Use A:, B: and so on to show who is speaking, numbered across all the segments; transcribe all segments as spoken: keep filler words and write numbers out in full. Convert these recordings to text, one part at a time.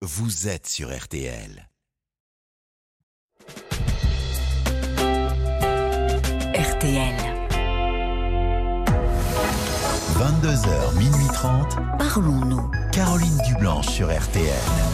A: vous êtes sur R T L.
B: R T L.
A: vingt-deux heures, minuit trente.
B: Parlons-nous.
A: Caroline Dublanche sur R T L.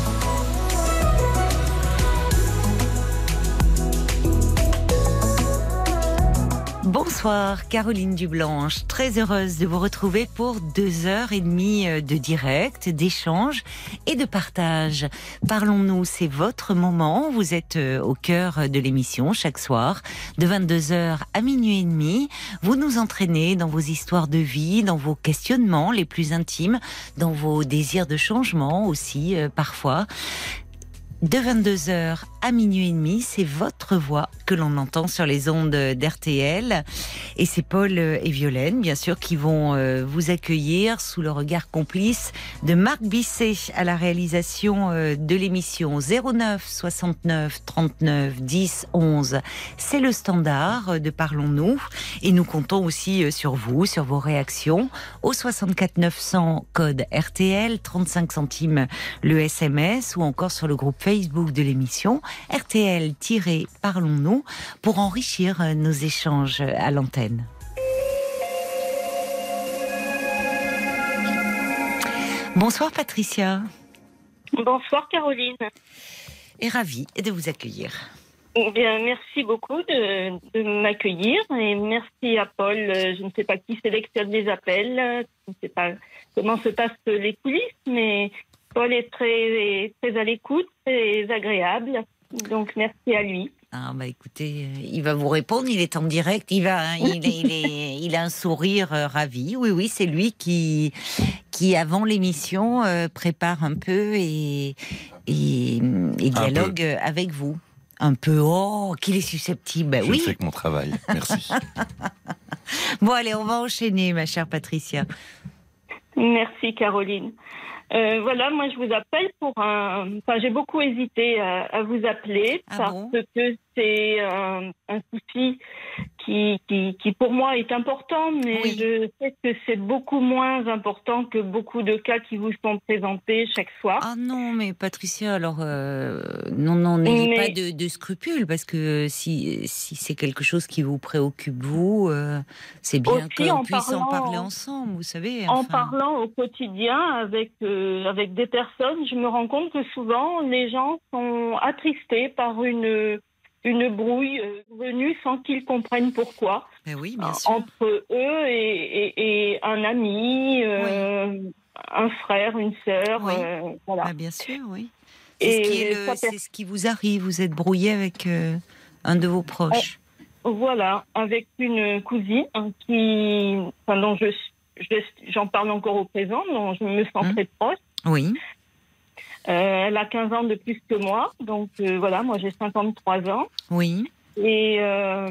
C: Bonsoir Caroline Dublanche, très heureuse de vous retrouver pour deux heures et demie de direct, d'échange et de partage. Parlons-nous, c'est votre moment, vous êtes au cœur de l'émission chaque soir, de vingt-deux heures à minuit et demi. Vous nous entraînez dans vos histoires de vie, dans vos questionnements les plus intimes, dans vos désirs de changement aussi euh, parfois. De vingt-deux heures à minuit et demi, c'est votre voix que l'on entend sur les ondes d'R T L. Et c'est Paul et Violaine, bien sûr, qui vont vous accueillir sous le regard complice de Marc Bisset à la réalisation de l'émission. Zéro neuf soixante-neuf trente-neuf dix onze, c'est le standard de Parlons-nous. Et nous comptons aussi sur vous, sur vos réactions. Au soixante-quatre neuf cents, code R T L, trente-cinq centimes le S M S, ou encore sur le groupe Facebook de l'émission R T L-Parlons-nous pour enrichir nos échanges à l'antenne. Bonsoir Patricia.
D: Bonsoir Caroline.
C: Et ravie de vous accueillir.
D: Eh bien, merci beaucoup de, de m'accueillir et merci à Paul. Je ne sais pas qui sélectionne les appels, je ne sais pas comment se passent les coulisses, mais Paul est très, très à l'écoute, très agréable. Donc, merci à lui.
C: Ah bah écoutez, euh, il va vous répondre, il est en direct, il, va, hein, il, est, il, est, il a un sourire euh, ravi. Oui, oui, c'est lui qui, qui avant l'émission, euh, prépare un peu et, et, et dialogue avec vous. Un peu, oh, qu'il est susceptible.
E: Je
C: oui.
E: ne fais que mon travail, merci.
C: Bon, allez, on va enchaîner, ma chère Patricia.
D: Merci, Caroline. Euh, voilà, moi je vous appelle pour un... Enfin, j'ai beaucoup hésité à, à vous appeler
C: ah
D: parce
C: bon
D: que c'est un, un souci qui, qui, qui pour moi est important, mais
C: oui.
D: je sais que c'est beaucoup moins important que beaucoup de cas qui vous sont présentés chaque soir.
C: Ah non, mais Patricia, alors euh, non, non, n'ayez
D: mais...
C: pas de, de scrupules, parce que si, si c'est quelque chose qui vous préoccupe, vous, euh, c'est bien qu'on puisse parlant, en parler ensemble, vous savez.
D: En
C: enfin...
D: parlant au quotidien avec, euh, avec des personnes, je me rends compte que souvent, les gens sont attristés par une... une brouille venue sans qu'ils comprennent pourquoi.
C: Ben oui, bien sûr.
D: Entre eux et, et, et un ami, euh, oui. un frère, une sœur.
C: Oui.
D: Euh, voilà.
C: Ben bien sûr, oui. C'est, ce qui, est le, c'est ce qui vous arrive. Vous êtes brouillé avec euh, un de vos proches.
D: Oh, voilà, avec une cousine qui, enfin, dont je, je, j'en parle encore au présent, dont je me sens hum. très proche.
C: Oui.
D: Euh, elle a quinze ans de plus que moi, donc euh, voilà, moi j'ai cinquante-trois ans.
C: Oui.
D: Et euh,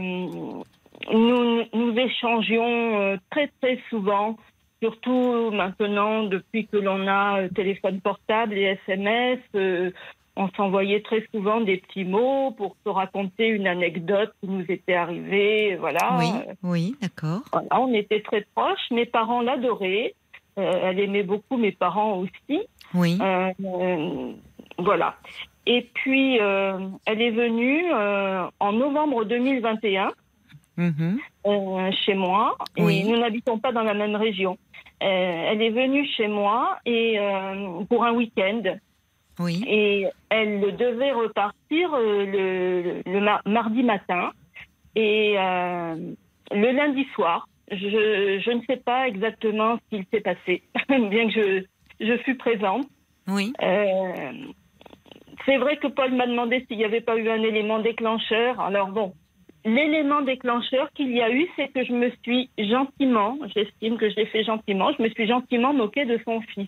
D: nous, nous échangions euh, très très souvent, surtout maintenant depuis que l'on a euh, téléphone portable et S M S. Euh, on s'envoyait très souvent des petits mots pour se raconter une anecdote qui nous était arrivée, voilà.
C: Oui, oui, d'accord.
D: Voilà, on était très proches. Mes parents l'adoraient. Euh, elle aimait beaucoup mes parents aussi.
C: Oui.
D: Euh, euh, voilà. Et puis, euh, elle est venue euh, en novembre deux mille vingt et un mm-hmm. euh, chez moi. Oui. Et nous n'habitons pas dans la même région. Euh, elle est venue chez moi et, euh, pour un week-end.
C: Oui.
D: Et elle devait repartir euh, le, le mar- mardi matin. Et euh, le lundi soir, je, je ne sais pas exactement ce qu'il s'est passé, bien que je... Je fus présente.
C: Oui.
D: Euh, c'est vrai que Paul m'a demandé s'il n'y avait pas eu un élément déclencheur. Alors bon, l'élément déclencheur qu'il y a eu, c'est que je me suis gentiment, j'estime que je l'ai fait gentiment, je me suis gentiment moquée de son fils.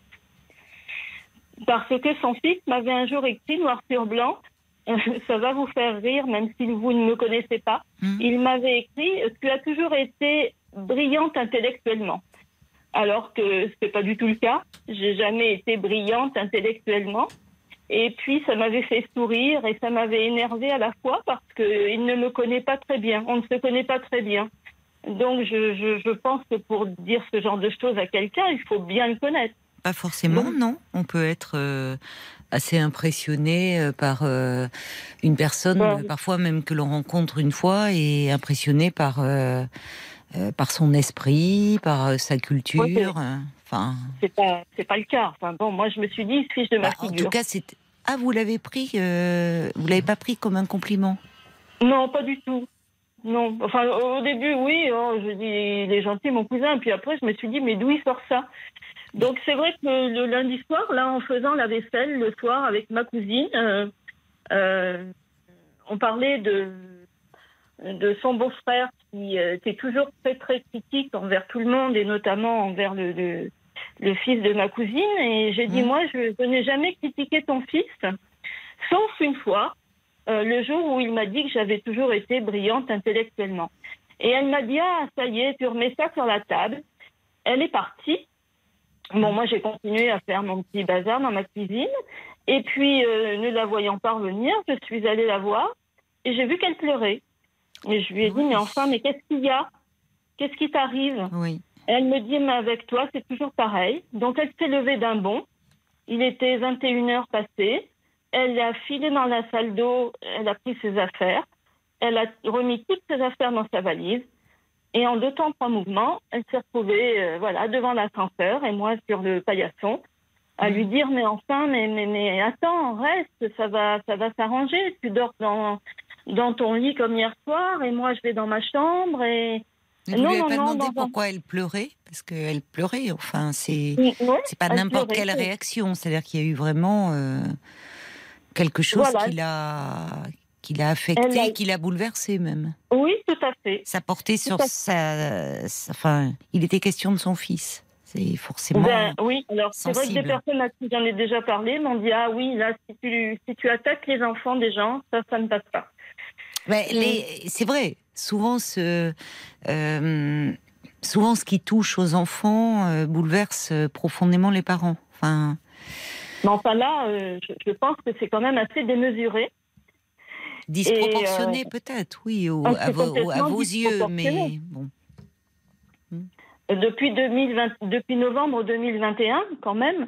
D: Parce que son fils m'avait un jour écrit noir sur blanc, euh, ça va vous faire rire, même si vous ne me connaissez pas. Mmh. Il m'avait écrit « Tu as toujours été brillante intellectuellement ». Alors que ce n'est pas du tout le cas. J'ai jamais été brillante intellectuellement. Et puis, ça m'avait fait sourire et ça m'avait énervée à la fois parce qu'il ne me connaît pas très bien. On ne se connaît pas très bien. Donc, je, je, je pense que pour dire ce genre de choses à quelqu'un, il faut bien le connaître.
C: Pas forcément,
D: Donc,
C: non. On peut être euh, assez impressionné euh, par euh, une personne,
D: Ouais.
C: euh, parfois même que l'on rencontre une fois, et impressionné par euh, euh, par son esprit, par euh, sa culture.
D: Ouais,
C: euh, Enfin,
D: c'est pas, c'est pas le cas. Enfin bon, moi je me suis dit, il se fiche de ma
C: bah, en tout
D: figure.
C: cas, c'est. Ah, vous l'avez pris, euh, vous l'avez pas pris comme un compliment.
D: Non, pas du tout. Non, enfin au début, oui, oh, je dis, il est gentil, mon cousin. Puis après, je me suis dit, mais d'où il sort ça? Donc c'est vrai que le lundi soir, là, en faisant la vaisselle le soir avec ma cousine, euh, euh, on parlait de de son beau-frère qui euh, était toujours très très critique envers tout le monde et notamment envers le le, le fils de ma cousine. Et j'ai dit,
C: Mmh.
D: moi, je, je n'ai jamais critiqué ton fils, sauf une fois. Euh, le jour où il m'a dit que j'avais toujours été brillante intellectuellement. Et elle m'a dit, ah, ça y est, tu remets ça sur la table. Elle est partie. Bon, moi, j'ai continué à faire mon petit bazar dans ma cuisine. Et puis, euh, ne la voyant pas revenir, je suis allée la voir et j'ai vu qu'elle pleurait. Et je lui ai dit,
C: Oui.
D: mais enfin, mais qu'est-ce qu'il y a? Qu'est-ce qui t'arrive?
C: Oui.
D: Elle me dit, mais avec toi, c'est toujours pareil. Donc, elle s'est levée d'un bond. Il était vingt et une heures passées. Elle a filé dans la salle d'eau, elle a pris ses affaires, elle a remis toutes ses affaires dans sa valise, et en deux temps, trois mouvements, elle s'est retrouvée euh, voilà, devant l'ascenseur, et moi sur le paillasson, à lui dire, mais enfin, mais, mais, mais attends, reste, ça va, ça va s'arranger, tu dors dans, dans ton lit comme hier soir, et moi je vais dans ma chambre, et...
C: Mais vous
D: non,
C: lui avez
D: non,
C: pas
D: non,
C: demandé
D: non,
C: pourquoi elle pleurait? Parce qu'elle pleurait, enfin, c'est
D: non. Ouais,
C: c'est pas
D: elle
C: n'importe
D: pleurait.
C: quelle réaction. C'est-à-dire qu'il y a eu vraiment euh, quelque chose
D: Voilà.
C: qui l'a qui l'a affecté,
D: Elle a-
C: qui l'a bouleversé même.
D: Oui, tout à fait.
C: Ça portait sur
D: à fait.
C: sa, sa- enfin, il était question de son fils. C'est forcément.
D: Ben, oui, alors c'est vrai que des
C: sensible.
D: personnes à qui j'en ai déjà parlé m'ont dit, ah oui, là, si tu, si tu attaques les enfants des gens, ça, ça ne passe pas.
C: Mais les, c'est vrai. Souvent, ce, euh, souvent, ce qui touche aux enfants euh, bouleverse euh, profondément les parents. Enfin,
D: Mais enfin là, euh, je, je pense que c'est quand même assez démesuré.
C: disproportionné
D: Et, euh,
C: peut-être, oui, au-
D: ah,
C: à,
D: c'est
C: vos, à
D: complètement
C: vos yeux,
D: disproportionné.
C: mais bon.
D: Depuis, deux mille vingt, depuis novembre deux mille vingt et un, quand même,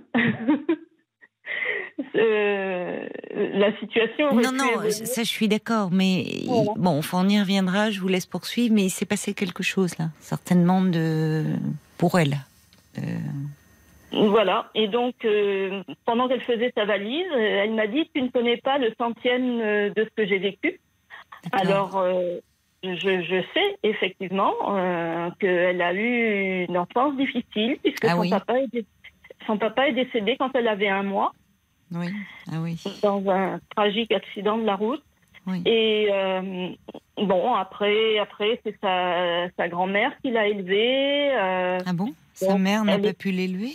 D: euh, la situation aurait
C: Non,
D: pu
C: non,
D: évoluer.
C: ça je suis d'accord, mais
D: Voilà.
C: bon, enfin, on y reviendra, je vous laisse poursuivre, mais il s'est passé quelque chose là, certainement de pour elle. Euh,
D: Voilà, et donc euh, pendant qu'elle faisait sa valise, euh, elle m'a dit, tu ne connais pas le centième euh, de ce que j'ai vécu.
C: d'accord.
D: Alors, euh, je, je sais effectivement euh, qu'elle a eu une enfance difficile, puisque
C: Ah
D: son,
C: oui.
D: papa est dé- son papa est décédé quand elle avait un mois,
C: Oui, ah oui,
D: dans un tragique accident de la route.
C: oui.
D: Et euh, bon, après, après c'est sa, sa grand-mère qui l'a élevée. euh,
C: Ah bon, sa
D: donc,
C: mère n'a
D: elle
C: pas
D: est-
C: pu l'élever?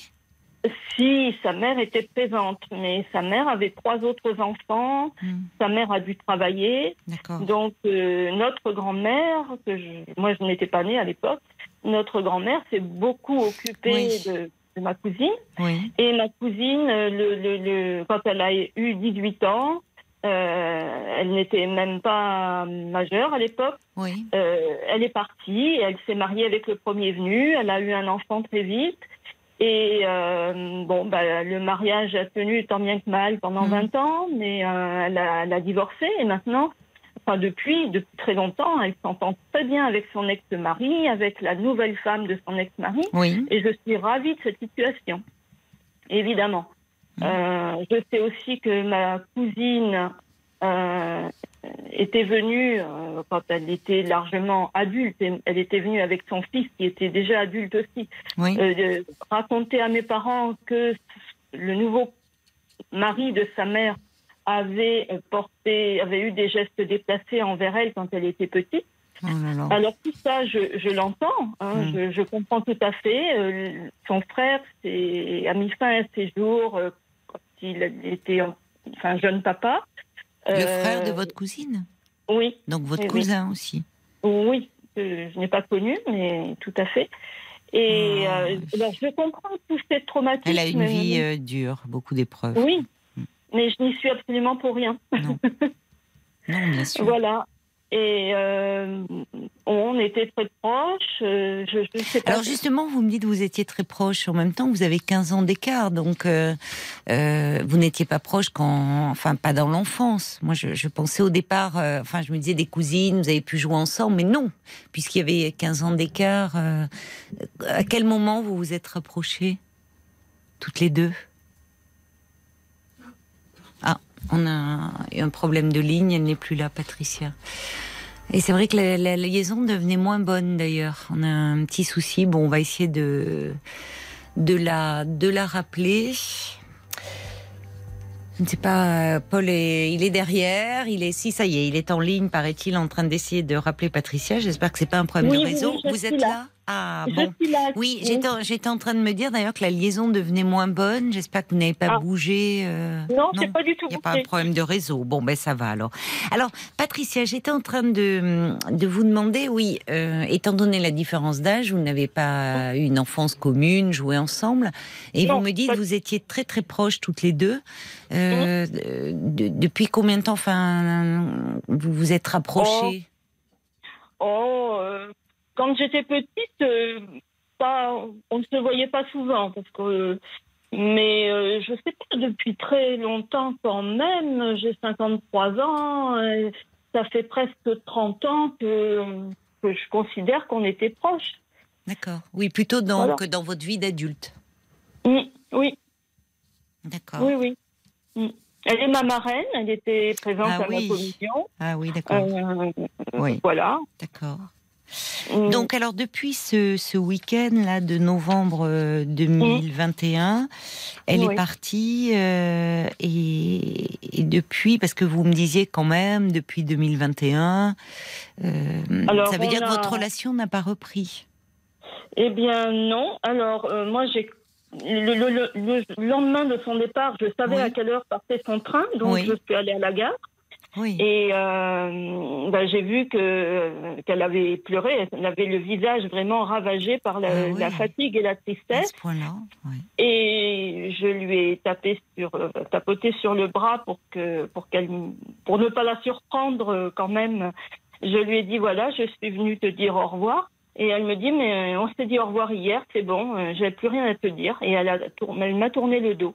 D: Si, sa mère était présente, mais sa mère avait trois autres enfants.
C: Hmm,
D: Sa mère a dû travailler.
C: d'accord.
D: Donc, euh, notre grand-mère, que je- moi je n'étais pas née à l'époque, notre grand-mère s'est beaucoup occupée
C: Oui.
D: de, de ma cousine.
C: Oui,
D: Et ma cousine, euh, le, le, le, quand elle a eu dix-huit ans, euh, elle n'était même pas majeure à l'époque.
C: oui.
D: Euh, elle est partie, elle s'est mariée avec le premier venu, elle a eu un enfant très vite. Et euh, bon, bah, le mariage a tenu tant bien que mal pendant
C: Mm.
D: vingt ans, mais euh, elle, a, elle a divorcé et maintenant, enfin depuis, depuis très longtemps, elle s'entend très bien avec son ex-mari, avec la nouvelle femme de son ex-mari,
C: Oui,
D: et je suis ravie de cette situation, évidemment.
C: Mm.
D: Euh, je sais aussi que ma cousine euh, était venue, euh, quand elle était largement adulte, et elle était venue avec son fils qui était déjà adulte aussi,
C: oui.
D: euh, de raconter à mes parents que le nouveau mari de sa mère avait porté, avait eu des gestes déplacés envers elle quand elle était petite.
C: Oh là là.
D: Alors tout ça, je, je l'entends, hein,
C: Mm.
D: je, je comprends tout à fait. Euh, son frère c'est, a mis fin à ses jours euh, quand il était en- enfin, jeune papa.
C: Le
D: Euh,
C: frère de votre cousine?
D: Oui,
C: Donc votre
D: oui, oui.
C: cousin aussi?
D: oui, euh, je n'ai pas connu, mais tout à fait. Et
C: Ah,
D: euh,
C: oui.
D: alors, je comprends tous ces traumatismes.
C: Elle a une vie euh, dure, beaucoup d'épreuves.
D: Oui,
C: Mm.
D: mais je n'y suis absolument pour rien.
C: Non. Non, bien sûr.
D: Voilà. Et euh, on était très proches. Euh, je, je sais pas.
C: Alors justement, vous me dites que vous étiez très proches. En même temps, vous avez quinze ans d'écart. Donc, euh, euh, vous n'étiez pas proches quand... Enfin, pas dans l'enfance. Moi, je, je pensais au départ... Euh, enfin, je me disais des cousines, vous avez pu jouer ensemble. Mais non, puisqu'il y avait quinze ans d'écart. Euh, à quel moment vous vous êtes rapprochés toutes les deux? Ah, on a eu un problème de ligne. Elle n'est plus là, Patricia. Et c'est vrai que la, la liaison devenait moins bonne d'ailleurs. On a un petit souci. Bon, on va essayer de, de, la, de la rappeler. Je ne sais pas, Paul est, il est derrière. Il est, si, ça y est, il est en ligne, paraît-il, en train d'essayer de rappeler Patricia. J'espère que c'est pas un problème
D: Oui,
C: de
D: oui,
C: réseau.
D: oui, je
C: Vous
D: suis
C: êtes
D: là.
C: là? Ah,
D: Je
C: bon.
D: suis là.
C: Oui, j'étais, j'étais en train de me dire d'ailleurs que la liaison devenait moins bonne. J'espère que vous n'avez pas
D: Ah.
C: bougé. Euh...
D: Non, c'est pas du tout
C: Il n'y a
D: bougé.
C: pas un problème de réseau. Bon, ben ça va alors. Alors, Patricia, j'étais en train de, de vous demander, oui, euh, étant donné la différence d'âge, vous n'avez pas eu une enfance commune, joué ensemble, et
D: Non,
C: vous me dites
D: pas-
C: que vous étiez très très proches toutes les deux. Euh, de- depuis combien de temps, enfin, vous vous êtes rapprochés?
D: Oh, euh, quand j'étais petite, euh, pas, on ne se voyait pas souvent. Parce que, euh, mais euh, je sais pas, depuis très longtemps quand même, j'ai cinquante-trois ans, euh, ça fait presque trente ans que, que je considère qu'on était proches.
C: D'accord. Oui, plutôt dans,
D: Voilà.
C: que dans votre vie d'adulte.
D: Mm, oui,
C: D'accord.
D: oui, oui. Mm. Elle est ma marraine, elle était présente
C: Ah
D: à
C: oui.
D: ma communion.
C: Ah oui, d'accord.
D: Euh,
C: Oui.
D: Voilà.
C: D'accord.
D: Mm.
C: Donc, alors, depuis ce, ce week-end-là de novembre euh, deux mille vingt et un, elle
D: Oui.
C: est partie euh, et, et depuis, parce que vous me disiez quand même, depuis deux mille vingt et un, euh,
D: Alors,
C: ça veut
D: on
C: dire
D: a-
C: que votre relation n'a pas repris.
D: Eh bien, non. Alors, euh, moi, j'ai le, le- le- le lendemain de son départ, je savais
C: Oui.
D: à quelle heure partait son train, donc
C: Oui.
D: je suis allée à la gare.
C: Oui.
D: Et euh, ben, j'ai vu que qu'elle avait pleuré, elle avait le visage vraiment ravagé par la,
C: Ah oui.
D: la fatigue et la
C: À
D: tristesse.
C: ce point-là, oui.
D: Et je lui ai tapé sur, euh, tapoté sur le bras pour que, pour qu'elle, pour ne pas la surprendre euh, quand même. Je lui ai dit voilà, je suis venue te dire au revoir. Et elle me dit mais on s'est dit au revoir hier, c'est bon, euh, j'ai plus rien à te dire. Et elle a, tour- elle m'a tourné le dos.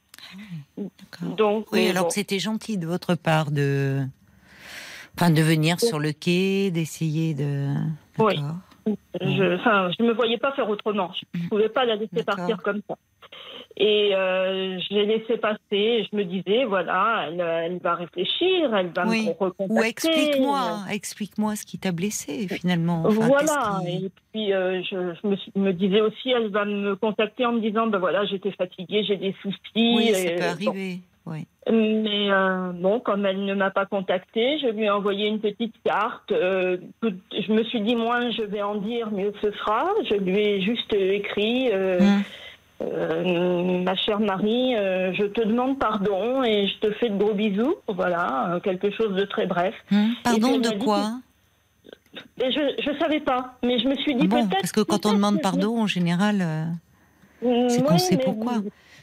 C: D'accord.
D: Donc
C: Oui,
D: euh,
C: alors
D: bon.
C: que c'était gentil de votre part de, enfin, de venir sur le quai, d'essayer de.
D: Oui.
C: D'accord.
D: Je, enfin, je me voyais pas faire autrement. Je ne pouvais pas la laisser
C: D'accord.
D: partir comme ça. Et euh, je l'ai laissé passer. Je me disais, voilà, elle, elle va réfléchir, elle va
C: Oui.
D: me recontacter.
C: Ou explique-moi, explique-moi ce qui t'a blessé finalement. Enfin,
D: Voilà.
C: qu'est-ce qui-
D: Et puis euh, je, je me, suis- me disais aussi, elle va me contacter en me disant, ben voilà, j'étais fatiguée, j'ai des soucis.
C: Oui, ça
D: et,
C: peut
D: bon.
C: arriver. Oui.
D: Mais euh, bon, comme elle ne m'a pas contactée, je lui ai envoyé une petite carte. Euh, tout- je me suis dit, moins je vais en dire, mieux ce sera. Je lui ai juste écrit, euh,
C: Hum.
D: euh, ma chère Marie, euh, je te demande pardon et je te fais de gros bisous. Voilà, euh, quelque chose de très bref.
C: Hum. Pardon
D: Et puis,
C: de
D: elle m'a dit
C: quoi?
D: Et je ne savais pas, mais je me suis dit
C: Ah bon,
D: peut-être...
C: parce que quand on
D: peut-être
C: demande
D: que-
C: pardon, en général, euh, c'est
D: Oui,
C: qu'on sait
D: mais-
C: pourquoi.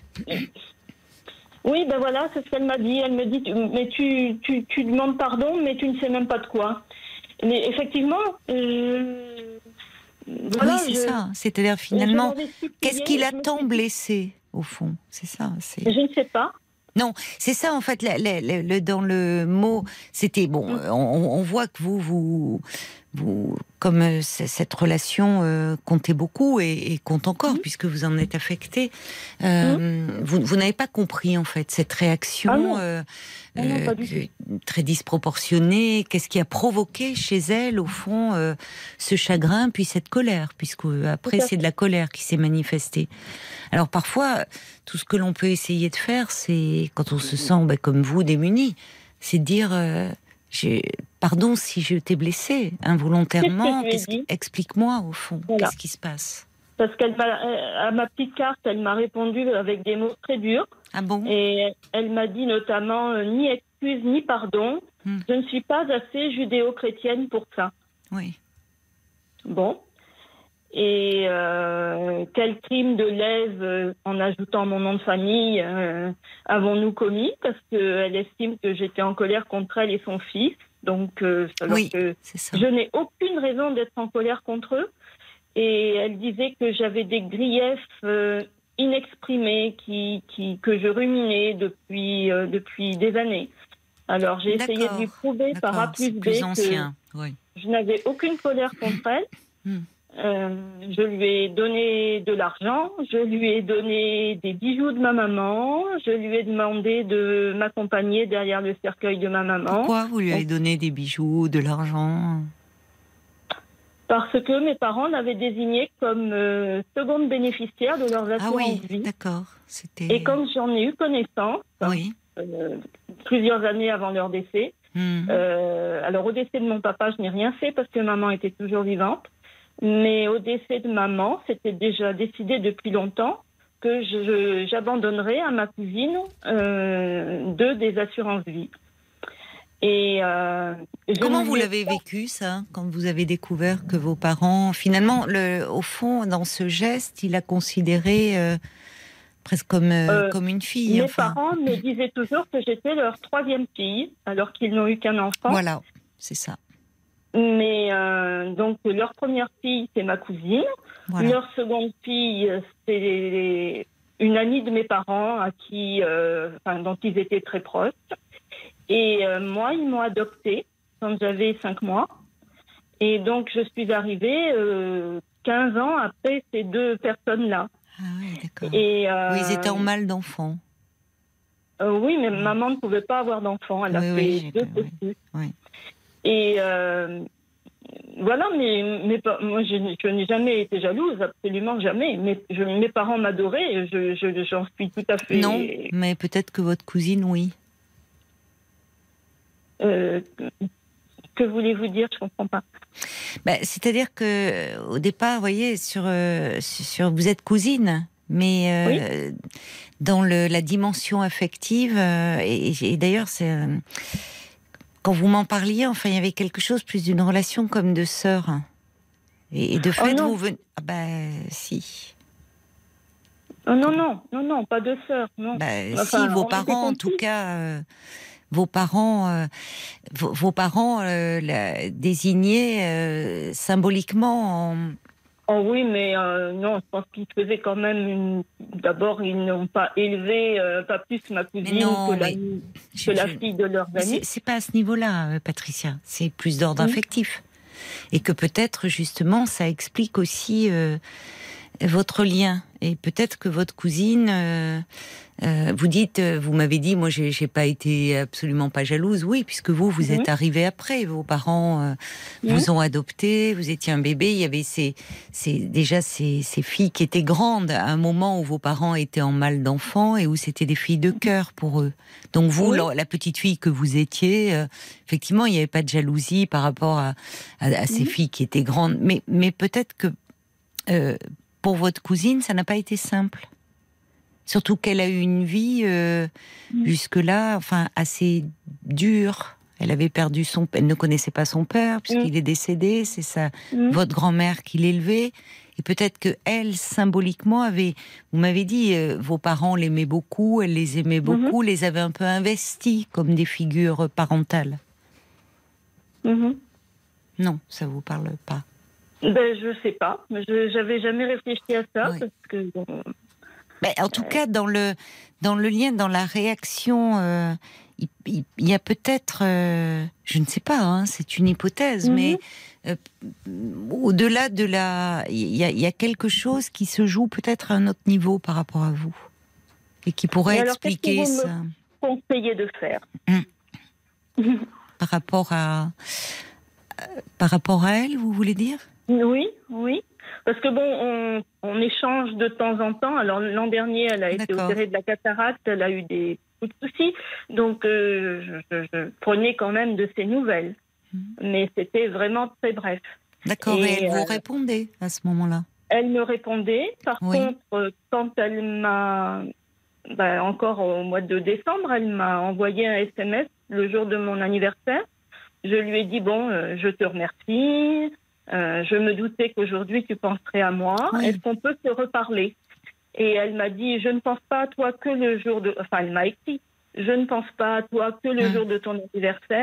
D: Oui, ben voilà, c'est ce qu'elle m'a dit. Elle me dit, tu- mais tu, tu, tu demandes pardon, mais tu ne sais même pas de quoi. Mais effectivement, euh, voilà,
C: oui, c'est
D: je-
C: ça. C'est-à-dire
D: je
C: finalement,
D: l'avais supplié,
C: qu'est-ce qui l'a
D: je me
C: tant
D: suis dit,
C: blessé au fond? C'est ça. C'est.
D: Je ne sais pas.
C: Non, c'est ça en fait. Le, le- le- dans le mot, c'était bon.
D: Mm.
C: euh, On, on voit que vous, vous, vous, comme euh, c- cette relation euh, comptait beaucoup et, et compte encore
D: Mm.
C: puisque vous en êtes affecté. Euh, vous, vous n'avez pas compris en fait cette réaction
D: Ah non.
C: euh,
D: Ah non,
C: euh,
D: pas du
C: que- très disproportionnée. Qu'est-ce qui a provoqué chez elle au fond euh, ce chagrin puis cette colère, puisque euh, après
D: Tout à
C: c'est de la colère qui s'est manifestée. Alors parfois, tout ce que l'on peut essayer de faire, c'est, quand on se sent ben, comme vous, démuni, c'est de dire euh, j'ai- pardon si je t'ai blessé involontairement.
D: Qu'est-ce que je lui ai
C: Qu'est-ce-
D: dit
C: Explique-moi au fond,
D: Voilà.
C: qu'est-ce qui se passe?
D: Parce qu'elle m'a, à ma petite carte, elle m'a répondu avec des mots très durs.
C: Ah bon?
D: Et elle m'a dit notamment euh, ni excuse ni pardon.
C: Hmm.
D: Je ne suis pas assez judéo-chrétienne pour ça.
C: Oui.
D: Bon. Et euh, quel crime de lèse, euh, en ajoutant mon nom de famille, euh, avons-nous commis? Parce qu'elle estime que j'étais en colère contre elle et son fils. Donc, euh, alors
C: Oui,
D: que
C: c'est ça.
D: je n'ai aucune raison d'être en colère contre eux. Et elle disait que j'avais des griefs euh, inexprimés qui, qui, que je ruminais depuis, euh, depuis des années. Alors, j'ai essayé de lui prouver par A plus B
C: plus ancien,
D: que
C: oui.
D: je n'avais aucune colère contre elle.
C: Mm.
D: Euh, je lui ai donné de l'argent, je lui ai donné des bijoux de ma maman, je lui ai demandé de m'accompagner derrière le cercueil de ma maman.
C: Pourquoi vous lui avez donné des bijoux, de l'argent ?
D: Parce que mes parents l'avaient désignée comme euh, seconde bénéficiaire de leurs assurances
C: Ah oui,
D: vie.
C: d'accord. C'était...
D: Et comme j'en ai eu connaissance,
C: Oui.
D: euh, plusieurs années avant leur décès,
C: Mm.
D: euh, alors au décès de mon papa, je n'ai rien fait parce que maman était toujours vivante. Mais au décès de maman, c'était déjà décidé depuis longtemps que je, je- j'abandonnerais à ma cousine euh, deux des assurances vie. Et euh, je
C: Comment
D: ne
C: vous
D: lui ai
C: l'avez
D: pas-
C: vécu, ça, quand vous avez découvert que vos parents, finalement, le, au fond, dans ce geste, il a considéré euh, presque comme, euh,
D: Euh,
C: comme une fille.
D: Mes
C: Enfin,
D: parents me disaient toujours que j'étais leur troisième fille, alors qu'ils n'ont eu qu'un enfant.
C: voilà, c'est ça.
D: Mais euh, donc leur première fille, c'est ma cousine.
C: Voilà.
D: Leur seconde fille, c'est une amie de mes parents à qui, euh, enfin, dont ils étaient très proches. Et euh, moi, ils m'ont adoptée quand j'avais cinq mois. Et donc, je suis arrivée euh, quinze ans après ces deux personnes-là.
C: Ah oui, d'accord.
D: Et, euh,
C: Oui, ils étaient en mal d'enfant.
D: euh, oui, mais maman ne pouvait pas avoir d'enfant. Elle a
C: Oui,
D: fait
C: oui, j'ai
D: deux
C: compris,
D: petits.
C: oui.
D: Et euh, voilà, mais mes pa- moi, je, n'ai- je n'ai jamais été jalouse, absolument jamais. Mais je, mes parents m'adoraient, et je, je, j'en suis tout à fait...
C: Non, mais peut-être que votre cousine, oui.
D: Euh, que voulez-vous dire? Je ne comprends pas.
C: Bah, c'est-à-dire que au départ, vous voyez, sur, euh, sur vous êtes cousine, mais euh, dans le, la dimension affective, euh, et, et d'ailleurs, c'est euh, quand vous m'en parliez, enfin, il y avait quelque chose plus d'une relation comme de sœur. Et, et de fait,
D: Oh non.
C: vous venez. Ah ben, si.
D: Oh, non, non, non, non, pas de sœur, non.
C: Bah,
D: Enfin,
C: si, vos
D: on était
C: parents, en tout
D: complices.
C: cas, euh, vos parents, euh, vos, vos parents euh, la désignaient euh, symboliquement en.
D: Oh oui, mais euh, non, je pense qu'ils faisaient quand même une... D'abord, ils n'ont pas élevé, euh, pas plus ma cousine
C: non,
D: que, la,
C: mais
D: que
C: je-
D: la
C: je-
D: fille de leurs
C: Mais
D: amis.
C: c'est, c'est pas à ce niveau-là, euh, Patricia. C'est plus d'ordre
D: Oui.
C: affectif. Et que peut-être, justement, ça explique aussi euh, votre lien. Et peut-être que votre cousine, euh, euh, vous dites, euh, vous m'avez dit, moi, j'ai, j'ai pas été absolument pas jalouse. Oui, puisque vous, vous
D: Mhm.
C: êtes arrivé après. Vos parents euh,
D: Mhm.
C: vous ont adopté, vous étiez un bébé. Il y avait ces, ces, déjà ces, ces filles qui étaient grandes à un moment où vos parents étaient en mal d'enfants et où c'était des filles de cœur pour eux. Donc vous,
D: Oui.
C: la, la petite fille que vous étiez, euh, effectivement, il n'y avait pas de jalousie par rapport à, à, à ces
D: Mhm.
C: filles qui étaient grandes. Mais, mais peut-être que euh, pour votre cousine, ça n'a pas été simple. Surtout qu'elle a eu une vie euh,
D: Mhm.
C: jusque-là, enfin assez dure. Elle avait perdu son, elle ne connaissait pas son père puisqu'il est décédé. C'est sa
D: Mhm.
C: votre grand-mère qui l'élevait. Et peut-être que elle, symboliquement, avait. Vous m'avez dit, euh, vos parents l'aimaient beaucoup, elle les aimait beaucoup, les avait un peu investis comme des figures parentales.
D: Mhm.
C: Non, ça vous parle pas.
D: Ben, je sais pas. Je j'avais jamais réfléchi à ça
C: Oui.
D: parce que bon,
C: Ben, en tout cas, dans le, dans le lien, dans la réaction, euh, il, il- il y a peut-être, euh, je ne sais pas, hein, c'est une hypothèse,
D: Mhm.
C: mais euh, au-delà de la. Il y, a, il y a quelque chose qui se joue peut-être à un autre niveau par rapport à vous. Et qui pourrait
D: Et alors, qu'est-ce que
C: expliquer
D: vous me-
C: ça
D: conseiller de faire.
C: par rapport à. euh, par rapport à elle, vous voulez dire?
D: Oui, oui. Parce que bon, on, on échange de temps en temps. Alors l'an dernier, elle a été
C: D'accord.
D: opérée de la cataracte, elle a eu des coups de soucis. Donc euh, je, je prenais quand même de ses nouvelles.
C: Mhm.
D: Mais c'était vraiment très bref.
C: D'accord, et,
D: Et,
C: elle vous
D: euh,
C: répondait à ce moment-là?
D: Elle me répondait. Par
C: Oui.
D: contre, euh, quand elle m'a... ben, encore au mois de décembre, elle m'a envoyé un S M S le jour de mon anniversaire. Je lui ai dit, bon, euh, je te remercie. Euh, je me doutais qu'aujourd'hui, tu penserais à moi.
C: Oui.
D: Est-ce qu'on peut se reparler? Et elle m'a dit, je ne pense pas à toi que le jour de... Enfin, elle m'a écrit, je ne pense pas à toi que le
C: Hum.
D: jour de ton anniversaire.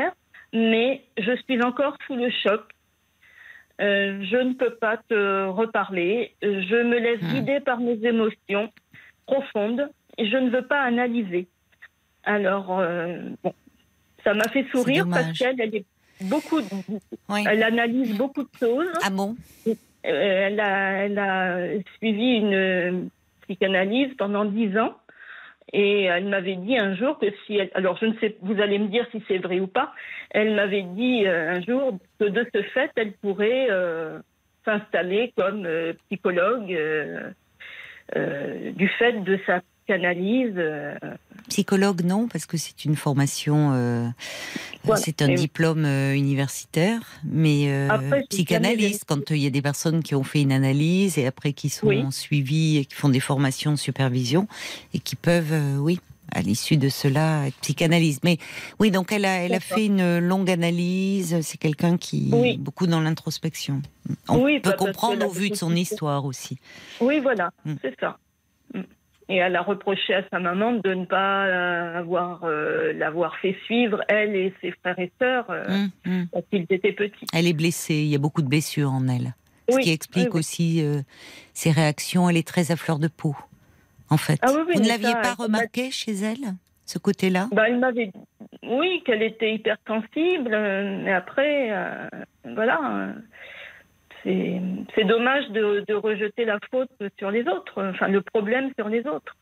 D: mais je suis encore sous le choc. Euh, je ne peux pas te reparler. Je me laisse
C: Mmh.
D: guider par mes émotions profondes et je ne veux pas analyser. Alors, euh, bon, ça m'a fait sourire
C: dommage.
D: parce qu'elle, elle est beaucoup,
C: Oui.
D: elle analyse beaucoup de choses.
C: Ah bon?
D: Euh, elle, a, elle a suivi une psychanalyse pendant dix ans. Et elle m'avait dit un jour que si elle... Alors, je ne sais, vous allez me dire si c'est vrai ou pas. Elle m'avait dit euh, un jour que de ce fait, elle pourrait euh, s'installer comme euh, psychologue euh, euh, du fait de sa psychanalyse. Euh...
C: Psychologue, non, parce que c'est une formation, euh,
D: Voilà.
C: c'est un
D: Et-
C: diplôme euh, universitaire, mais euh,
D: Après, j'ai
C: psychanalyste,
D: jamais-
C: quand il y a des personnes qui ont fait une analyse et après qui sont
D: Oui.
C: suivies et qui font des formations de supervision et qui peuvent, euh, oui, à l'issue de cela, être psychanalyste. Mais oui, donc elle a, elle a
D: D'accord.
C: fait une longue analyse, c'est quelqu'un qui
D: Oui.
C: est beaucoup dans l'introspection. On
D: Oui,
C: peut
D: bah, parce
C: comprendre
D: qu'elle a
C: au vu de son
D: beaucoup-
C: histoire aussi.
D: Oui, voilà,
C: Mm.
D: c'est ça. Mm. Et elle a reproché à sa maman de ne pas euh, avoir, euh, l'avoir fait suivre, elle et ses frères et sœurs, euh,
C: Hum, hum.
D: quand ils étaient petits.
C: Elle est blessée, il y a beaucoup de blessures en elle. Ce
D: Oui,
C: qui explique
D: oui, oui.
C: aussi euh, ses réactions, elle est très à fleur de peau, en fait.
D: Ah oui, oui,
C: Vous ne
D: mais
C: l'aviez
D: ça,
C: pas
D: elle-
C: remarqué chez elle, ce côté-là?
D: Bah, elle m'avait oui, qu'elle était hypersensible, euh, mais après, euh, voilà, euh, c'est, c'est dommage de, de rejeter la faute sur les autres, enfin le problème sur les autres.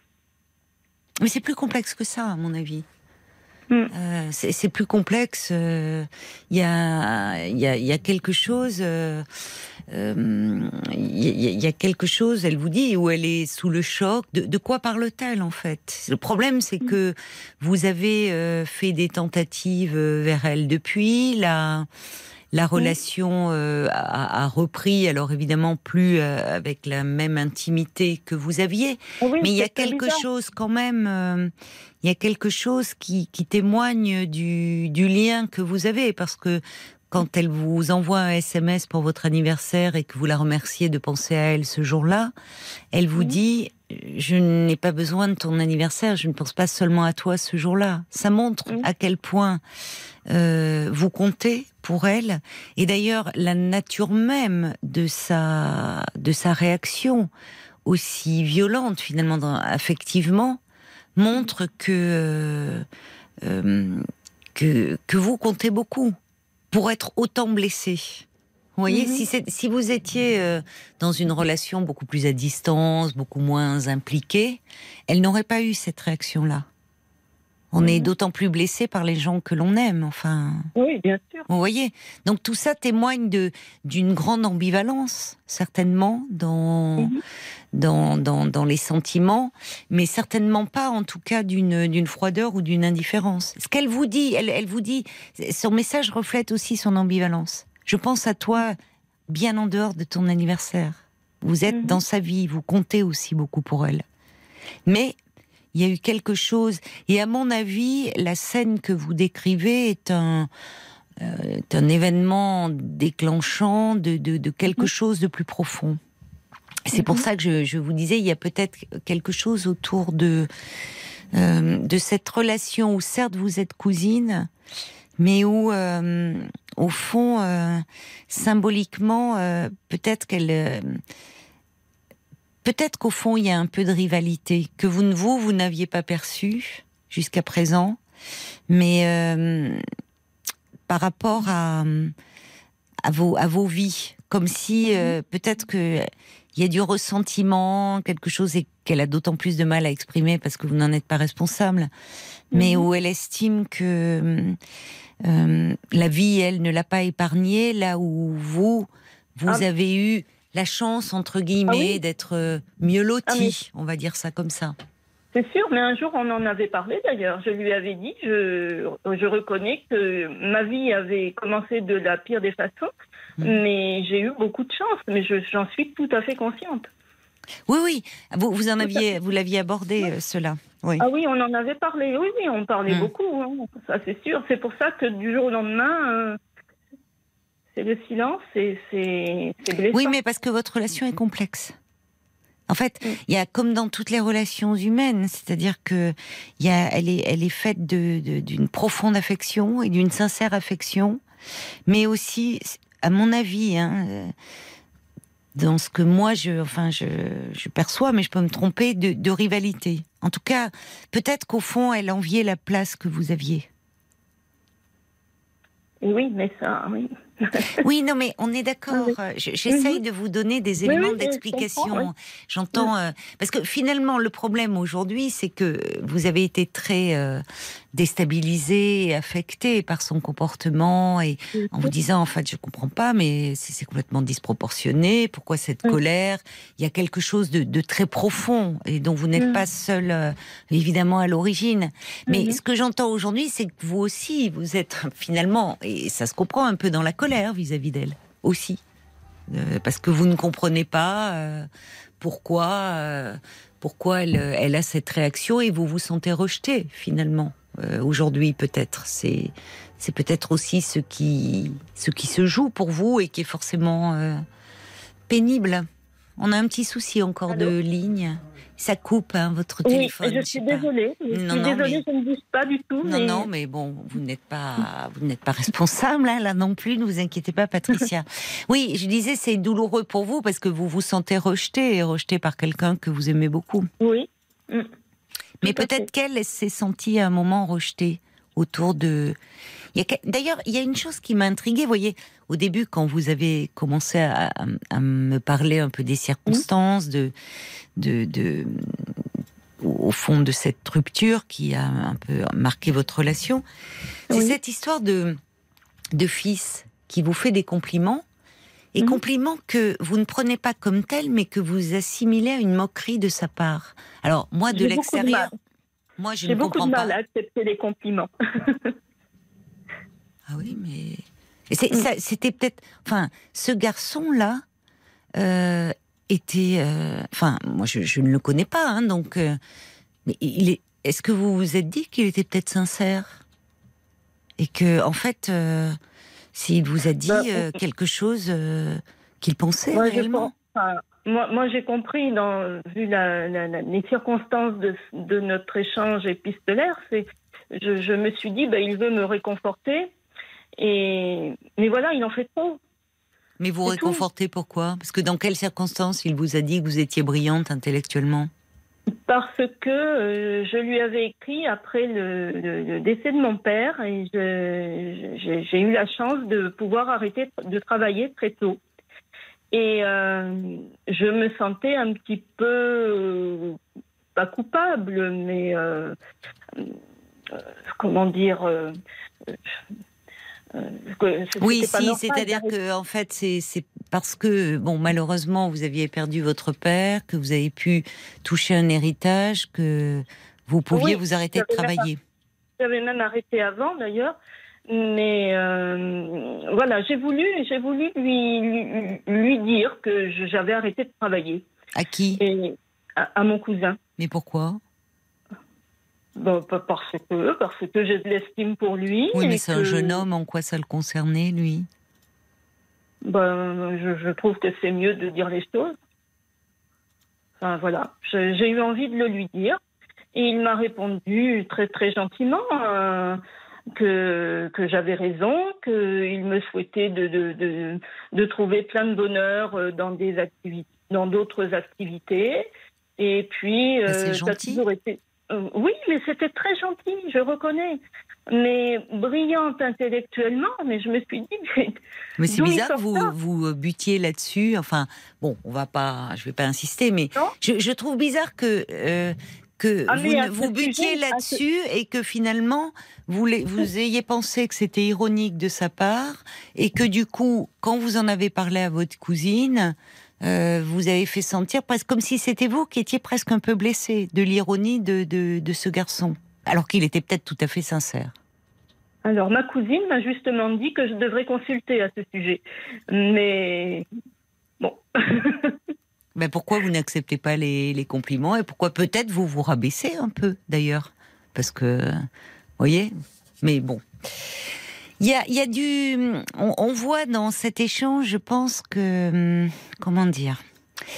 C: Mais c'est plus complexe que ça, à mon avis.
D: Mm.
C: Euh, c'est, c'est plus complexe. euh, Il y, a, il y, a, il y a quelque chose. euh, euh, Il y, a- il y a quelque chose, elle vous dit, où elle est sous le choc. De, de quoi parle-t-elle, en fait? Le problème, c'est que vous avez euh, fait des tentatives euh, vers elle depuis. La, la relation euh, a, a repris, alors évidemment plus euh, avec la même intimité que vous aviez.
D: Oui,
C: Mais il y a
D: c'est très
C: quelque
D: bizarre.
C: chose quand même, euh, il y a quelque chose qui, qui témoigne du, du lien que vous avez, parce que quand elle vous envoie un S M S pour votre anniversaire et que vous la remerciez de penser à elle ce jour-là, elle vous
D: Mhm.
C: dit « Je n'ai pas besoin de ton anniversaire, je ne pense pas seulement à toi ce jour-là ». Ça montre
D: Mhm.
C: à quel point euh, vous comptez pour elle. Et d'ailleurs, la nature même de sa, de sa réaction, aussi violente finalement, dans, affectivement, montre que, euh, euh, que, que vous comptez beaucoup pour être autant blessé. Vous voyez,
D: Mhm.
C: si, c'est, si vous étiez euh, dans une relation beaucoup plus à distance, beaucoup moins impliquée, elle n'aurait pas eu cette réaction-là. On
D: Mhm.
C: est d'autant plus blessé par les gens que l'on aime, enfin...
D: Oui, bien sûr.
C: Vous voyez, donc tout ça témoigne de d'une grande ambivalence, certainement, dans,
D: Mhm.
C: dans, dans, dans les sentiments, mais certainement pas, en tout cas, d'une, d'une froideur ou d'une indifférence. Ce qu'elle vous dit, elle, elle vous dit, son message reflète aussi son ambivalence. Je pense à toi bien en dehors de ton anniversaire. Vous êtes
D: Mhm.
C: dans sa vie, vous comptez aussi beaucoup pour elle. Mais il y a eu quelque chose, et à mon avis, la scène que vous décrivez est un, euh, est un événement déclenchant de, de, de quelque
D: Mhm.
C: chose de plus profond. C'est pour
D: Mhm.
C: ça que je, je vous disais, il y a peut-être quelque chose autour de, euh, de cette relation où certes vous êtes cousine, mais où, euh, au fond, euh, symboliquement, euh, peut-être qu'elle... euh, Peut-être qu'au fond, il y a un peu de rivalité que vous ne vous, vous n'aviez pas perçu jusqu'à présent, mais euh, par rapport à, à, vos, à vos vies, comme si euh, peut-être que il y a du ressentiment, quelque chose et qu'elle a d'autant plus de mal à exprimer parce que vous n'en êtes pas responsable, mais
D: Mhm.
C: où elle estime que euh, la vie, elle, ne l'a pas épargnée, là où vous, vous
D: Ah.
C: avez eu la chance, entre guillemets,
D: Ah oui.
C: d'être euh, mieux loti,
D: Ah, mais-
C: on va dire ça comme ça.
D: C'est sûr, mais un jour on en avait parlé d'ailleurs. Je lui avais dit, je, je reconnais que ma vie avait commencé de la pire des façons,
C: Mm.
D: mais j'ai eu beaucoup de chance, mais je- j'en suis tout à fait consciente.
C: Oui, oui, vous, vous en
D: Tout à
C: aviez,
D: fait.
C: vous l'aviez abordé, euh, cela. Oui.
D: Ah oui, on en avait parlé, oui, oui, on parlait
C: Mm.
D: beaucoup, hein. Ça c'est sûr. C'est pour ça que du jour au lendemain, euh, c'est le silence et c'est c'est blessant.
C: Oui, mais parce que votre relation est complexe. En fait,
D: Mm.
C: il y a comme dans toutes les relations humaines, c'est-à-dire que il y a, elle est, elle est faite de, de- d'une profonde affection et d'une sincère affection, mais aussi, à mon avis, hein, euh, dans ce que moi je, enfin, je, je perçois, mais je peux me tromper, de, de rivalité. En tout cas, peut-être qu'au fond, elle enviait la place que vous aviez.
D: Oui, mais ça, oui.
C: Oui, non, mais on est d'accord.
D: Oui.
C: Je- J'essaye
D: Mhm.
C: de vous donner des
D: Oui,
C: éléments
D: oui, je
C: d'explication.
D: comprends, oui.
C: J'entends, euh, parce que finalement, le problème aujourd'hui, c'est que vous avez été très euh, déstabilisé et affecté par son comportement, et en vous disant, en fait, je comprends pas, mais c'est c'est complètement disproportionné. Pourquoi cette
D: Mm.
C: colère? Il y a quelque chose de, de très profond et dont vous n'êtes
D: Mm.
C: pas seul, euh, évidemment, à l'origine. Mais
D: Mhm.
C: ce que j'entends aujourd'hui, c'est que vous aussi, vous êtes finalement, et ça se comprend un peu dans la colère vis-à-vis d'elle aussi, Euh, parce que vous ne comprenez pas euh, pourquoi, euh, pourquoi elle, elle a cette réaction et vous vous sentez rejeté finalement euh, aujourd'hui peut-être. C'est c'est peut-être aussi ce qui ce qui se joue pour vous et qui est forcément euh, pénible. On a un petit souci encore
D: Allô?
C: de ligne. Ça coupe, hein, votre
D: Oui,
C: téléphone.
D: je
C: je
D: suis
C: sais pas.
D: désolée. Je
C: Non,
D: suis
C: non,
D: désolée,
C: mais-
D: je ne bouge pas du tout.
C: Non,
D: mais...
C: non, mais bon, vous n'êtes pas, vous n'êtes pas responsable hein, là non plus. Ne vous inquiétez pas, Patricia. Oui, je disais, c'est douloureux pour vous parce que vous vous sentez rejeté et rejeté par quelqu'un que vous aimez beaucoup.
D: Oui. Mm.
C: Mais
D: Tout à
C: peut-être
D: fait.
C: qu'elle s'est sentie à un moment rejetée autour de. Il y a que- D'ailleurs, il y a une chose qui m'a intriguée. Vous voyez, au début, quand vous avez commencé à, à- à me parler un peu des circonstances, de, de, de, au fond de cette rupture qui a un peu marqué votre relation, c'est
D: Oui.
C: cette histoire de, de fils qui vous fait des compliments, et
D: Mhm.
C: compliments que vous ne prenez pas comme tels, mais que vous assimilez à une moquerie de sa part. Alors, moi, de
D: J'ai beaucoup de
C: l'extérieur,
D: mal.
C: moi, je
D: J'ai
C: ne
D: beaucoup
C: comprends
D: de
C: pas.
D: mal à accepter les compliments.
C: Ah oui, mais et c'est-
D: Mm.
C: ça- c'était peut-être. Enfin, ce garçon-là euh, était. euh, Enfin, moi, je, je ne le connais pas, hein, donc. euh, mais il est. Est-ce que vous vous êtes dit qu'il était peut-être sincère et que, en fait, euh, s'il vous a dit
D: Bah,
C: euh, quelque chose euh, qu'il pensait
D: Moi, je
C: réellement.
D: pense- enfin, moi, moi, j'ai compris, dans, vu la, la- la- les circonstances de, de notre échange épistolaire, c'est, je, je me suis dit, bah, il veut me réconforter. Et, mais voilà, il en fait trop.
C: Mais vous
D: c'est tout.
C: réconfortez pourquoi? Parce que dans quelles circonstances il vous a dit que vous étiez brillante intellectuellement?
D: Parce que euh, je lui avais écrit après le, le- le décès de mon père et je- j'ai j'ai eu la chance de pouvoir arrêter de travailler très tôt. Et euh, je me sentais un petit peu, euh, pas coupable, mais euh, euh, comment dire, euh, euh, que c'était
C: Oui,
D: pas
C: si,
D: normal
C: c'est-à-dire
D: d'arrêter.
C: que en fait, c'est c'est parce que bon, malheureusement, vous aviez perdu votre père, que vous avez pu toucher un héritage, que vous pouviez
D: Oui,
C: vous arrêter de
D: j'avais même
C: travailler.
D: J'avais même arrêté avant d'ailleurs, mais euh, voilà, j'ai voulu, j'ai voulu lui, lui, lui dire que je- j'avais arrêté de travailler
C: À qui?
D: et à, à mon cousin.
C: Mais pourquoi?
D: Bon, pas parce que parce que j'ai de l'estime pour lui.
C: Oui, mais
D: et
C: c'est
D: que,
C: un jeune homme. En quoi ça le concernait, lui?
D: Ben, je, je trouve que c'est mieux de dire les choses. Enfin voilà, Je- j'ai eu envie de le lui dire et il m'a répondu très très gentiment. euh, que, que j'avais raison, qu'il me souhaitait de, de, de, de trouver plein de bonheur euh, dans des activités, dans d'autres activités. Et puis,
C: Ben, c'est
D: euh, ça a
C: gentil.
D: toujours été. Euh, oui, mais c'était très gentil, je reconnais. Mais brillante intellectuellement, mais je me suis dit. Mais,
C: Mais c'est
D: d'où il
C: bizarre que
D: sort
C: vous,
D: ça
C: vous euh, butiez là-dessus. Enfin, bon, on va pas, je vais pas insister, mais
D: Non.
C: je, je trouve bizarre que euh, que
D: Ah,
C: vous,
D: mais à
C: ne-
D: ce
C: vous butiez
D: sujet, à
C: là-dessus et que finalement vous, les- vous ayez pensé que c'était ironique de sa part et que du coup, quand vous en avez parlé à votre cousine, euh, vous avez fait sentir presque comme si c'était vous qui étiez presque un peu blessé de l'ironie de, de, de ce garçon, alors qu'il était peut-être tout à fait sincère.
D: Alors, ma cousine m'a justement dit que je devrais consulter à ce sujet. Mais bon.
C: Ben pourquoi vous n'acceptez pas les, les compliments et pourquoi peut-être vous vous rabaissez un peu d'ailleurs? Parce que, vous voyez, mais bon. Il y a, il y a du... On, on voit dans cet échange, je pense que... hum, Comment dire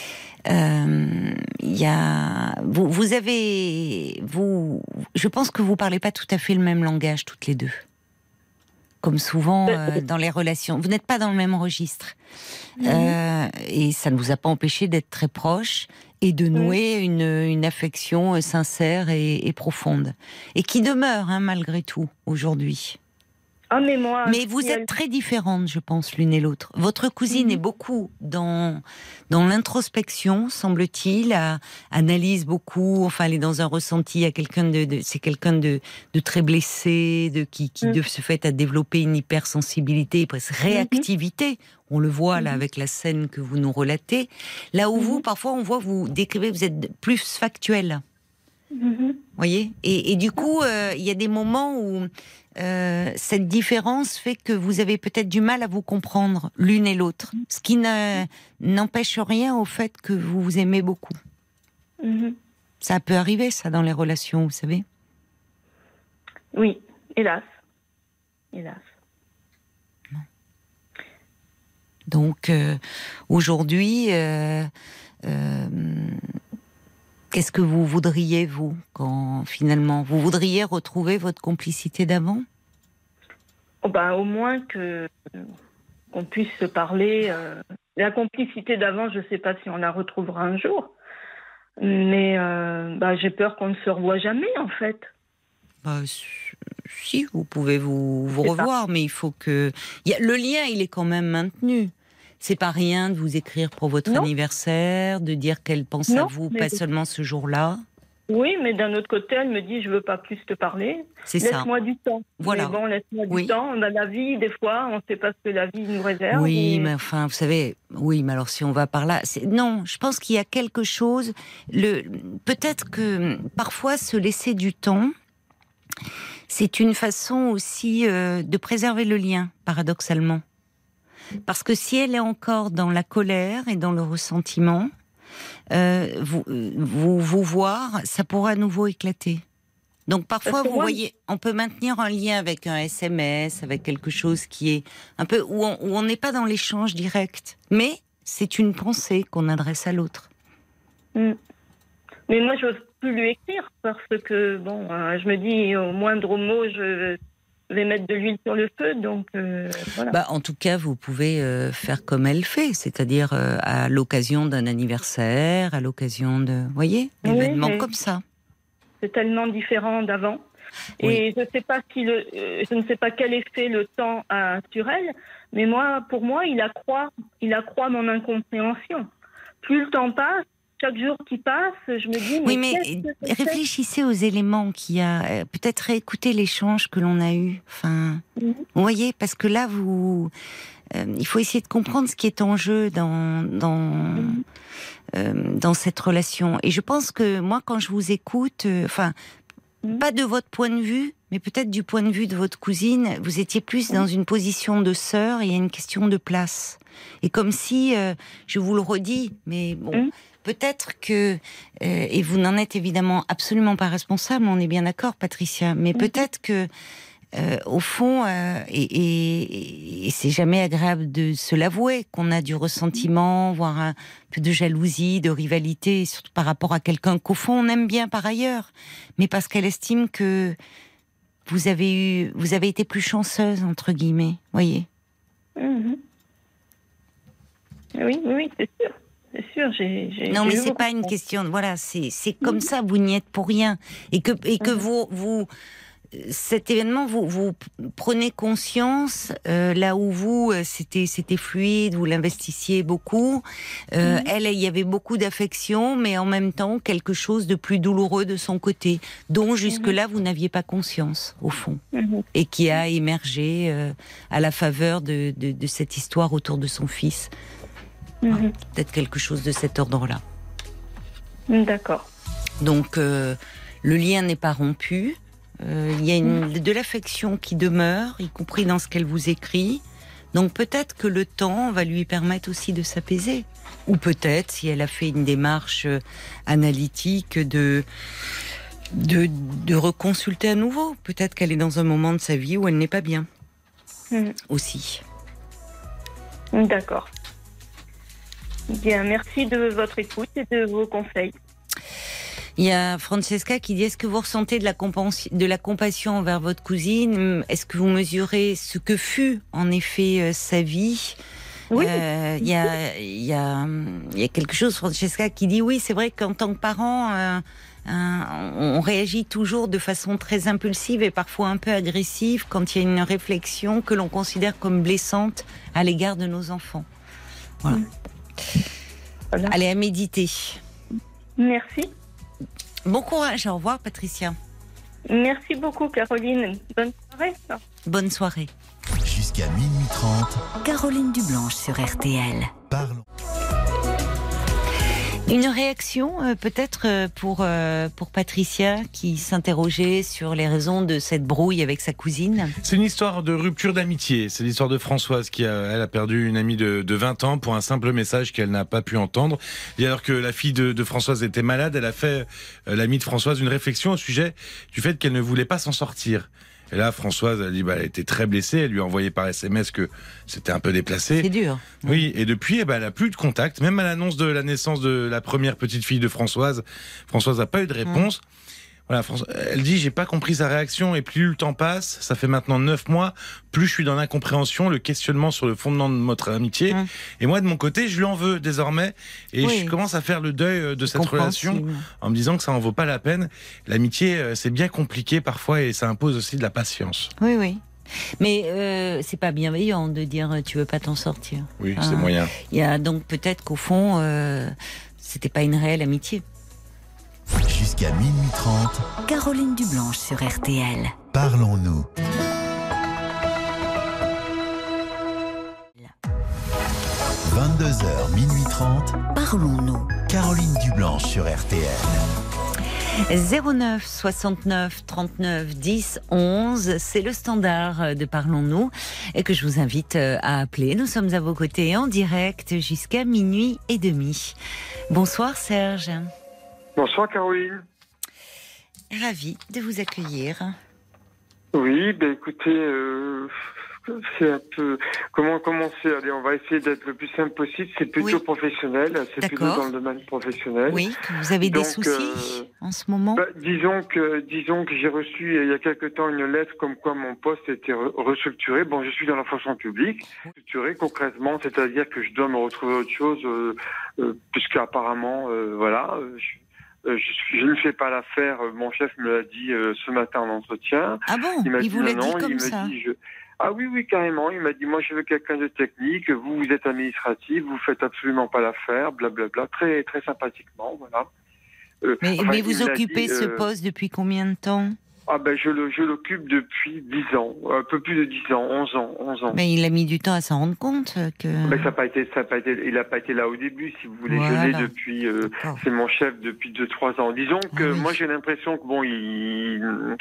C: Euh, il y a, vous, vous avez, vous, je pense que vous parlez pas tout à fait le même langage toutes les deux. Comme souvent euh, dans les relations, vous n'êtes pas dans le même registre, mmh. euh, et ça ne vous a pas empêché d'être très proches et de nouer mmh. une, une affection sincère et, et profonde, et qui demeure hein, malgré tout aujourd'hui.
D: Ah, mais moi,
C: mais vous êtes elle... très différentes, je pense, l'une et l'autre. Votre cousine mmh. est beaucoup dans dans l'introspection, semble-t-il, à, analyse beaucoup. Enfin, elle est dans un ressenti. À quelqu'un de, de c'est quelqu'un de de très blessé, de qui qui mmh. de ce fait a développé une hypersensibilité, presque réactivité. Mmh. On le voit là mmh. avec la scène que vous nous relatez. Là où mmh. vous, parfois, on voit vous décrivez, vous êtes plus factuel. Mmh. Voyez. Et, et du coup, euh, il y a des moments où Euh, cette différence fait que vous avez peut-être du mal à vous comprendre l'une et l'autre, ce qui ne, n'empêche rien au fait que vous vous aimez beaucoup. Mm-hmm. Ça peut arriver, ça, dans les relations, vous savez.
D: Oui, hélas. Hélas.
C: Donc, euh, aujourd'hui, euh, euh, qu'est-ce que vous voudriez, vous, quand finalement vous voudriez retrouver votre complicité d'avant ?
D: Oh ben, au moins que qu'on puisse se parler. Euh, la complicité d'avant, je ne sais pas si on la retrouvera un jour, mais euh, bah, j'ai peur qu'on ne se revoie jamais, en fait.
C: Bah, si, vous pouvez vous, vous revoir, pas. Mais il faut que... Il y a, le lien, il est quand même maintenu. C'est pas rien de vous écrire pour votre non. anniversaire, de dire qu'elle pense non, à vous, pas c'est... seulement ce jour-là.
D: Oui, mais d'un autre côté, elle me dit je veux pas plus te parler.
C: C'est
D: laisse-moi
C: ça.
D: du temps.
C: Voilà.
D: Mais bon, laisse-moi
C: oui.
D: du temps. On a la vie, des fois, on ne sait pas ce que la vie nous réserve.
C: Oui,
D: et...
C: mais enfin, vous savez, oui, mais alors si on va par là, c'est... non, je pense qu'il y a quelque chose. Le, peut-être que parfois se laisser du temps, c'est une façon aussi euh, de préserver le lien, paradoxalement. Parce que si elle est encore dans la colère et dans le ressentiment, euh, vous, vous vous voir, ça pourra à nouveau éclater. Donc parfois, vous moi, voyez, on peut maintenir un lien avec un S M S, avec quelque chose qui est un peu où on où on n'est pas dans l'échange direct, mais c'est une pensée qu'on adresse à l'autre.
D: Mm. Mais moi, je n'ose plus lui écrire parce que bon, euh, je me dis au moindre mot, je vais mettre de l'huile sur le feu, donc euh, voilà.
C: Bah, en tout cas, vous pouvez euh, faire comme elle fait, c'est-à-dire euh, à l'occasion d'un anniversaire, à l'occasion de, vous voyez, d'événements oui, comme ça.
D: C'est tellement différent d'avant. Oui. Et je ne sais pas si le, euh, je ne sais pas quel effet le temps a sur elle, mais moi, pour moi, il accroît, il accroît mon incompréhension. Plus le temps passe, chaque jour qui passe, je me dis... Mais
C: oui, mais réfléchissez aux éléments qu'il y a. Peut-être réécouter l'échange que l'on a eu. Enfin, mm-hmm. Vous voyez, parce que là, vous, euh, il faut essayer de comprendre ce qui est en jeu dans dans mm-hmm. euh, dans cette relation. Et je pense que moi, quand je vous écoute, euh, enfin, mm-hmm. pas de votre point de vue, mais peut-être du point de vue de votre cousine, vous étiez plus mm-hmm. dans une position de sœur et il y a une question de place. Et comme si, euh, je vous le redis, mais bon. Mm-hmm. Peut-être que, euh, et vous n'en êtes évidemment absolument pas responsable, on est bien d'accord, Patricia, mais mmh. peut-être que, euh, au fond, euh, et, et, et c'est jamais agréable de se l'avouer, qu'on a du ressentiment, voire un peu de jalousie, de rivalité, surtout par rapport à quelqu'un qu'au fond on aime bien par ailleurs, mais parce qu'elle estime que vous avez eu, vous avez été plus chanceuse, entre guillemets, voyez.
D: Mmh. Oui, oui, c'est sûr. C'est sûr, j'ai, j'ai,
C: non,
D: j'ai
C: mais c'est pas une question. Voilà, c'est c'est comme mmh. ça. Vous n'y êtes pour rien, et que et que mmh. vous vous cet événement, vous vous prenez conscience euh, là où vous c'était c'était fluide, vous l'investissiez beaucoup. Euh, mmh. Elle, il y avait beaucoup d'affection, mais en même temps quelque chose de plus douloureux de son côté, dont jusque là vous n'aviez pas conscience au fond, mmh. et qui a émergé euh, à la faveur de, de de cette histoire autour de son fils. Mmh. Peut-être quelque chose de cet ordre-là.
D: D'accord.
C: Donc, euh, le lien n'est pas rompu. Euh, il y a une, mmh. de l'affection qui demeure, y compris dans ce qu'elle vous écrit. Donc, peut-être que le temps va lui permettre aussi de s'apaiser. Ou peut-être, si elle a fait une démarche analytique, de, de, de reconsulter à nouveau. Peut-être qu'elle est dans un moment de sa vie où elle n'est pas bien. Mmh. Aussi.
D: D'accord. Bien, merci de votre écoute et de vos conseils.
C: Il y a Francesca qui dit, est-ce que vous ressentez de la, compassion, de la compassion envers votre cousine? Est-ce que vous mesurez ce que fut en effet euh, sa vie?
D: Oui.
C: Euh, il y a, il y a, il y a quelque chose, Francesca, qui dit oui, c'est vrai qu'en tant que parent, euh, euh, on réagit toujours de façon très impulsive et parfois un peu agressive quand il y a une réflexion que l'on considère comme blessante à l'égard de nos enfants. Voilà. Voilà. Allez, à méditer.
D: Merci.
C: Bon courage, au revoir Patricia.
D: Merci beaucoup Caroline. Bonne soirée.
C: Bonne soirée.
A: Jusqu'à minuit trente.
B: Caroline Dublanche sur R T L.
A: Parlons.
C: Une réaction euh, peut-être euh, pour, euh, pour Patricia qui s'interrogeait sur les raisons de cette brouille avec sa cousine.
E: C'est une histoire de rupture d'amitié. C'est l'histoire de Françoise qui a, elle a perdu une amie de, de vingt ans pour un simple message qu'elle n'a pas pu entendre. Et alors que la fille de, de Françoise était malade, elle a fait, euh, l'amie de Françoise, une réflexion au sujet du fait qu'elle ne voulait pas s'en sortir. Et là, Françoise, elle dit, bah, elle était très blessée. Elle lui a envoyé par S M S que c'était un peu déplacé.
C: C'est dur.
E: Oui, et depuis, eh ben, elle a plus de contact. Même à l'annonce de la naissance de la première petite fille de Françoise, Françoise n'a pas eu de réponse. Mmh. Voilà, François, elle dit, j'ai pas compris sa réaction, et plus le temps passe, ça fait maintenant neuf mois, plus je suis dans l'incompréhension, le questionnement sur le fondement de notre amitié. Mmh. Et moi, de mon côté, je lui en veux désormais, et oui. je commence à faire le deuil de cette relation, en me disant que ça en vaut pas la peine. L'amitié, c'est bien compliqué parfois, et ça impose aussi de la patience.
C: Oui, oui. Mais euh, c'est pas bienveillant de dire tu veux pas t'en sortir.
E: Oui, ah, c'est moyen.
C: Il y a donc peut-être qu'au fond, euh, c'était pas une réelle amitié.
A: Jusqu'à minuit trente.
B: Caroline Dublanche sur R T L.
A: Parlons-nous. vingt-deux heures, minuit trente.
B: Parlons-nous.
A: Caroline Dublanche sur R T L.
C: zéro neuf soixante-neuf trente-neuf dix onze, c'est le standard de Parlons-nous et que je vous invite à appeler. Nous sommes à vos côtés en direct jusqu'à minuit et demi. Bonsoir Serge.
F: Bonsoir Caroline.
C: Ravi de vous accueillir.
F: Oui, ben écoutez, euh, c'est un peu comment commencer. Allez, on va essayer d'être le plus simple possible. C'est plutôt oui. professionnel, c'est D'accord. plutôt dans le domaine professionnel.
C: Oui, que vous avez
F: Donc,
C: des soucis euh, en ce moment.
F: Ben, disons que disons que j'ai reçu il y a quelque temps une lettre comme quoi mon poste était re- restructuré. Bon, je suis dans la fonction publique, restructuré concrètement, c'est-à-dire que je dois me retrouver autre chose, euh, euh, puisque apparemment, euh, voilà. Euh, je, Euh, je, suis, je ne fais pas l'affaire. Mon chef me l'a dit euh, ce matin en entretien.
C: Ah bon?
F: Il, m'a
C: il
F: dit,
C: vous l'a
F: non,
C: dit comme
F: il
C: ça
F: dit, je... Ah oui, oui, carrément. Il m'a dit, moi, je veux quelqu'un de technique. Vous, vous êtes administratif. Vous faites absolument pas l'affaire. Blablabla. Très, très sympathiquement, voilà.
C: Euh, mais, enfin, mais vous occupez dit, ce euh... poste depuis combien de temps?
F: Ah ben je, le, je l'occupe depuis dix ans, un peu plus de dix ans, onze ans, onze ans.
C: Mais il a mis du temps à s'en rendre compte que.
F: Mais ça n'a pas été, ça a pas été, il n'a pas été là au début, si vous voulez. Voilà. Je l'ai depuis, euh, c'est mon chef depuis deux trois ans. Disons que ah oui. moi j'ai l'impression que bon, il,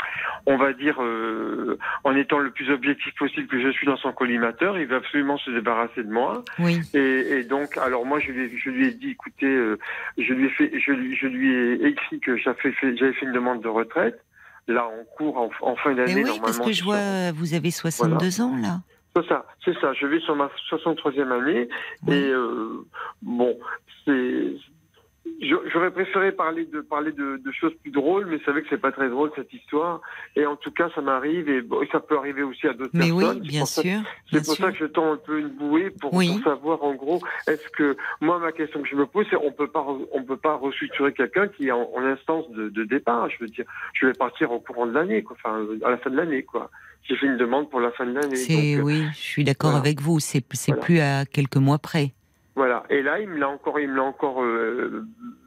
F: on va dire, euh, en étant le plus objectif possible que je suis dans son collimateur, il veut absolument se débarrasser de moi.
C: Oui.
F: Et, et donc, alors moi je lui, ai, je lui ai dit, écoutez, euh, je lui ai fait, je lui, je lui ai écrit que j'avais fait, j'avais fait une demande de retraite. Là, en cours, en, en fin d'année,
C: oui,
F: normalement.
C: Parce que je vois, sur... vous avez soixante-deux voilà. ans, là.
F: C'est ça, c'est ça. Je vais sur ma soixante-troisième année. Oui. Et euh, bon, c'est... J'aurais préféré parler de parler de, de choses plus drôles, mais c'est vrai que c'est pas très drôle cette histoire. Et en tout cas, ça m'arrive et bon, ça peut arriver aussi à d'autres
C: mais
F: personnes.
C: Oui, bien
F: c'est
C: sûr.
F: Ça, c'est
C: bien
F: pour
C: sûr.
F: ça que je tends un peu une bouée pour,
C: oui.
F: pour savoir en gros, est-ce que moi ma question que je me pose, c'est on peut pas on peut pas restructurer quelqu'un qui est en, en instance de, de départ. Je veux dire, je vais partir au courant de l'année, quoi. Enfin, à la fin de l'année, quoi. J'ai fait une demande pour la fin de l'année.
C: C'est donc, oui, je suis d'accord voilà. avec vous. C'est c'est voilà. plus à quelques mois près.
F: Voilà. Et là, il me l'a encore, il me l'a encore. Euh,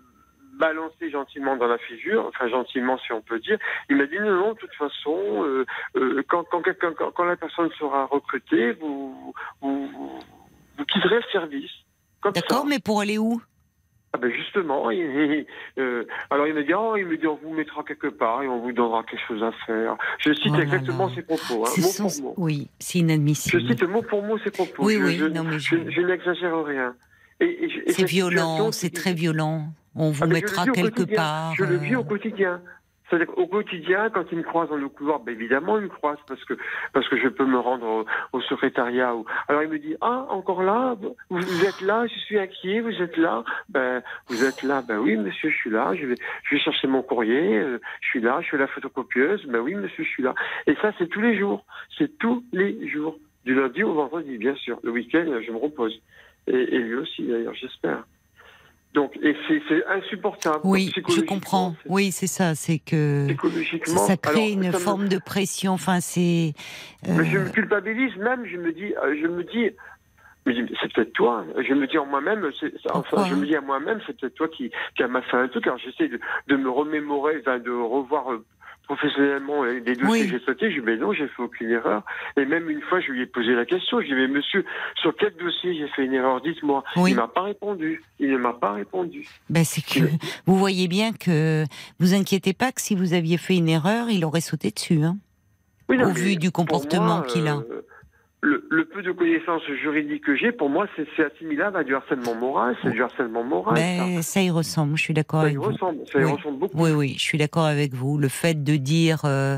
F: balancé gentiment dans la figure, enfin gentiment si on peut dire. Il m'a dit non, non, de toute façon, euh, euh, quand, quand, quelqu'un, quand, quand la personne sera recrutée, vous, vous, vous quitterez le service. Comme
C: D'accord,
F: ça.
C: Mais pour aller où?
F: Ah ben justement, il, il, euh, alors il me dit, oh, il me dit, on vous mettra quelque part et on vous donnera quelque chose à faire. Je cite oh exactement ses propos, hein, mot
C: son...
F: pour mot.
C: Oui, c'est inadmissible.
F: Je cite mot pour mot ses propos.
C: Oui,
F: je,
C: oui,
F: je,
C: non mais je,
F: je, je n'exagère rien. Et, et, et
C: c'est violent, c'est très violent. On vous ah mettra quelque part.
F: Je le vis au quotidien. C'est-à-dire qu'au quotidien, quand ils me croisent dans le couloir, ben évidemment, ils me croisent parce que, parce que je peux me rendre au, au secrétariat. Ou... Alors, il me dit, ah, encore là? Vous, vous êtes là? Je suis inquiet, vous êtes là? Ben, vous êtes là? Ben oui, monsieur, je suis là. Je vais, je vais chercher mon courrier. Euh, je suis là. Je fais la photocopieuse. Ben oui, monsieur, je suis là. Et ça, c'est tous les jours. C'est tous les jours. Du lundi au vendredi, bien sûr. Le week-end, je me repose. Et, et lui aussi, d'ailleurs, j'espère. Donc, et c'est, c'est insupportable.
C: Oui, je comprends. C'est... Oui, c'est ça. C'est que ça crée alors, une ça forme me... de pression. Enfin, c'est.
F: Euh... Mais je me culpabilise même. Je me dis, je me dis, c'est peut-être toi. Je me dis en moi-même, c'est, enfin, je me dis à moi-même, c'est peut-être toi qui, qui a fait un truc. Alors, j'essaie de, de me remémorer, enfin, de revoir. Euh, professionnellement, les dossiers oui. que j'ai sautés, je dis, mais non, j'ai fait aucune erreur. Et même une fois, je lui ai posé la question, je lui ai dit, mais monsieur, sur quel dossier j'ai fait une erreur, dites-moi. Oui. Il ne m'a pas répondu. Il ne m'a pas répondu.
C: Ben, c'est que, oui. vous voyez bien que, vous inquiétez pas que si vous aviez fait une erreur, il aurait sauté dessus, hein. Oui, non, au vu du comportement moi, qu'il a. Euh,
F: Le, le peu de connaissances juridiques que j'ai, pour moi, c'est, c'est assimilable à du harcèlement moral. C'est du harcèlement moral.
C: Mais ça. ça y ressemble. Je suis d'accord
F: ça
C: avec
F: y
C: vous.
F: Ressemble, ça y
C: oui.
F: ressemble beaucoup.
C: Oui, oui, je suis d'accord avec vous. Le fait de dire, euh,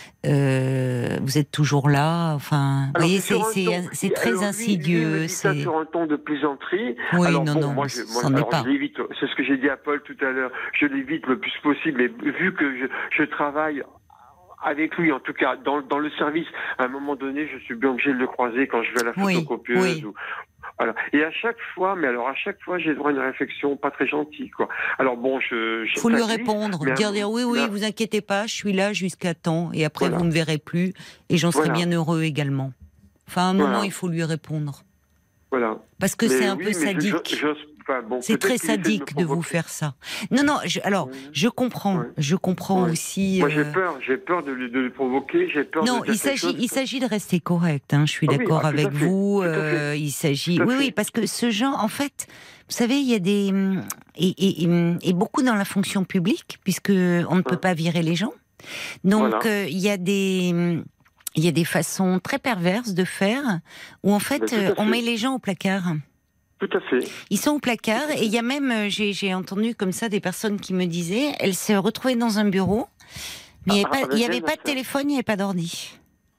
C: euh, vous êtes toujours là. Enfin, vous voyez, c'est, c'est, ton, c'est très alors, insidieux.
F: Lui, lui me dit
C: c'est
F: ça sur un ton de plaisanterie.
C: Oui,
F: alors,
C: non,
F: bon,
C: non,
F: moi, je, moi,
C: c'en
F: alors,
C: est pas.
F: Je l'évite. C'est ce que j'ai dit à Paul tout à l'heure. Je l'évite le plus possible. Mais vu que je, je travaille avec lui, en tout cas, dans, dans le service, à un moment donné, je suis bien obligé de le croiser quand je vais à la photocopieuse.
C: Oui, oui.
F: Ou, voilà. Et à chaque fois, mais alors à chaque fois, j'ai droit à une réflexion pas très gentille, quoi. Alors bon, je.
C: Il faut lui répondre, dire, dire oui, oui, là, vous inquiétez pas, je suis là jusqu'à temps, et après voilà. vous ne me verrez plus, et j'en serai voilà. bien heureux également. Enfin, à un moment, voilà. il faut lui répondre.
F: Voilà.
C: Parce que
F: mais
C: c'est un
F: oui,
C: peu sadique.
F: Je, je, Enfin, bon,
C: c'est très sadique de, de vous faire ça. Non, non. Je, alors, mmh. je comprends. Ouais. Je comprends ouais. aussi.
F: Moi,
C: euh...
F: j'ai peur. J'ai peur de, de le provoquer. J'ai peur.
C: Non,
F: de
C: il s'agit, il s'agit de rester correct. Hein. Je suis
F: ah
C: d'accord
F: oui, ah,
C: avec vous. Euh, il s'agit. Oui, oui, parce que ce genre, en fait, vous savez, il y a des et, et, et, et beaucoup dans la fonction publique, puisque on ne peut pas virer les gens. Donc, voilà. euh, il y a des. Il y a des façons très perverses de faire où en fait, euh, on met les gens au placard.
F: Tout à fait.
C: Ils sont au placard et il y a même, j'ai, j'ai entendu comme ça des personnes qui me disaient, elles se retrouvaient dans un bureau, mais il ah, n'y avait, avait pas de téléphone, il n'y avait pas d'ordi.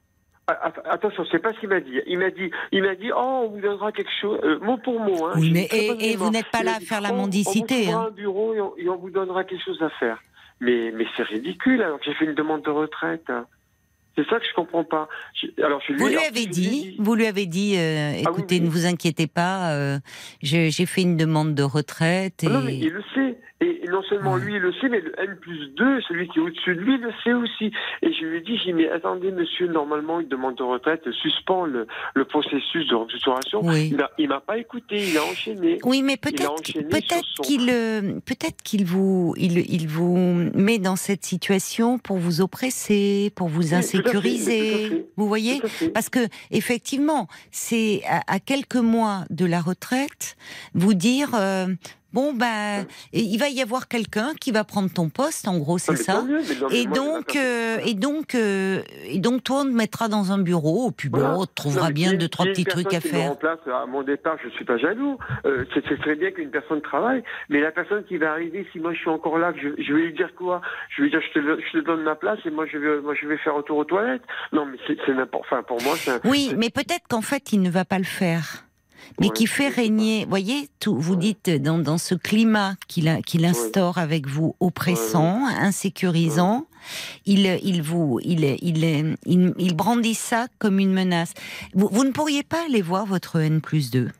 F: Ah, attention, c'est pas ce qu'il m'a dit. Il m'a dit, il m'a dit, oh, on vous donnera quelque chose, euh, mot pour mot. Hein.
C: Oui, mais et, et vous n'êtes pas là à faire la mendicité.
F: On vous
C: hein.
F: un bureau et on, et on vous donnera quelque chose à faire. Mais, mais c'est ridicule alors que j'ai fait une demande de retraite. Hein. C'est ça que je comprends pas. Je, alors, je lui,
C: vous lui
F: alors,
C: avez dit,
F: dit,
C: vous lui avez dit, euh, écoutez, ah oui, oui. ne vous inquiétez pas, euh, je, j'ai fait une demande de retraite. Et...
F: Non, mais il le sait. Et non seulement ouais. lui, il le sait, mais le N plus deux, celui qui est au-dessus de lui, il le sait aussi. Et je lui ai dit, j'ai dit, mais attendez, monsieur, normalement, une demande de retraite suspend le, le processus de restructuration. Oui. Il ne m'a pas écouté, il a enchaîné.
C: Oui, mais peut-être, peut-être son... qu'il, peut-être qu'il vous, il, il vous met dans cette situation pour vous oppresser, pour vous insécuriser. Oui, vous voyez? Parce que, effectivement, c'est à, à quelques mois de la retraite, vous dire, euh, bon, ben, il va y avoir quelqu'un qui va prendre ton poste, en gros, c'est ça. Mieux, non, et, moi, donc, euh, et donc, euh, et donc, toi, on te mettra dans un bureau, puis bon, voilà. tu trouveras non, bien deux, trois petits trucs à faire.
F: Me remplace, à mon départ, je suis pas jaloux. Euh, c'est, c'est très bien qu'une personne travaille, mais la personne qui va arriver, si moi je suis encore là, je, je vais lui dire quoi? Je vais lui dire, je te, je te donne ma place et moi je vais, moi je vais faire retour aux toilettes. Non, mais c'est, c'est n'importe. Enfin, pour moi, c'est. Un,
C: oui,
F: c'est...
C: mais peut-être qu'en fait, il ne va pas le faire. Mais ouais, qui fait régner, voyez, tout, vous ouais. dites dans, dans ce climat qu'il, a, qu'il instaure ouais. avec vous, oppressant, ouais. insécurisant, ouais. il, il vous, il, il, il, il brandit ça comme une menace. Vous, vous ne pourriez pas aller voir votre N plus deux?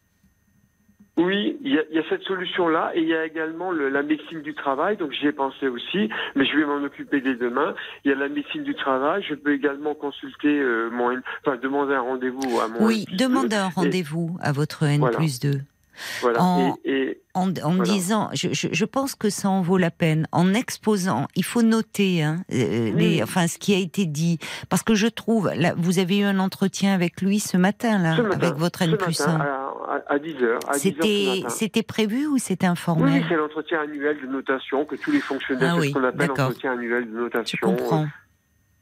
F: Oui, il y, y a cette solution-là, et il y a également le, la médecine du travail, donc j'y ai pensé aussi, mais je vais m'en occuper dès demain. Il y a la médecine du travail, je peux également consulter euh, mon, enfin demander un rendez-vous à mon.
C: Oui, demandez un rendez-vous et, à votre N voilà. plus deux.
F: Voilà.
C: En,
F: et, et,
C: en, en voilà. disant, je, je, je pense que ça en vaut la peine, en exposant, il faut noter hein, euh, mmh. les, enfin, ce qui a été dit, parce que je trouve, là, vous avez eu un entretien avec lui ce matin, là,
F: ce matin,
C: avec votre N plus un.
F: À dix heures. À
C: c'était,
F: dix heures ce matin.
C: C'était prévu ou c'était informel?
F: Oui, c'est l'entretien annuel de notation que tous les fonctionnaires,
C: ah oui,
F: c'est ce qu'on appelle
C: d'accord.
F: l'entretien annuel de notation.
C: Je comprends.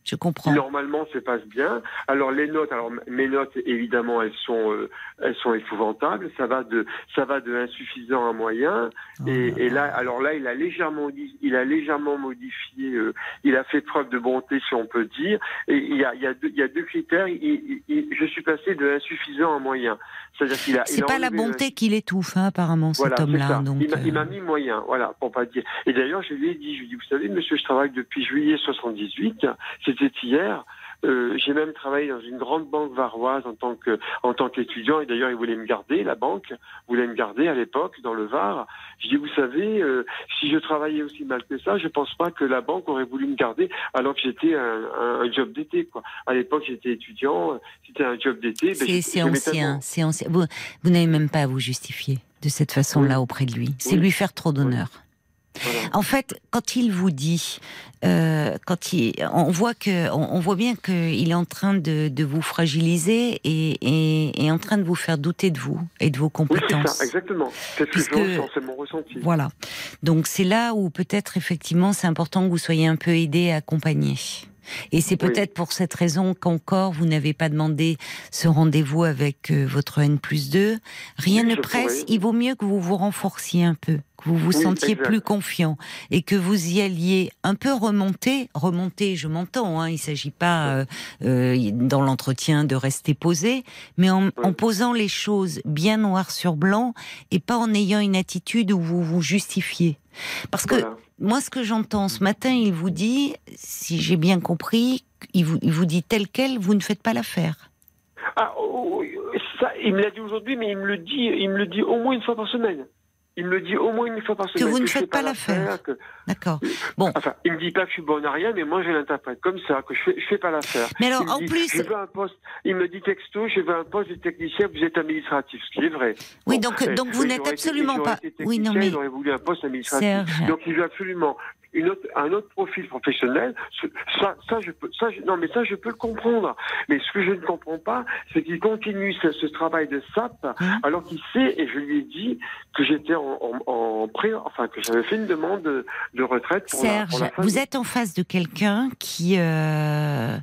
C: Je comprends.
F: Normalement, ça passe bien. Alors les notes, alors mes notes, évidemment, elles sont, euh, elles sont épouvantables. Ça va de, ça va de insuffisant à moyen.
C: Oh
F: et,
C: là
F: et
C: là.
F: là, alors là, il a légèrement, il a légèrement modifié. Euh, il a fait preuve de bonté, si on peut dire. Et il y a, il y a deux, il y a deux critères. Il, il, il, je suis passé de insuffisant à moyen. C'est-à-dire qu'il a.
C: C'est
F: il a
C: pas la
F: enlevé
C: bonté
F: le...
C: qu'il étouffe, hein, apparemment,
F: Voilà,
C: cet
F: c'est
C: homme-là.
F: ça.
C: Donc,
F: il, m'a,
C: euh...
F: il m'a mis moyen, voilà, pour pas dire. Et d'ailleurs, je lui ai dit, je lui ai dit, vous savez, monsieur, je travaille depuis juillet soixante-dix-huit. C'était hier. Euh, j'ai même travaillé dans une grande banque varoise en tant que en tant qu'étudiant, et d'ailleurs ils voulaient me garder, la banque voulait me garder à l'époque dans le Var. Je dis, vous savez, euh, si je travaillais aussi mal que ça, je pense pas que la banque aurait voulu me garder alors que j'étais un, un, un job d'été, quoi. À l'époque j'étais étudiant, c'était un job d'été. Ben,
C: c'est,
F: je,
C: c'est
F: je
C: ancien, c'est ancien. Vous, vous n'avez même pas à vous justifier de cette façon-là
F: Oui.
C: auprès de lui. C'est
F: Oui.
C: lui faire trop d'honneur.
F: Voilà.
C: En fait, quand il vous dit, euh, quand il, on voit que, on, on voit bien qu'il est en train de, de vous fragiliser et, et, et en train de vous faire douter de vous et de vos
F: Oui,
C: compétences.
F: c'est ça, exactement. C'est ce
C: Puisque-
F: que je ressens, c'est mon ressenti.
C: Voilà. Donc c'est là où peut-être effectivement c'est important que vous soyez un peu aidé et accompagné. Et c'est peut-être
F: Oui.
C: pour cette raison qu'encore vous n'avez pas demandé ce rendez-vous avec euh, votre N plus deux. Rien
F: Oui,
C: ne
F: je
C: presse.
F: pourrais.
C: Il vaut mieux que vous vous renforciez un peu, que vous vous
F: Oui,
C: sentiez
F: exact.
C: plus confiant et que vous y alliez un peu remonter. Remonter, je m'entends. Hein, il ne s'agit pas euh, euh, dans l'entretien de rester posé, mais en, en posant les choses bien noir sur blanc et pas en ayant une attitude où vous vous justifiez. Parce que
F: Voilà.
C: moi, ce que j'entends ce matin, il vous dit, si j'ai bien compris, il vous, il vous dit tel quel, vous ne faites pas l'affaire.
F: Ah, oh, oh, ça, il me l'a dit aujourd'hui, mais il me le dit, il me le dit au moins une fois par semaine. Il me le dit au moins une fois par semaine.
C: vous ne
F: je
C: faites
F: fais
C: pas l'affaire.
F: que-
C: D'accord. Bon.
F: Enfin, il me dit pas que je suis bonne à rien, mais moi je l'interprète comme ça, que je fais, je fais pas l'affaire.
C: Mais alors,
F: Il me
C: en
F: dit,
C: plus-
F: je veux un poste. Il me dit texto, je veux un poste de technicien, vous êtes administratif, ce qui est vrai.
C: Oui,
F: Bon,
C: donc,
F: eh,
C: donc vous
F: mais
C: n'êtes
F: j'aurais été-
C: absolument
F: j'aurais
C: pas.
F: été
C: Oui, non
F: technicien,
C: mais
F: il aurait voulu un poste administratif.
C: Serge.
F: Donc il veut absolument une autre, un autre profil professionnel. Ce- Ça, ça, je peux, ça, je- non, mais ça, je peux le comprendre. Mais ce que je ne comprends pas, c'est qu'il continue ce, ce travail de S A P,
C: Hum.
F: alors qu'il sait, et je lui ai dit que j'étais en, en, en pré, enfin que j'avais fait une demande de, de retraite pour la,
C: Serge,
F: pour la fin
C: vous
F: de-
C: êtes en face de quelqu'un qui euh,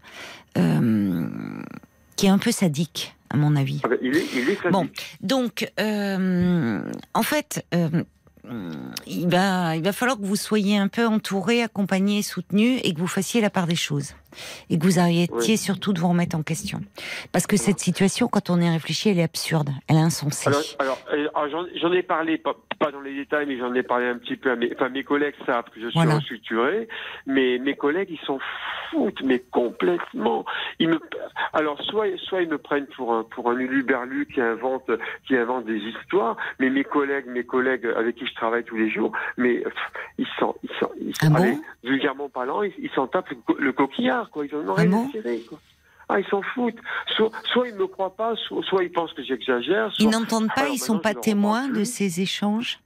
C: euh, qui est un peu sadique, à mon avis.
F: Ah ben, il est, il est sadique.
C: Bon, donc, euh, en fait, euh, il va, il va falloir que vous soyez un peu entouré, accompagné, soutenu, et que vous fassiez la part des choses. Et que vous arrêtiez
F: Oui.
C: surtout de vous remettre en question. Parce que cette situation, quand on y réfléchit, elle est absurde, elle est insensée.
F: Alors, alors, euh, alors, j'en, j'en ai parlé, pas, pas dans les détails, mais j'en ai parlé un petit peu à mes, enfin, mes collègues savent que je suis
C: Voilà.
F: restructuré, mais mes collègues, ils s'en foutent, mais complètement. Ils me, alors, soit, soit ils me prennent pour un, pour un uluberlu qui invente, qui invente des histoires, mais mes collègues, mes collègues avec qui je travaille tous les jours, mais, pff, ils s'en, ils s'en, ils
C: Ah
F: s'en,
C: bon
F: allez, vulgairement parlant, ils, ils s'en tapent le, co- le coquillard, quoi. Ils en ont
C: Ah
F: rien
C: bon
F: à cirer, quoi. Ah, ils s'en foutent. Soit, soit ils me croient pas, soit, soit ils pensent que j'exagère. Soit...
C: Ils n'entendent pas,
F: Alors,
C: ils sont
F: maintenant,
C: pas
F: je leur en
C: témoins
F: parle
C: de
F: plus.
C: ces échanges.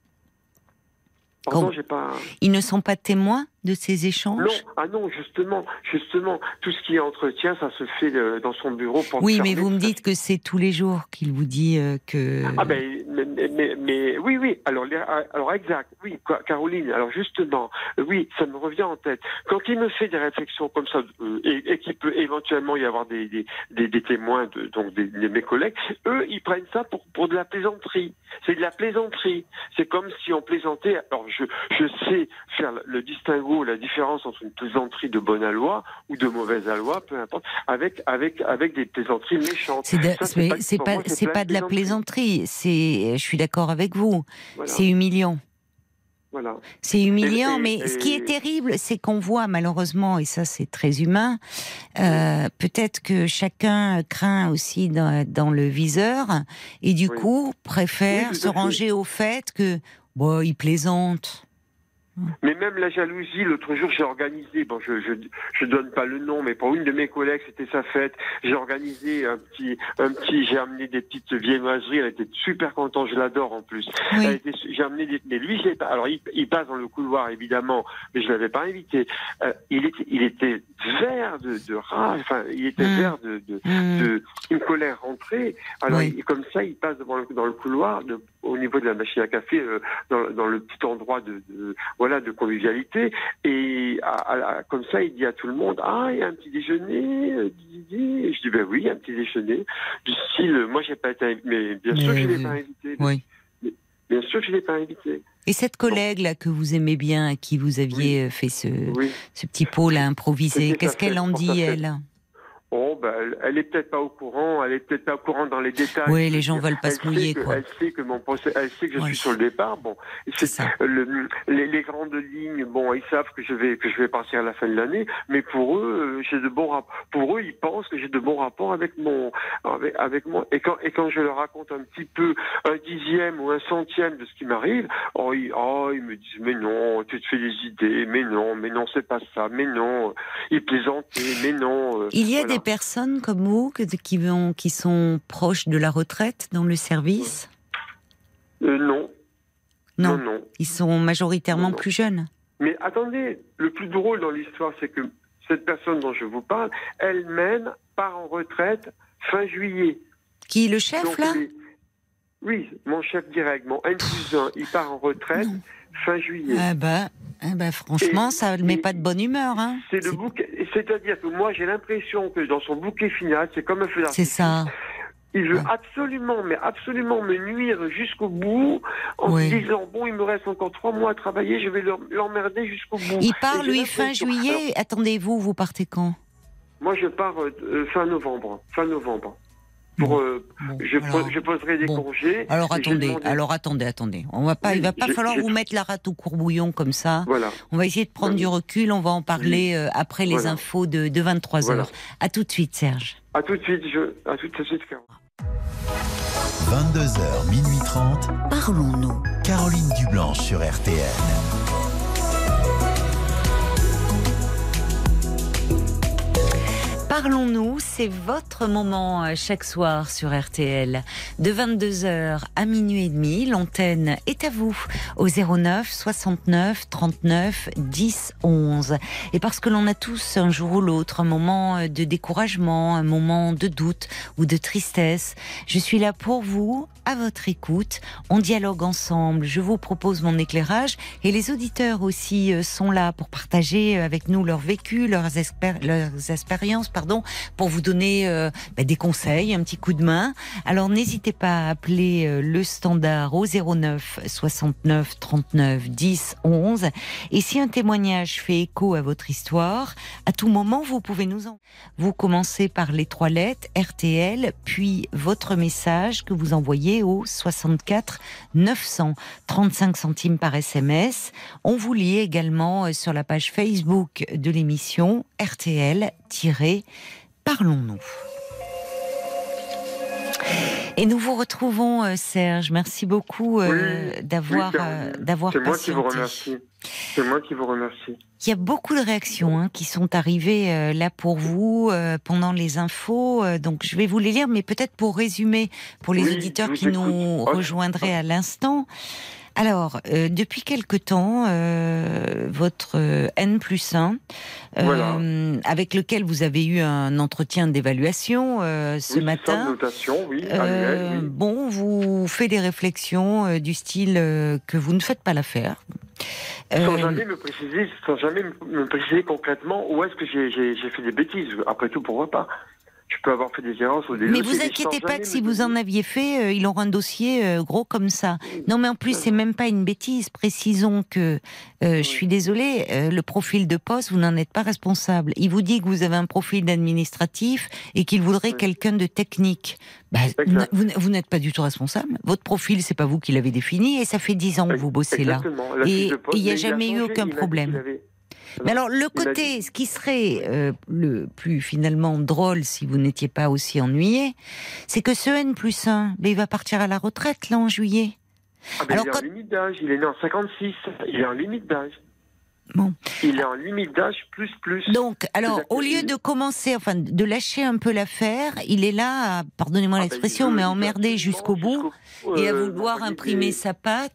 F: Pardon,
C: Quand-
F: j'ai pas.
C: Ils ne sont pas témoins de ces échanges.
F: Non, ah non, justement, justement, tout ce qui est entretien, ça se fait euh, dans son bureau. Pour
C: Oui, mais
F: fermer,
C: vous me
F: ça-
C: dites que c'est tous les jours qu'il vous dit euh, que.
F: Ah ben, mais, mais, mais, mais- oui, oui. Alors, les- alors exact. Oui, quoi, Caroline. Alors justement, euh, oui, ça me revient en tête. Quand il me fait des réflexions comme ça, euh, et, et qu'il peut éventuellement y avoir des, des, des, des témoins, de, donc des, de mes collègues, eux, ils prennent ça pour pour de la plaisanterie. C'est de la plaisanterie. C'est comme si on plaisantait. Alors, je je sais faire le distinguo, la différence entre une plaisanterie de bonne aloi ou de mauvaise aloi, peu importe, avec avec avec des plaisanteries méchantes.
C: C'est de-
F: Ça,
C: mais
F: pas-
C: c'est
F: pour
C: pas,
F: moi,
C: c'est
F: plein
C: pas de la plaisanterie. C'est, je suis d'accord avec vous.
F: Voilà,
C: C'est humiliant.
F: voilà.
C: C'est humiliant,
F: Et- et-
C: mais ce qui
F: et-
C: est terrible, c'est qu'on voit malheureusement, et ça c'est très humain, euh, peut-être que chacun craint aussi dans, dans le viseur, et du
F: Oui.
C: coup préfère
F: Oui, tout
C: se
F: à fait.
C: ranger au fait que, bon, il plaisante.
F: Mais même la jalousie, l'autre jour, j'ai organisé, bon, je, je, je donne pas le nom, mais pour une de mes collègues, c'était sa fête. J'ai organisé un petit, un petit, j'ai amené des petites viennoiseries. Elle était super contente, je l'adore en plus.
C: Oui.
F: Elle était, j'ai amené des, mais lui, je l'ai pas. Alors, il, il passe dans le couloir, évidemment, mais je l'avais pas invité. Euh, il était, il était vert de, de rage. Enfin, il était
C: Mm.
F: vert de, de,
C: Mmh.
F: de une colère rentrée. Alors,
C: Oui.
F: il- comme ça, il passe devant le, dans le couloir, de, au niveau de la machine à café, euh, dans, dans le petit endroit de, de voilà, de convivialité. Et à, à, comme ça, il dit à tout le monde, ah, il y a un petit déjeuner, euh, et je dis, ben oui, un petit déjeuner. Du style, moi, j'ai pas été, mais bien sûr
C: mais
F: que je l'ai
C: vous...
F: pas invité.
C: Oui.
F: Mais, bien sûr que je l'ai pas invité.
C: Et cette collègue-là que vous aimez bien, à qui vous aviez oui. fait ce,
F: oui.
C: ce petit pôle à improviser, qu'est-ce qu'elle en dit, elle ?
F: Oh, ben, elle, elle est peut-être pas au courant, elle est peut-être pas au courant dans les détails.
C: Oui, les gens veulent pas se mouiller,
F: que,
C: quoi.
F: Elle sait que mon procès, elle sait que je
C: ouais.
F: suis sur le départ. Bon,
C: c'est ça.
F: Le, les, les grandes lignes, bon, ils savent que je vais que je vais partir à la fin de l'année, mais pour eux, j'ai de bons rapports. Pour eux, ils pensent que j'ai de bons rapports avec mon, avec, avec moi. Et quand et quand je leur raconte un petit peu un dixième ou un centième de ce qui m'arrive, oh, ils, oh, ils me disent mais non, tu te fais des idées, mais non, mais non, c'est pas ça, mais non, ils plaisantaient, mais non. Euh,
C: Il y a
F: voilà.
C: des personnes comme vous qui, vont, qui sont proches de la retraite dans le service ?
F: euh, non.
C: non.
F: Non, non.
C: Ils sont majoritairement non, non. plus jeunes.
F: Mais attendez, le plus drôle dans l'histoire, c'est que cette personne dont je vous parle, elle-même part en retraite fin juillet.
C: Qui, le chef, Donc, là les...
F: Oui, mon chef direct, mon N plus un, il part en retraite non. fin juillet.
C: Ah bah, ah bah franchement, et, ça ne met pas de bonne humeur. Hein.
F: C'est le bouquet, c'est-à-dire que moi, j'ai l'impression que dans son bouquet final, c'est comme un feu d'artifice.
C: C'est ça.
F: Il veut absolument, mais absolument me nuire jusqu'au bout, en
C: oui.
F: se disant, bon, il me reste encore trois mois à travailler, je vais l'emmerder jusqu'au bout.
C: Il part, lui, fin juillet. Alors, attendez-vous, vous partez quand ?
F: Moi, je pars euh, fin novembre. Fin novembre. Pour, euh, bon, je, alors, je poserai des bon. congés.
C: Alors attendez, demandé... alors attendez, attendez. On va pas, oui, il va pas falloir vous mettre la rate au courbouillon comme ça.
F: Voilà.
C: On va essayer de prendre oui. du recul. On va en parler oui. euh, après les voilà. infos de, de vingt-trois heures. Voilà. À tout de suite, Serge.
F: À tout de suite, je, à tout de suite, Caroline.
A: vingt-deux heures, minuit trente.
B: Parlons-nous.
A: Caroline Dublanche sur R T L.
C: Parlons-nous, c'est votre moment chaque soir sur R T L. De vingt-deux heures à minuit et demi, l'antenne est à vous au zéro neuf soixante-neuf trente-neuf dix onze. Et parce que l'on a tous un jour ou l'autre un moment de découragement, un moment de doute ou de tristesse, je suis là pour vous, à votre écoute. On dialogue ensemble, je vous propose mon éclairage et les auditeurs aussi sont là pour partager avec nous leur vécu, leurs, expér- leurs expériences, pardon, pour vous donner euh, bah, des conseils, un petit coup de main. Alors n'hésitez pas à appeler euh, le standard au zéro neuf soixante-neuf trente-neuf dix onze. Et si un témoignage fait écho à votre histoire, à tout moment vous pouvez nous en... Vous commencez par les trois lettres R T L, puis votre message que vous envoyez au soixante-quatre neuf cents, trente-cinq centimes par S M S. On vous lit également sur la page Facebook de l'émission R T L-Parlons-nous. Et nous vous retrouvons, euh, Serge. Merci beaucoup euh, oui, d'avoir, oui, euh, d'avoir
F: C'est
C: patienté.
F: moi qui vous remercie. C'est moi qui vous remercie.
C: Il y a beaucoup de réactions hein, qui sont arrivées euh, là pour vous euh, pendant les infos. Euh, donc je vais vous les lire, mais peut-être pour résumer, pour les oui, auditeurs qui écoute. nous rejoindraient à l'instant. Alors, euh, depuis quelque temps, euh, votre euh, N plus un, euh, voilà. avec lequel vous avez eu un entretien d'évaluation euh, ce
F: oui,
C: matin,
F: notation, oui,
C: euh,
F: annuelle, oui.
C: bon, vous fait des réflexions euh, du style euh, que vous ne faites pas l'affaire.
F: Sans euh, jamais me préciser, sans jamais me préciser concrètement où est-ce que j'ai, j'ai, j'ai fait des bêtises. Après tout, pourquoi pas ? Je peux avoir fait des erreurs sur des
C: mais
F: dossiers.
C: vous inquiétez pas que si vous en aviez fait, euh, il aura un dossier euh, gros comme ça. Non, mais en plus, c'est même pas une bêtise. Précisons que, euh, je suis désolée, euh, le profil de poste, vous n'en êtes pas responsable. Il vous dit que vous avez un profil d'administratif et qu'il voudrait oui. quelqu'un de technique. Bah, vous, vous n'êtes pas du tout responsable. Votre profil, c'est pas vous qui l'avez défini et ça fait dix ans que vous bossez
F: Exactement.
C: là. Et il n'y a jamais eu aucun problème. Mais alors, le côté, ce qui serait euh, le plus finalement drôle si vous n'étiez pas aussi ennuyé, c'est que ce N plus un, mais il va partir à la retraite là en juillet.
F: Ah ben alors, il est quand... en limite d'âge, il est né en cinquante-six, il est en limite d'âge.
C: Bon.
F: Il est en limite d'âge plus plus.
C: Donc, alors, au lieu de commencer, enfin, de lâcher un peu l'affaire, il est là, à, pardonnez-moi ah l'expression, ben, mais emmerder jusqu'au bout jusqu'au, euh, et à vouloir imprimer des... sa patte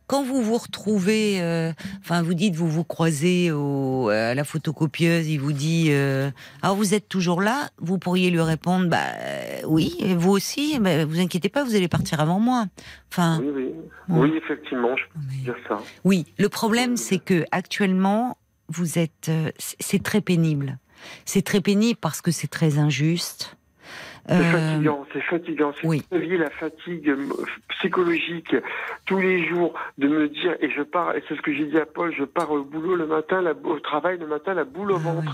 C: quand vous vous retrouvez, euh, enfin, vous dites, vous vous croisez au, à la photocopieuse, il vous dit, euh, alors vous êtes toujours là, vous pourriez lui répondre, bah euh, oui, et vous aussi, bah, vous inquiétez pas, vous allez partir avant moi. Enfin,
F: Oui, oui,
C: bon.
F: oui, effectivement, je peux
C: Mais-
F: dire ça.
C: oui. Le problème, c'est que actuellement, vous êtes, euh, c'est c'est très pénible. C'est très pénible parce que c'est très injuste.
F: C'est
C: Euh,
F: fatigant, c'est fatigant. C'est
C: oui.
F: oui. la fatigue euh, psychologique tous les jours de me dire, et je pars, et c'est ce que j'ai dit à Paul, je pars au boulot le matin, la, au travail le matin, la boule au
C: ah
F: ventre.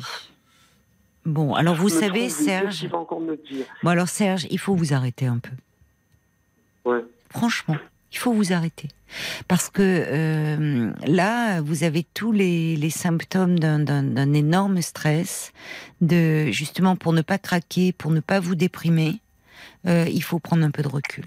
C: oui. Bon, alors vous
F: Je me
C: savez,
F: trouve, mais qu'est-ce
C: Serge.
F: qu'il va encore me dire.
C: Bon, alors Serge, il faut vous arrêter un peu.
F: Ouais.
C: Franchement, il faut vous arrêter. Parce que euh, là, vous avez tous les, les symptômes d'un, d'un, d'un énorme stress, de, justement pour ne pas craquer, pour ne pas vous déprimer, euh, il faut prendre un peu de recul.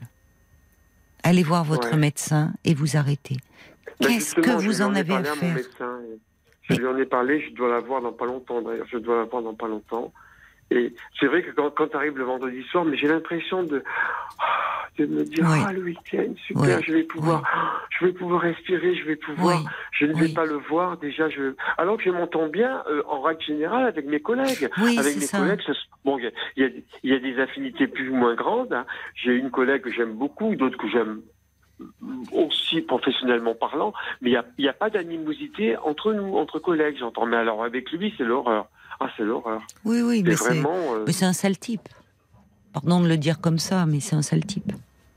C: Allez voir votre
F: Ouais.
C: médecin et vous arrêter.
F: Ben
C: Qu'est-ce que
F: justement, je
C: vous
F: lui
C: en
F: ai
C: avez à
F: parlé mon
C: faire?
F: médecin, et Je lui en ai parlé, je dois la voir dans pas longtemps d'ailleurs, je dois la voir dans pas longtemps. Et c'est vrai que quand, quand tu arrives le vendredi soir, mais j'ai l'impression de, de me dire,
C: Oui.
F: ah le week-end, super,
C: Oui.
F: je vais pouvoir,
C: Oui.
F: je vais pouvoir respirer, je vais pouvoir,
C: Oui.
F: je ne vais
C: Oui.
F: pas le voir déjà. Je, alors que je m'entends bien euh, en règle générale avec mes collègues.
C: Oui,
F: avec
C: c'est
F: mes
C: ça.
F: collègues, ce- bon, il y a, il y, a, il y a des affinités plus ou moins grandes. Hein. J'ai une collègue que j'aime beaucoup, d'autres que j'aime aussi professionnellement parlant, mais il n'y a, il y a pas d'animosité entre nous, entre collègues, j'entends. Mais alors avec lui, c'est l'horreur. Ah, c'est l'horreur.
C: Oui, oui,
F: C'est
C: mais c'est,
F: vraiment. euh,
C: mais c'est un sale type. Pardon de le dire comme ça, mais c'est un sale type.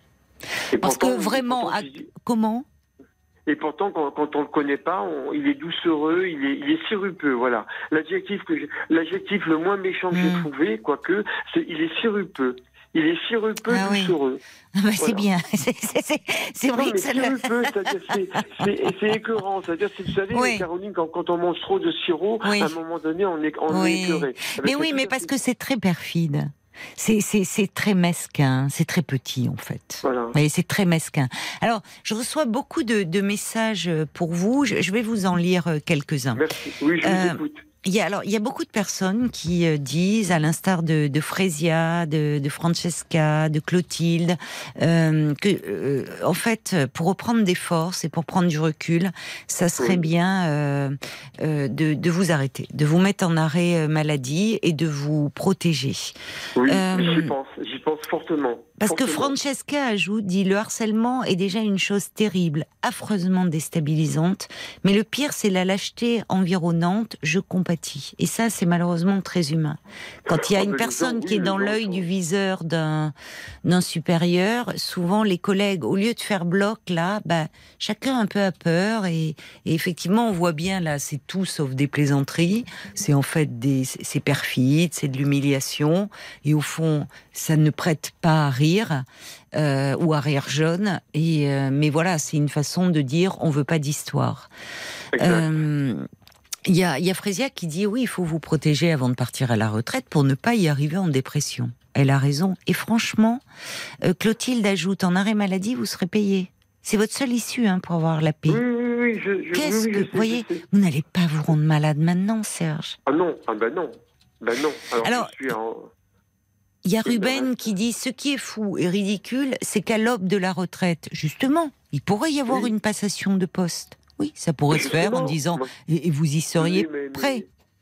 F: et
C: Parce
F: pourtant-
C: que vraiment,
F: et pourtant,
C: à-
F: je dis-
C: comment?
F: Et pourtant, quand, quand on le connaît pas, on- il est doucereux, il est, il est sirupeux, voilà. L'adjectif que j'ai- l'adjectif le moins méchant que j'ai
C: Mm.
F: trouvé, quoique, c'est il est sirupeux. Il est sirupeux,
C: Ah oui.
F: doucereux.
C: Ah bah, c'est
F: Voilà.
C: bien. C'est, c'est, c'est, c'est vrai
F: Non,
C: que
F: mais
C: ça le...
F: sirupeux, c'est-à-dire, c'est, c'est, c'est écœurant. C'est-à-dire, c'est- vous savez,
C: Oui.
F: Caroline, quand, quand on mange trop de sirop,
C: Oui.
F: à un moment donné, on est, on
C: Oui.
F: est écœuré. Eh ben,
C: Mais
F: c'est
C: oui,
F: tout
C: mais
F: à
C: parce
F: fait-
C: que c'est très perfide. C'est, c'est, c'est très mesquin, c'est très petit en fait.
F: Voilà.
C: Mais c'est très mesquin. Alors, je reçois beaucoup de, de messages pour vous. Je, je vais vous en lire euh, quelques-uns.
F: Merci. Oui, je
C: Euh,
F: vous écoute.
C: Il y a, alors, il y a beaucoup de personnes qui euh, disent, à l'instar de, de Frésia, de, de Francesca, de Clotilde, euh, que, euh, en fait, pour reprendre des forces et pour prendre du recul, ça serait
F: Oui.
C: bien euh, euh, de, de vous arrêter, de vous mettre en arrêt euh, maladie et de vous protéger.
F: Oui,
C: euh,
F: j'y pense. J'y pense fortement.
C: Parce que
F: Fortement.
C: Francesca ajoute, dit, le harcèlement est déjà une chose terrible, affreusement déstabilisante, mais le pire, c'est la lâcheté environnante, je compatis. Et ça, c'est malheureusement très humain. Quand il y a
F: Ah,
C: une
F: mais les
C: personne
F: gens,
C: qui est
F: oui,
C: dans
F: les gens
C: l'œil
F: sont-
C: du viseur d'un, d'un supérieur, souvent les collègues, au lieu de faire bloc, là, bah, chacun un peu a peur, et, et effectivement, on voit bien, là, c'est tout sauf des plaisanteries, c'est en fait des, c'est c'est perfide, c'est de l'humiliation, et au fond, ça ne prête pas à rire. Euh, ou à rire jaune, et, euh, mais voilà, c'est une façon de dire on veut pas d'histoire. Il
F: Exact.
C: euh, y, a, y a Frésia qui dit oui, il faut vous protéger avant de partir à la retraite pour ne pas y arriver en dépression. Elle a raison. Et franchement, euh, Clotilde ajoute en arrêt maladie, vous serez payé. C'est votre seule issue hein, pour avoir la paix.
F: Oui, oui, oui, je, je,
C: Qu'est-ce
F: oui, oui,
C: que
F: je
C: vous
F: sais,
C: voyez,
F: je sais.
C: vous n'allez pas vous rendre malade maintenant, Serge.
F: Ah non, ah ben non. Ben non. Alors,
C: Alors,
F: je suis en...
C: Il y a
F: Oui,
C: Ruben
F: ben,
C: qui dit ce qui est fou et ridicule, c'est qu'à l'aube de la retraite, justement, il pourrait y avoir
F: Oui.
C: une passation de poste. Oui, ça pourrait se faire en
F: Justement,
C: disant
F: moi-
C: et, et vous y seriez
F: Oui, mais- mais-
C: prêt.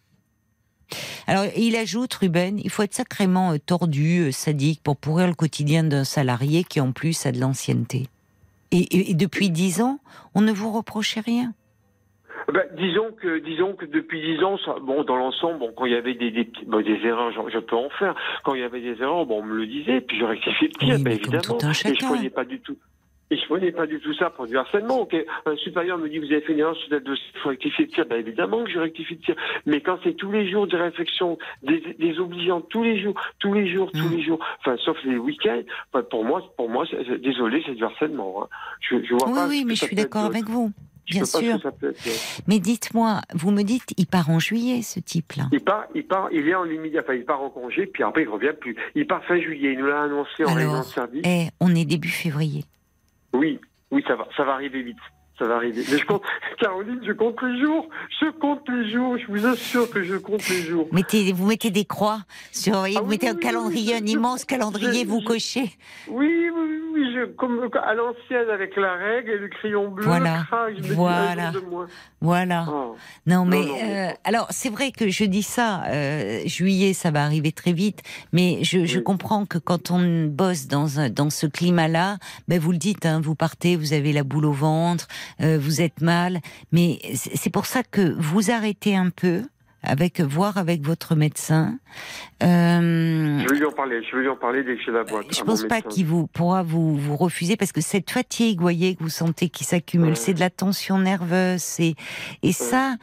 C: Alors il ajoute Ruben, il faut être sacrément euh, tordu, euh, sadique pour pourrir le quotidien d'un salarié qui en plus a de l'ancienneté. Et, et- et depuis dix ans, on ne vous reprochait rien.
F: Ben, disons que, disons que depuis dix ans, ça, bon, dans l'ensemble, bon, quand il y avait des, des, petits- bon, des erreurs, je, je peux en faire. Quand il y avait des erreurs, bon, on me le disait, puis je rectifiais le tir,
C: Oui,
F: ben,
C: mais comme
F: évidemment.
C: tout un
F: Et je
C: chacun.
F: prenais pas du tout. Et je prenais pas du tout ça pour du harcèlement. Ok, un supérieur me dit vous avez fait une erreur sur tel dossier, il faut rectifier le tir. Ben évidemment que je rectifie le tir. Mais quand c'est tous les jours des réflexions, des, des obligeantes tous les jours, tous les jours, tous
C: Mm.
F: les jours, enfin sauf les week-ends, ben, pour moi, pour moi, c'est- c'est- désolé, c'est du harcèlement. Hein. Je, je vois
C: Oui,
F: pas.
C: oui,
F: ce que
C: mais je
F: ça
C: suis
F: peut
C: d'accord
F: être d'autre.
C: avec vous,
F: Je
C: bien
F: sais pas ce
C: sûr.
F: que ça peut être d'autre.
C: Mais dites-moi, vous me dites, il part en juillet, ce type-là.
F: Il part, il part, il est en limite, enfin, il part en congé, puis après il revient plus. Il part fin juillet, il nous l'a annoncé en
C: Alors,
F: réunion de service.
C: Eh, on est début février.
F: Oui, oui, ça va, ça va arriver vite. Ça va arriver. Mais je compte, Caroline, je compte les jours. Je compte les jours. Je vous assure que je compte les jours.
C: Mettez, vous mettez des croix sur, vous voyez,
F: Ah
C: vous
F: oui,
C: mettez
F: oui,
C: un
F: oui,
C: calendrier,
F: oui,
C: un
F: je-
C: immense calendrier,
F: je-
C: vous
F: je-
C: cochez.
F: Oui, oui, oui,
G: je, comme à l'ancienne avec la règle et le crayon bleu.
C: Voilà,
G: crac, je me dis,
C: voilà,
G: un jour de moins.
C: voilà.
G: Oh.
C: Non, mais,
G: non, non,
C: euh,
G: mais...
C: alors c'est vrai que je dis ça, euh, juillet, ça va arriver très vite, mais je,
G: Oui.
C: je comprends que quand on bosse dans un, dans ce climat-là, ben vous le dites, hein, vous partez, vous avez la boule au ventre, euh, vous êtes mal, mais c'est c'est pour ça que vous arrêtez un peu. Avec voir avec votre médecin. Euh,
G: Je vais lui en parler. Je vais lui en parler dès que j'ai la boîte.
C: je
G: à
C: pense
G: mon
C: pas
G: médecin.
C: qu'il vous pourra vous vous refuser parce que cette fatigue, voyez, que vous sentez qui s'accumule,
G: Ouais.
C: c'est de la tension nerveuse, c'est et ça.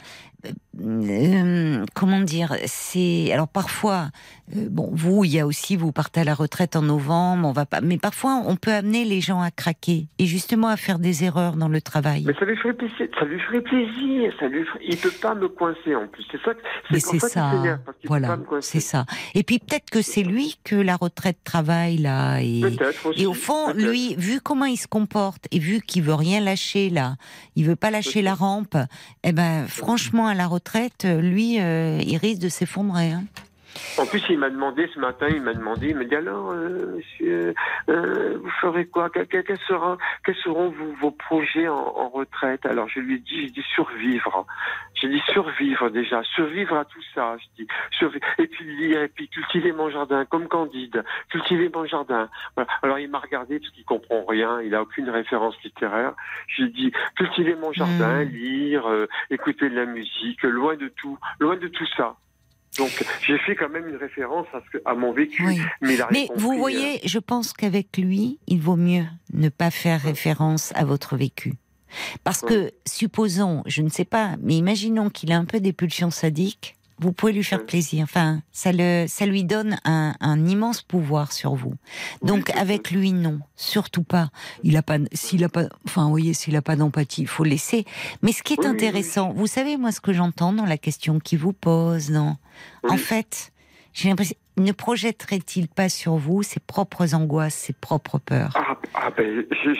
C: Euh, comment dire, c'est alors parfois euh, bon vous il y a aussi vous partez à la retraite en novembre, on va pas mais parfois on peut amener les gens à craquer et justement à faire des erreurs dans le travail.
G: Mais ça lui ferait plaisir, ça lui ferait plaisir, ça lui ferait... il peut pas me coincer en plus. C'est ça,
C: Mais
G: c'est
C: c'est
G: pour ça,
C: ça,
G: qu'il s'énerve, parce qu'il peut
C: voilà,
G: pas me coincer.
C: c'est ça. Et puis peut-être que c'est lui que la retraite travaille là et
G: Peut-être aussi.
C: et au fond
G: peut-être.
C: lui vu comment il se comporte et vu qu'il veut rien lâcher là, il veut pas lâcher
G: Peut-être.
C: la rampe, eh ben franchement à la retraite lui euh, il risque de s'effondrer. Hein.
G: En plus, il m'a demandé ce matin, il m'a demandé, il m'a dit alors, euh, monsieur, euh, vous ferez quoi quels, quels, quels seront, quels seront vos, vos projets en, en retraite? Alors je lui ai dit, j'ai dit survivre. J'ai dit survivre déjà, survivre à tout ça. Je dis survivre. Et puis lire, et puis cultiver mon jardin, comme Candide, cultiver mon jardin. Voilà. Alors il m'a regardé parce qu'il comprend rien, il a aucune référence littéraire. J'ai dit cultiver mon jardin,
C: Mmh.
G: lire, euh, écouter de la musique, loin de tout, loin de tout ça. Donc, j'ai fait quand même une référence à, ce que, à mon vécu.
C: Oui.
G: Mais, il a
C: Mais
G: rien compris,
C: vous voyez, je pense qu'avec lui, il vaut mieux ne pas faire référence à votre vécu. Parce que, supposons, je ne sais pas, mais imaginons qu'il a un peu des pulsions sadiques, vous pouvez lui faire
G: Ouais.
C: plaisir. Enfin, ça, le, ça lui donne un, un immense pouvoir sur vous. Donc,
G: Oui,
C: avec lui, non, surtout pas. Il a pas, s'il a pas, enfin, vous voyez, s'il a pas d'empathie, il faut le laisser. Mais ce qui est
G: Oui, oui,
C: intéressant, vous savez, moi, ce que j'entends dans la question qu'il vous pose, non,
G: Oui.
C: en fait, j'ai l'impression, ne projetterait-il pas sur vous ses propres angoisses, ses propres peurs?
G: Ah, ah ben, je,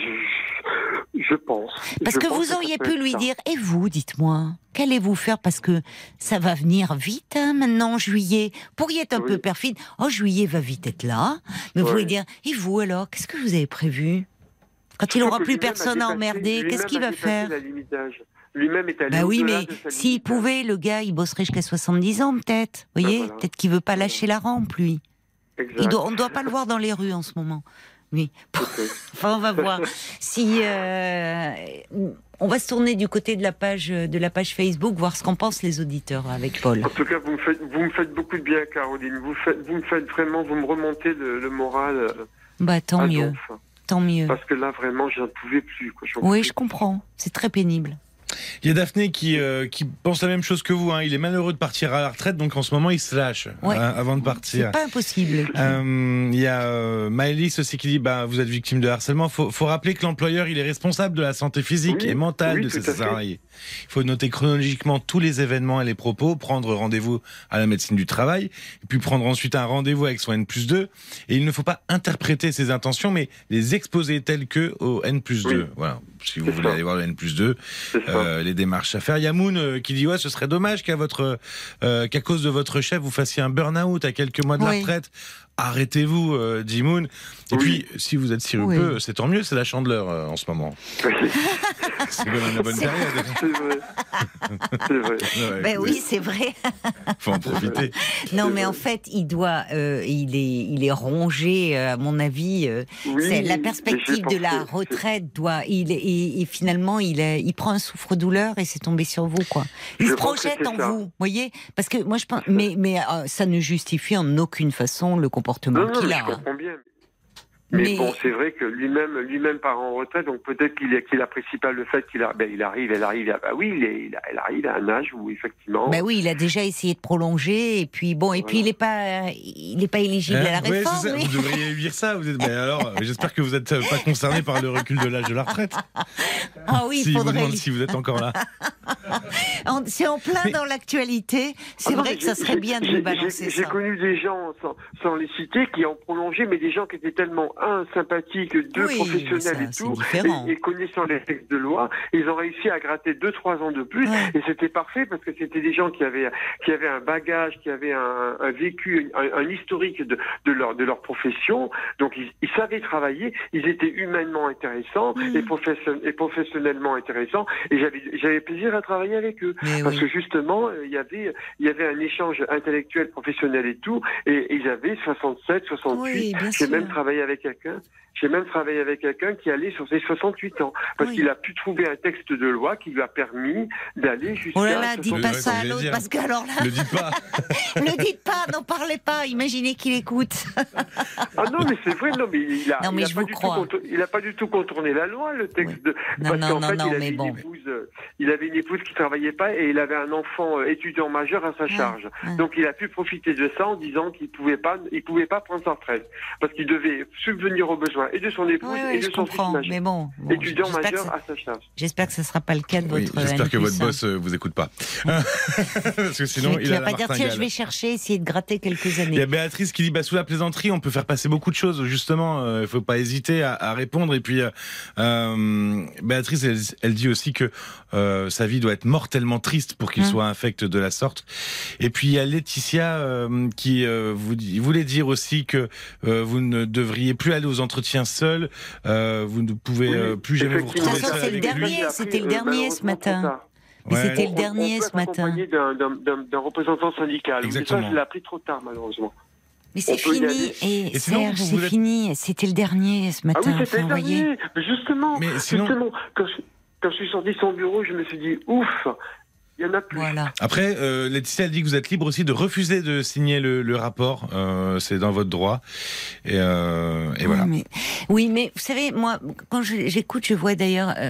G: je, je pense.
C: Parce
G: Je
C: que
G: pense
C: vous
G: ça
C: auriez
G: peut
C: pu
G: être
C: lui
G: ça.
C: dire, et vous, dites-moi, qu'allez-vous faire? Parce que ça va venir vite, hein, maintenant, juillet. Vous pourriez être un
G: Oui.
C: peu perfide. Oh, juillet va vite être là. Mais vous
G: Ouais.
C: pouvez dire, et vous alors, qu'est-ce que vous avez prévu? Quand il
G: Je
C: n'aura
G: trouve que
C: plus
G: lui-même a
C: personne à
G: dépassé-
C: emmerder,
G: lui-même
C: qu'est-ce qu'il
G: a
C: va
G: dépassé
C: faire?
G: la limite d'âge. Lui-même est allé
C: Bah oui,
G: au-delà
C: mais
G: de sa
C: s'il
G: limite d'âge.
C: pouvait, le gars, il bosserait jusqu'à soixante-dix ans, peut-être. Vous voyez?
G: Ben voilà.
C: Peut-être qu'il veut pas lâcher la rampe, lui.
G: Exact.
C: Il doit, on ne doit pas le voir dans les rues en ce moment. Oui. Enfin, on va voir. Si euh, on va se tourner du côté de la page de la page Facebook, voir ce qu'en pensent les auditeurs avec Paul.
G: En tout cas, vous me faites, vous me faites beaucoup de bien, Caroline. Vous faites, vous me faites vraiment, vous me remontez le, le moral. euh,
C: Bah tant
G: à
C: mieux,
G: donf.
C: tant mieux.
G: Parce que là, vraiment, j'en pouvais plus. Quoi. J'en
C: Oui,
G: pouvais
C: je comprends. C'est très pénible.
E: Il y a Daphné qui, euh, qui pense la même chose que vous. Hein. Il est malheureux de partir à la retraite, donc en ce moment il se lâche
C: Ouais.
E: hein, avant de partir.
C: C'est pas impossible.
E: Euh, Il y a euh, Maëlys aussi qui dit bah, vous êtes victime de harcèlement. Faut, faut rappeler que l'employeur il est responsable de la santé physique
G: Oui,
E: et mentale
G: oui,
E: de
G: tout
E: ses
G: à fait.
E: salariés. Il faut noter chronologiquement tous les événements et les propos, prendre rendez-vous à la médecine du travail, et puis prendre ensuite un rendez-vous avec son N plus deux. Et il ne faut pas interpréter ses intentions, mais les exposer telles que au N plus deux.
G: Oui.
E: Voilà. Si vous
G: C'est
E: voulez
G: ça.
E: aller voir le N plus deux,
G: C'est ça.
E: euh, les démarches à faire. Il y a Moon euh, qui dit ouais, ce serait dommage qu'à votre euh, qu'à cause de votre chef vous fassiez un burn-out à quelques mois de la
C: Oui.
E: retraite. Arrêtez-vous, euh, dit Moon. Et
G: Oui.
E: puis, si vous êtes sirupeux,
C: Oui.
E: c'est tant mieux, c'est la chandeleur euh, en ce moment.
G: Oui,
E: C'est quand même la bonne période.
G: c'est vrai. C'est vrai.
E: Ouais,
C: Ben oui, c'est vrai.
E: faut en profiter.
C: Non,
G: C'est
C: mais
G: vrai.
C: en fait, il doit, euh, il est, il est rongé, euh, à mon avis. euh,
G: Oui,
C: c'est la
G: mais
C: perspective
G: j'ai
C: de la
G: pensé-
C: retraite doit, il, et, et finalement, il, est- il prend un souffre-douleur et c'est tombé sur vous, quoi. Il
G: Je
C: se
G: pense que
C: projette
G: c'est
C: en
G: ça.
C: vous, voyez. Parce que moi, je pense, mais, mais euh, ça ne justifie en aucune façon le comportement
G: Non, non,
C: qu'il
G: mais
C: a.
G: je
C: hein.
G: comprends bien. Mais,
C: Mais-
G: bon, c'est vrai que lui-même, lui-même part en retraite, donc peut-être qu'il qu'il apprécie pas le fait qu'il a, ben, il arrive, elle arrive, à, bah oui, il, est, il, a- elle arrive à un âge où effectivement.
C: Ben oui, il a déjà essayé de prolonger et puis bon, et puis il est pas, il est pas éligible à la
E: Hein Ouais,
C: réforme.
E: c'est ça,
C: lui.
E: vous devriez lui dire ça. Vous êtes, mais alors, euh, j'espère que vous n'êtes pas concerné par le recul de l'âge de la retraite.
C: Ah oui, il
E: si vous
C: faudrait.
E: demande si vous êtes encore là.
C: en, c'est en plein
E: Mais...
C: dans l'actualité. C'est
F: ah non,
C: vrai que ça serait bien de lui balancer
F: j'ai,
C: ça.
F: J'ai connu des gens, sans, sans les citer, qui ont prolongé, mais des gens qui étaient tellement, un, sympathiques, deux,
C: oui,
F: professionnels
C: ça,
F: et tout,
C: différent.
F: et, et connaissant les textes de loi, ils ont réussi à gratter deux, trois ans de plus,
C: ouais.
F: et c'était parfait parce que c'était des gens qui avaient, qui avaient un bagage, qui avaient un, un vécu, un, un historique de, de, leur, de leur profession, donc ils, ils savaient travailler, ils étaient humainement intéressants mmh. et, profession, et professionnellement intéressants, et j'avais, j'avais plaisir à travailler avec eux,
C: mais
F: parce
C: oui.
F: que justement, il y avait, il y avait un échange intellectuel, professionnel et tout, et, et ils avaient soixante-sept, soixante-huit,
C: oui,
F: j'ai même travaillé avec quelqu'un, j'ai même travaillé avec quelqu'un qui allait sur ses soixante-huit ans, parce oui. qu'il a pu trouver un texte de loi qui lui a permis d'aller jusqu'à...
C: Oh là là, dites pas ça à l'autre,
E: dire.
C: parce que alors là...
E: Le dites pas.
C: Le dites pas, n'en parlez pas, imaginez qu'il écoute.
F: Ah non, mais c'est vrai, non, mais il a,
C: non, mais
F: il a
C: je
F: pas
C: vous
F: du
C: crois.
F: tout contour, il a pas du tout contourné la loi, le texte
C: oui.
F: de...
C: Non,
F: parce
C: non,
F: qu'en
C: non,
F: fait,
C: non,
F: il avait
C: mais
F: une
C: bon.
F: épouse, euh, il avait une épouse qui travaillait pas et il avait un enfant euh, étudiant majeur à sa charge.
C: Ouais, ouais.
F: Donc il a pu profiter de ça en disant qu'il pouvait pas, il pouvait pas prendre sa retraite parce qu'il devait subvenir aux besoins et de son épouse
C: oui,
F: et
C: oui,
F: de
C: je
F: son
C: comprends,
F: fils majeur.
C: mais bon, bon
F: étudiant majeur
C: ça,
F: à sa charge.
C: J'espère que ce ne sera pas le cas de
E: oui,
C: votre
E: j'espère
C: N
E: que
C: plus
E: votre
C: un.
E: boss euh, vous écoute pas. Parce que sinon,
C: qui,
E: il
C: qui
E: a
C: va
E: la
C: pas dire,
E: martingale.
C: tiens, je vais chercher, essayer de gratter quelques années.
E: Il y a Béatrice qui dit, bah, sous la plaisanterie, on peut faire passer beaucoup de choses, justement, il euh, ne faut pas hésiter à, à répondre. Et puis, euh, Béatrice, elle, elle dit aussi que euh, sa vie doit être mortellement triste pour qu'il mmh. soit infect de la sorte. Et puis, il y a Laetitia euh, qui euh, vous dit, voulait dire aussi que euh, vous ne devriez plus aller aux entretiens seuls, euh, vous ne pouvez oui, euh, plus jamais vous retrouver
C: seul
E: avec
C: c'est le dernier,
E: lui.
C: C'était le dernier ce matin. Mais
E: Ouais.
C: c'était le
F: on,
C: dernier
F: on peut
C: ce matin.
F: D'un, d'un, d'un, d'un représentant syndical.
E: Exactement.
F: Mais ça, je l'ai appris trop tard, malheureusement.
C: Mais c'est fini, et, et sinon, Serge, c'est êtes... fini. C'était le dernier ce matin.
F: Ah oui, c'était
C: enfin,
F: le dernier. Mais justement,
E: mais sinon...
F: justement quand, je, quand je suis sorti de son bureau, je me suis dit, ouf, il y en a plus.
C: Voilà.
E: Après, euh, Laetitia, elle dit que vous êtes libre aussi de refuser de signer le, le rapport. Euh, c'est dans votre droit. Et, euh, et oui, voilà.
C: Mais, oui, mais vous savez, moi, quand je, j'écoute, je vois d'ailleurs, euh,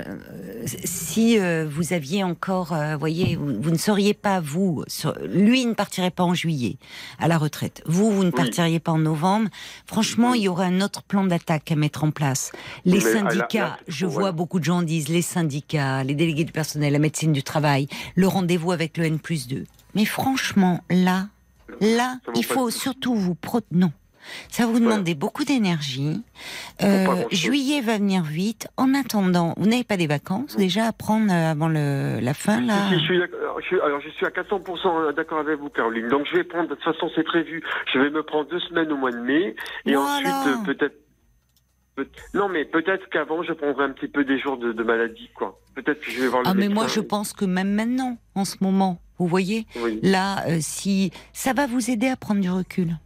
C: si euh, vous aviez encore, vous euh, voyez, vous, vous ne seriez pas, vous, sur, lui ne partirait pas en juillet à la retraite. Vous, vous ne partiriez oui. pas en novembre. Franchement, oui. il y aurait un autre plan d'attaque à mettre en place. Les mais syndicats, là, là, je vois voilà. beaucoup de gens disent, les syndicats, les délégués du personnel, la médecine du travail, le rendez-vous avec le N plus deux. Mais franchement, là, là, il faut surtout vous protéger. Non. Ça va vous demander ouais. beaucoup d'énergie. Euh, juillet va venir vite. En attendant, vous n'avez pas des vacances déjà à prendre avant le, la fin là
F: si, si, je suis, je suis, Alors je suis à quatre cents pour cent d'accord avec vous, Caroline. Donc je vais prendre, de toute façon c'est prévu, je vais me prendre deux semaines au mois de mai. Et
C: voilà.
F: ensuite euh, peut-être... Peut- non mais peut-être qu'avant je prendrai un petit peu des jours de, de maladie, quoi. Peut-être que je vais voir le
C: Ah mais
F: médecin.
C: moi je pense que même maintenant, en ce moment, vous voyez, oui. là, euh, si ça va vous aider à prendre du recul.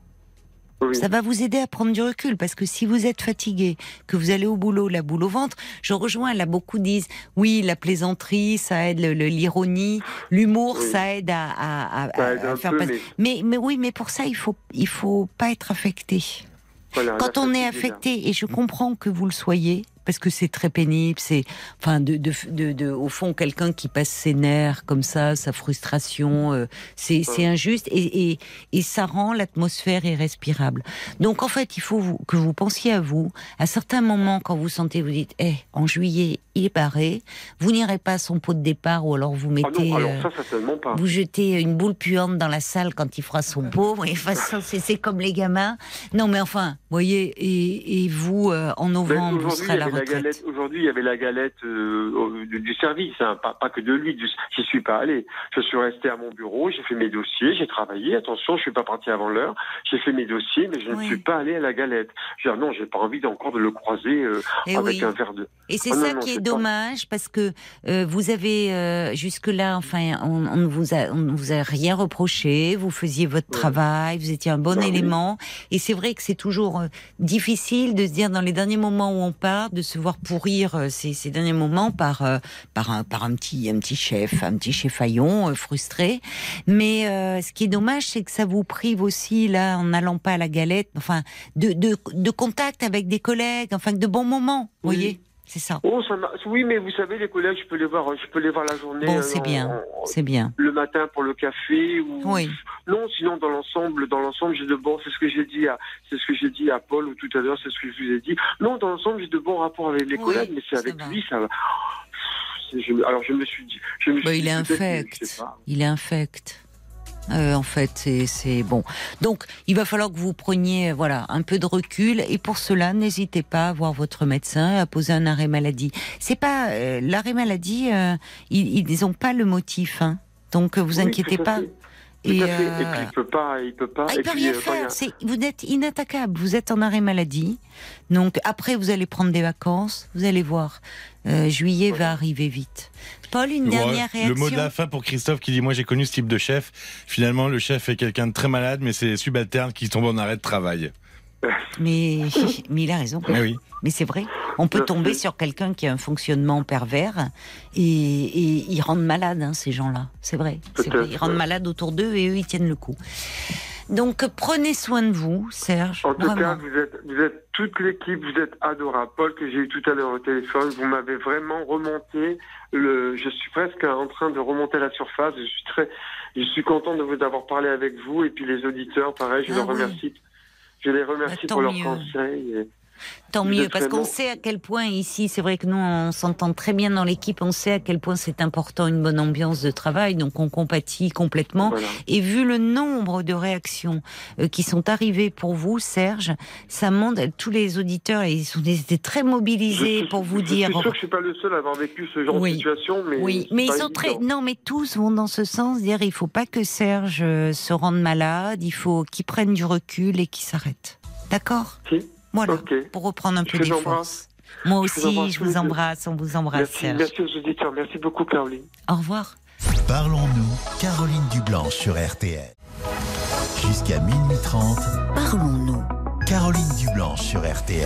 C: Oui. Ça va vous aider à prendre du recul, parce que si vous êtes fatigué, que vous allez au boulot, la boule au ventre, je rejoins, là, beaucoup disent, oui, la plaisanterie, ça aide, le, le, l'ironie, l'humour, oui. ça aide à, à, à, à, à faire passer. Mais... mais, mais oui, mais pour ça, il faut, il faut pas être affecté. Voilà, quand on est affecté, là. Et je comprends que vous le soyez, parce que c'est très pénible, c'est, enfin, de, de, de, de, au fond, quelqu'un qui passe ses nerfs comme ça, sa frustration, euh, c'est, ouais. c'est injuste, et, et, et ça rend l'atmosphère irrespirable. Donc, en fait, il faut vous, que vous pensiez à vous, à certains moments, quand vous sentez, vous dites, eh, hey, en juillet, il est barré, vous n'irez pas à son pot de départ, ou alors vous mettez,
F: ah non, alors ça, certainement pas.
C: vous jetez une boule puante dans la salle quand il fera son pot, et de toute façon, c'est, c'est comme les gamins. Non, mais enfin, vous voyez, et, et vous, euh, en novembre, vous serez à la
F: la galette, aujourd'hui, il y avait la galette euh, du, du service, hein, pas, pas que de lui. Du, j'y suis pas allé. Je suis resté à mon bureau, j'ai fait mes dossiers, j'ai travaillé. Attention, je suis pas parti avant l'heure. J'ai fait mes dossiers, mais je oui. ne suis pas allé à la galette. Je veux dire, non, j'ai pas envie encore de le croiser euh, avec oui. un verre de.
C: Et c'est oh, ça non, qui non, est dommage, pas... parce que euh, vous avez euh, jusque-là, enfin, on, on ne vous a, on ne vous a rien reproché. Vous faisiez votre ouais. travail, vous étiez un bon bah, élément. Oui. Et c'est vrai que c'est toujours euh, difficile de se dire dans les derniers moments où on part, de se voir pourrir euh, ces, ces derniers moments par euh, par un par un petit un petit chef, un petit chefaillon euh, frustré. Mais euh, ce qui est dommage, c'est que ça vous prive aussi là, en n'allant pas à la galette, enfin, de de de contact avec des collègues, enfin, de bons moments, vous oui. voyez. C'est ça.
F: Oh, ça oui, mais vous savez, les collègues, je peux les voir, je peux les voir la journée.
C: Bon, c'est euh, bien, en, c'est bien.
F: Le matin pour le café ou.
C: Oui.
F: Non, sinon dans l'ensemble, dans l'ensemble, j'ai de bons. C'est ce que j'ai dit à, c'est ce que j'ai dit à Paul ou tout à l'heure, c'est ce que je vous ai dit. Non, dans l'ensemble, j'ai de bons rapports avec les oui, collègues, mais c'est avec va. lui, ça va.
G: je, alors je me suis dit, je me suis
C: bah,
G: dit
C: il est infect. Il est infect. Euh, en fait, c'est, c'est bon. Donc, il va falloir que vous preniez, voilà, un peu de recul. Et pour cela, n'hésitez pas à voir votre médecin, à poser un arrêt maladie. C'est pas euh, l'arrêt maladie. Euh, ils, ils ont pas le motif, hein. Donc, vous
G: Oui,
C: inquiétez pas.
G: Tout
C: Et,
G: à fait.
C: euh...
G: et puis il peut pas, il peut pas.
C: Ah, il
G: et
C: peut
G: puis,
C: rien
G: euh,
C: faire.
G: a...
C: C'est, vous êtes inattaquable. Vous êtes en arrêt maladie. Donc après, vous allez prendre des vacances. Vous allez voir. Euh, juillet
G: voilà.
C: va arriver vite. Paul, une
E: Bon,
C: dernière réaction.
E: Le mot de la fin pour Christophe qui dit moi j'ai connu ce type de chef. Finalement, le chef est quelqu'un de très malade, mais c'est les subalternes qui tombent en arrêt de travail.
C: Mais, mais il a raison.
E: Mais oui.
C: Mais c'est vrai. On peut tomber sur quelqu'un qui a un fonctionnement pervers et, et ils rendent malades, hein, ces gens-là. C'est vrai. C'est vrai. Ils rendent malades autour d'eux et eux, ils tiennent le coup. Donc, prenez soin de vous, Serge.
G: En tout
C: vraiment.
G: cas, vous êtes, vous êtes toute l'équipe, vous êtes adorable. Paul, que j'ai eu tout à l'heure au téléphone, vous m'avez vraiment remonté. Le, je suis presque en train de remonter la surface. Je suis très, je suis content de vous d'avoir parlé avec vous et puis les auditeurs, pareil, je
C: Ah
G: les
C: oui.
G: remercie. Je les remercie
C: Bah, tant
G: pour leurs
C: mieux.
G: conseils. Et...
C: Tant
G: Vous
C: mieux,
G: êtes
C: parce qu'on
G: vraiment-
C: sait à quel point ici, c'est vrai que nous, on s'entend très bien dans l'équipe, on sait à quel point c'est important une bonne ambiance de travail, donc on compatit complètement.
G: Voilà.
C: Et vu le nombre de réactions euh, qui sont arrivées pour vous, Serge, ça montre, tous les auditeurs, ils sont ils étaient très mobilisés
G: Je-
C: pour vous
G: je
C: dire...
G: suis sûr que je suis pas le seul à avoir vécu ce genre
C: Oui.
G: de situation, mais
C: Oui,
G: c'est
C: mais ils
G: pas
C: sont
G: évident.
C: très. Non, mais tous vont dans ce sens, dire il faut pas que Serge euh, se rende malade, il faut qu'il prenne du recul et qu'il s'arrête. D'accord ?
G: Si.
C: Voilà,
G: Ok.
C: pour reprendre un
G: Je
C: peu
G: vous
C: des
G: embrasse.
C: forces. Moi
G: Je vous
C: aussi,
G: embrasse
C: je
G: tous
C: vous
G: les deux.
C: embrasse, on vous embrasse,
G: Merci,
C: Serge.
G: merci aux auditeurs. Merci beaucoup, Caroline.
C: Au revoir.
A: Parlons-nous, Caroline Dublanche sur R T L. Jusqu'à minuit trente,
B: Parlons-nous.
A: Caroline Dublanche sur R T L.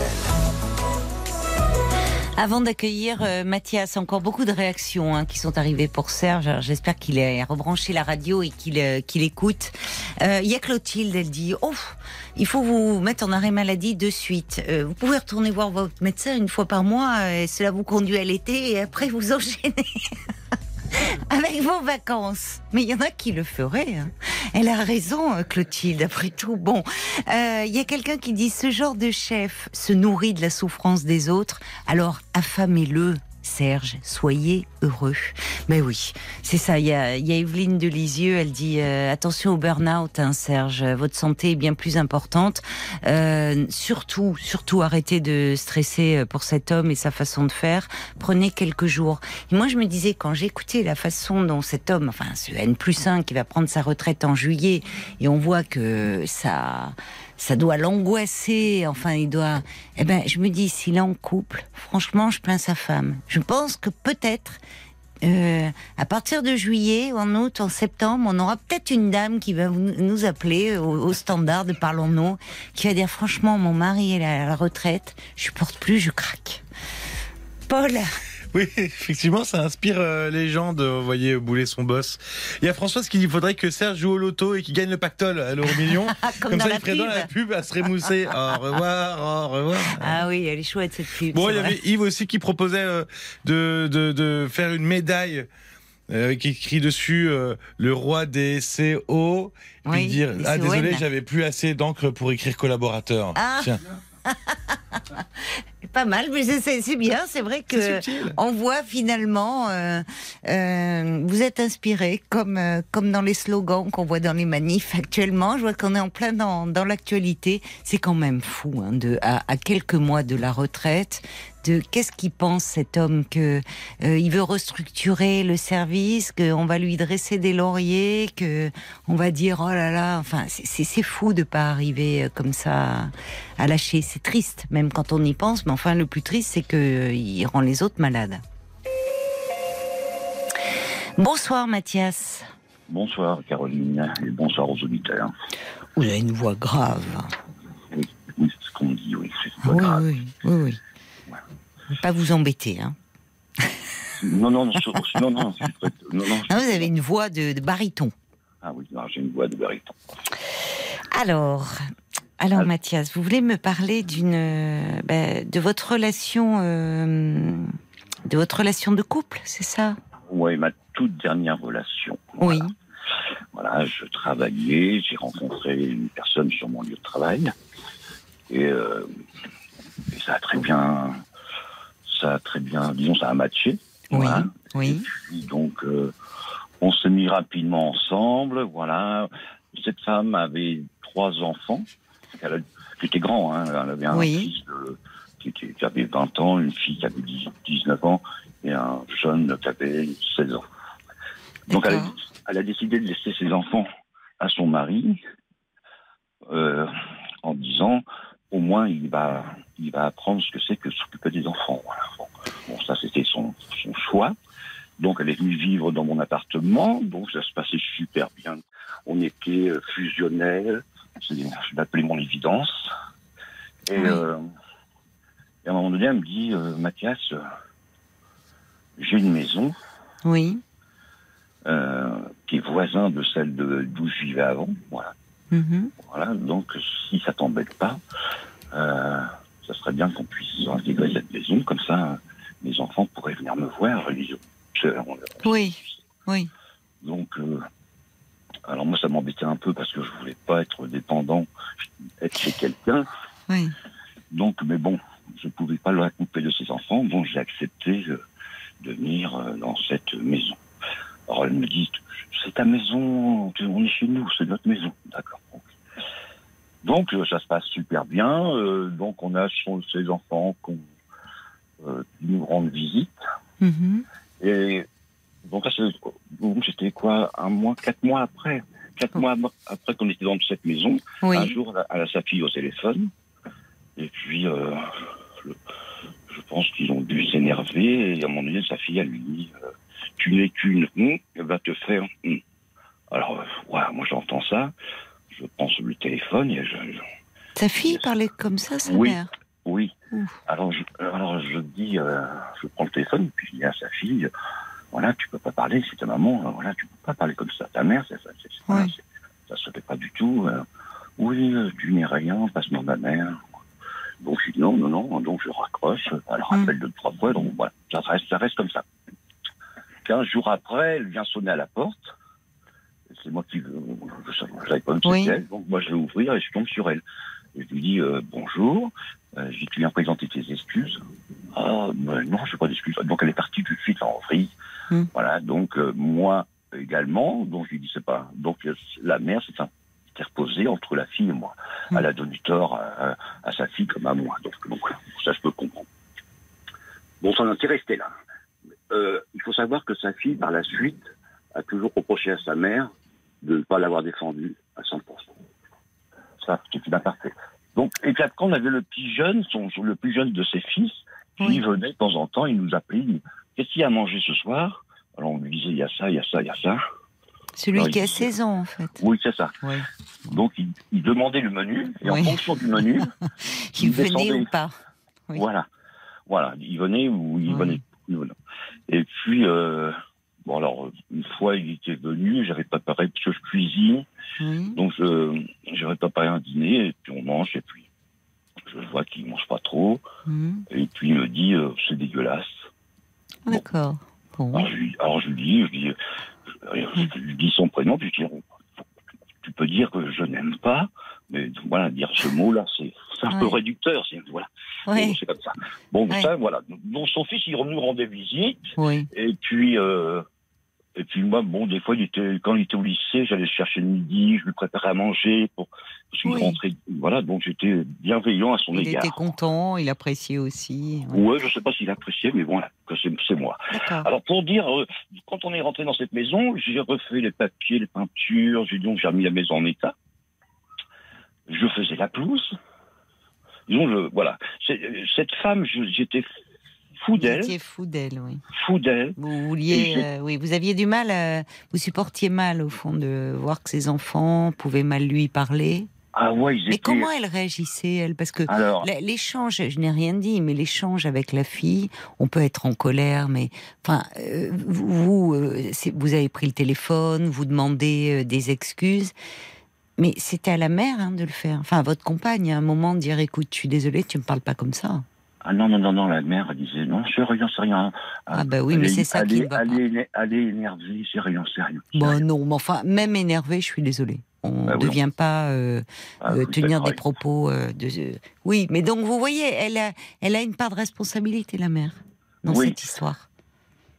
C: Avant d'accueillir euh, Mathias, encore beaucoup de réactions hein, qui sont arrivées pour Serge. Alors, j'espère qu'il a rebranché la radio et qu'il euh, qu'il écoute. Euh, Il y a Clotilde, elle dit « Oh, il faut vous mettre en arrêt maladie de suite. Euh, vous pouvez retourner voir votre médecin une fois par mois, euh, et cela vous conduit à l'été et après vous enchaînez. » Avec vos vacances. Mais il y en a qui le feraient. Hein. Elle a raison, Clotilde, après tout. Bon, il euh, y a quelqu'un qui dit « Ce genre de chef se nourrit de la souffrance des autres, alors affamez-le. » Serge, soyez heureux. Mais oui, c'est ça. Il y a, y a Evelyne de Lisieux, elle dit euh, attention au burn-out, hein, Serge. Votre santé est bien plus importante. Euh, surtout, surtout, arrêtez de stresser pour cet homme et sa façon de faire. Prenez quelques jours. Et moi, je me disais quand j'écoutais la façon dont cet homme, enfin, ce N plus un qui va prendre sa retraite en juillet, et on voit que ça. Ça doit l'angoisser, enfin il doit... Eh ben, je me dis, s'il est en couple, franchement, je plains sa femme. Je pense que peut-être, euh, à partir de juillet, en août, en septembre, on aura peut-être une dame qui va nous appeler au, au standard de Parlons-nous, qui va dire, franchement, mon mari est à la retraite, je supporte plus, je craque. Paul.
E: Oui, effectivement, ça inspire euh, les gens de, vous voyez, bouler son boss. Il y a Françoise qui dit qu'il faudrait que Serge joue au loto et qu'il gagne le pactole à l'euro million.
C: Comme,
E: Comme
C: dans
E: ça,
C: la
E: il ferait
C: pub.
E: dans la pub à se rémousser. Au revoir, au revoir.
C: Ah oui, elle est chouette cette pub.
E: Bon,
C: c'est
E: il y
C: vrai.
E: avait Yves aussi qui proposait euh, de, de, de faire une médaille euh, qui écrit dessus euh, le roi des C O. Et puis
C: Oui,
E: dire
C: des
E: ah
C: C O N.
E: désolé, j'avais plus assez d'encre pour écrire collaborateur.
C: Ah.
E: Tiens,
C: Pas mal, mais c'est- c'est c'est bien, c'est vrai que
E: c'est subtil.
C: on voit finalement, euh, euh, vous êtes inspiré comme euh, comme dans les slogans qu'on voit dans les manifs actuellement. Je vois qu'on est en plein dans, dans l'actualité. C'est quand même fou, hein, de à, à quelques mois de la retraite. De qu'est-ce qu'il pense cet homme, que euh, il veut restructurer le service, qu'on va lui dresser des lauriers, que on va dire oh là là, enfin c'est c'est c'est fou de pas arriver euh, comme ça à lâcher. C'est triste même quand on y pense, mais enfin le plus triste c'est que euh, il rend les autres malades. Bonsoir Mathias.
H: Bonsoir Caroline et bonsoir aux auditeurs.
C: Vous avez une voix grave.
H: Oui, oui c'est ce qu'on me dit, oui, c'est pas
C: Oui,
H: grave.
C: oui, oui, oui. Pas vous embêter, hein.
H: Non, non, non, sur- non, non, c'est très- non, non,
C: Ah, vous avez une voix de, de baryton.
H: Ah oui, non, j'ai une voix de baryton.
C: Alors, alors
H: Ah.
C: Mathias, vous voulez me parler d'une, euh, ben, de votre relation, euh, de votre relation de couple, c'est ça?
H: Oui, ma toute dernière relation.
C: Oui.
H: Voilà. Voilà, je travaillais, j'ai rencontré une personne sur mon lieu de travail et, euh, et ça a très bien, ça a très bien, disons, ça a matché.
C: Oui,
H: Voilà.
C: oui.
H: Et puis, donc, euh, on s'est mis rapidement ensemble. Voilà. Cette femme avait trois enfants. Elle a, qui étaient grands. Hein. Elle avait un
C: Oui.
H: fils de, qui, était, qui avait vingt ans, une fille qui avait dix-neuf ans et un jeune qui avait seize ans. Donc, elle a,
C: D'accord.
H: elle a décidé de laisser ses enfants à son mari euh, en disant au moins il va, il va apprendre ce que c'est que s'occuper des enfants. Voilà. Bon, bon, ça c'était son, son choix. Donc elle est venue vivre dans mon appartement, donc ça se passait super bien. On était euh, fusionnels, c'est- je l'appelais mon évidence. Et,
C: Oui.
H: euh, et à un moment donné, elle me dit euh, Mathias, euh, j'ai une maison
C: Oui.
H: euh, qui est voisin de celle de, d'où je vivais avant. Voilà.
C: Mhm.
H: Voilà. Donc si ça t'embête pas, euh, ça serait bien qu'on puisse intégrer cette maison, comme ça mes enfants pourraient venir me voir. Ils- on-
C: Oui. Oui.
H: Donc, euh, alors moi, ça m'embêtait un peu parce que je voulais pas être dépendant, être chez quelqu'un.
C: Oui.
H: Donc, mais bon, je pouvais pas le couper de ses enfants. Bon, j'ai accepté euh, de venir euh, dans cette maison. Alors, elle me dit, c'est ta maison, on est chez nous, c'est notre maison. D'accord. Ok. Donc, euh, ça se passe super bien. Euh, donc, on a son- ses enfants qu'on, euh, qui nous rendent visite.
C: Mhm.
H: Et donc là, c'est- donc, c'était quoi, un mois, quatre mois après, quatre
C: Oh.
H: mois après qu'on était dans cette maison. Un
C: Oui.
H: jour, elle a sa fille au téléphone, et puis euh, je, je pense qu'ils ont dû s'énerver. Et à un moment donné, sa fille, elle lui dit euh, "Tu n'es qu'une, hum, elle va te faire." Hum. Alors, euh, ouais, moi j'entends ça, je prends sur le téléphone et je, je-
C: Sa fille parlait comme ça, sa
H: Oui.
C: mère.
H: oui.
C: Ouf.
H: Alors je, alors je dis, euh, je prends le téléphone, et puis je dis à sa fille, voilà, tu peux pas parler, c'est ta maman, euh, voilà, tu peux pas parler comme ça. Ta mère, ça, ça, c'est- voilà,
C: Oui.
H: c'est- ça se fait pas du tout. euh, oui, euh, tu n'es rien, passe-moi ma mère. Donc je dis non, non, non, donc je raccroche, elle rappelle deux, trois fois, donc voilà, ça reste, ça reste comme ça. Quinze jours après, elle vient sonner à la porte. C'est moi qui, je ne savais pas où
C: Oui.
H: c'était elle, donc moi je vais ouvrir et je tombe sur elle. Et je lui dis euh, bonjour, euh, je dis tu viens présenter tes excuses. Ah ben non, je n'ai pas d'excuses. Donc elle est partie tout de suite en vrille.
C: Hmm.
H: Voilà, donc euh, moi également, donc je lui dis c'est pas. Donc euh, la mère s'est interposée entre la fille et moi.
C: Hmm.
H: Elle a donné tort à, à, à sa fille comme à moi. Donc, donc ça je peux comprendre. Bon, son intérêt resté là. Euh, il faut savoir que sa fille, par la suite, a toujours reproché à sa mère de ne pas l'avoir défendue à cent pour cent. Ça, c'est une aparté. Donc, et puis après, on avait le petit jeune, son, le plus jeune de ses fils, qui
C: Oui.
H: venait de temps en temps, il nous appelait, il dit, qu'est-ce qu'il y a à manger ce soir? Alors on lui disait, il y a ça, il y a ça, il y a ça.
C: Celui
H: Alors,
C: qui
H: il
C: a
H: disait-
C: seize ans, en fait.
H: Oui, c'est ça.
C: Oui.
H: Donc, il, il demandait le menu, et
C: Oui.
H: en fonction du menu,
C: Il venait
H: descendait.
C: ou pas. Oui.
H: Voilà. Voilà. Il venait ou il
C: Oui.
H: venait. il venait. Et puis, euh, bon, alors, une fois, il était venu, j'avais préparé, parce que je cuisine,
C: Oui.
H: donc je, j'avais préparé un dîner, et puis on mange, et puis je vois qu'il mange pas trop,
C: Mhm.
H: et puis il me dit, euh, c'est dégueulasse.
C: D'accord. Bon.
H: Alors je, lui, alors je lui dis, je lui dis, je, je lui dis son prénom, puis je dis, tu peux dire que je n'aime pas, mais voilà, dire ce mot-là, c'est, c'est un peu
C: Ouais.
H: réducteur, c'est, voilà.
C: Oui.
H: Bon, c'est comme ça. Bon,
C: Ouais.
H: ça, voilà. Donc son fils, il nous rendait visite,
C: Oui.
H: et puis, euh, et puis moi, bon, des fois, il était, quand il était au lycée, j'allais le chercher le midi, je lui préparais à manger, pour, parce qu'il
C: Oui.
H: rentrait, voilà, donc j'étais bienveillant à son
C: Il
H: égard.
C: était content, il appréciait aussi. Oui.
H: Ouais, je sais pas s'il appréciait, mais voilà, que c'est, c'est moi.
C: D'accord.
H: Alors pour dire, euh, quand on est rentré dans cette maison, j'ai refait les papiers, les peintures, j'ai donc j'ai remis la maison en état. Je faisais la pelouse. Disons, je, voilà. C'est, cette femme, je- j'étais fou
C: Vous
H: d'elle,
C: étiez fou d'elle, oui.
H: fou d'elle.
C: Vous
H: Et
C: vouliez,
H: j'ai-
C: euh, oui, vous aviez du mal, à- vous supportiez mal au fond de voir que ses enfants pouvaient mal lui parler.
H: Ah ouais, ils
C: Mais
H: étaient.
C: comment elle réagissait, elle? Parce que
H: Alors,
C: la- l'échange, je n'ai rien dit, mais l'échange avec la fille, on peut être en colère, mais enfin, euh, vous, euh, c'est- vous avez pris le téléphone, vous demandez euh, des excuses, mais c'était à la mère hein, de le faire. Enfin, à votre compagne, à un moment, de dire, écoute, je suis désolée, tu me parles pas comme ça.
H: ah non, non, non, non, la mère, elle disait, non, c'est rien, c'est rien.
C: Ah bah oui,
H: Elle
C: mais
H: est-
C: c'est ça
H: elle
C: qui
H: est-
C: ne va
H: elle
C: pas.
H: est éner- Elle est énervée, c'est rien, c'est rien. c'est
C: Bon,
H: rien.
C: non, mais enfin, même énervé, je suis désolée. On ne
H: Ah oui,
C: devient pas euh,
H: Ah,
C: euh,
H: oui,
C: tenir
H: d'accord,
C: des propos euh, de. Oui, mais donc vous voyez, elle a, elle a une part de responsabilité, la mère, dans
H: Oui.
C: cette histoire.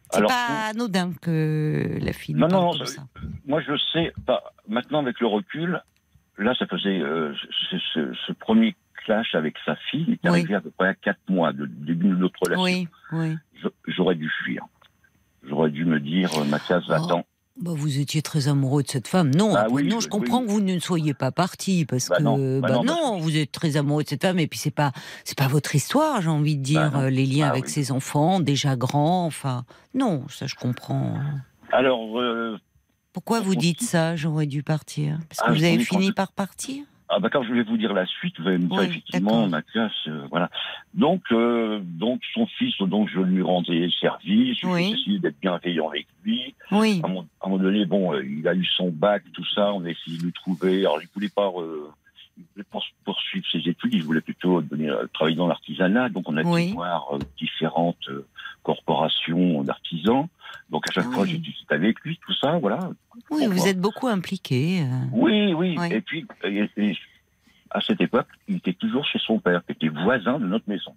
C: C'est
H: Alors,
C: pas anodin que la fille nous
H: Non,
C: parle
H: non,
C: comme
H: non,
C: ça.
H: moi je sais, pas, maintenant avec le recul, là ça faisait euh, ce, ce, ce premier clash avec sa fille, il est
C: Oui.
H: arrivé à peu près à quatre mois de début de notre relation.
C: Oui, oui.
H: Je- J'aurais dû fuir. J'aurais dû me dire, euh, Mathias,
C: Oh.
H: va-t'en.
C: Bah, vous étiez très amoureux de cette femme. Non,
H: Bah
C: après,
H: oui,
C: non,
H: je-
C: je comprends
H: oui.
C: que vous ne soyez pas parti parce
H: Bah
C: que
H: non, bah
C: bah
H: non,
C: non,
H: parce que-
C: vous êtes très amoureux de cette femme et puis c'est pas c'est pas votre histoire, j'ai envie de dire,
H: Bah non.
C: euh, les liens
H: Bah
C: avec
H: oui.
C: ses enfants déjà grands, enfin non, ça je comprends.
H: Alors, euh,
C: Pourquoi vous
H: Pour
C: dites
H: qui
C: ça, j'aurais dû partir? Parce que
H: Ah,
C: vous
H: je
C: avez
H: dis quand
C: fini
H: je-
C: par partir?
H: ah bah quand je vais vous dire la suite, vous allez me dire
C: Oui,
H: effectivement,
C: d'accord.
H: Mathias, euh, voilà. Donc, euh, donc son fils, donc je lui rendais service,
C: Oui.
H: j'ai essayé d'être bienveillant avec lui.
C: Oui,
H: À un, moment, à un moment donné, bon, euh, il a eu son bac, tout ça, on a essayé de lui trouver. Alors, il voulait pas, euh, il voulait pas poursuivre ses études, il voulait plutôt devenir, euh, travailler dans l'artisanat. Donc, on a
C: Oui.
H: été voir euh, différentes euh, corporations d'artisans. Donc, à chaque
C: Ah
H: fois,
C: oui.
H: j'ai discuté avec lui, tout ça, voilà.
C: oui,
H: Bon,
C: vous
H: bah.
C: êtes beaucoup impliqué. euh.
H: Oui, oui.
C: Oui.
H: Et puis, et- et à cette époque, il était toujours chez son père, qui était voisin de notre maison.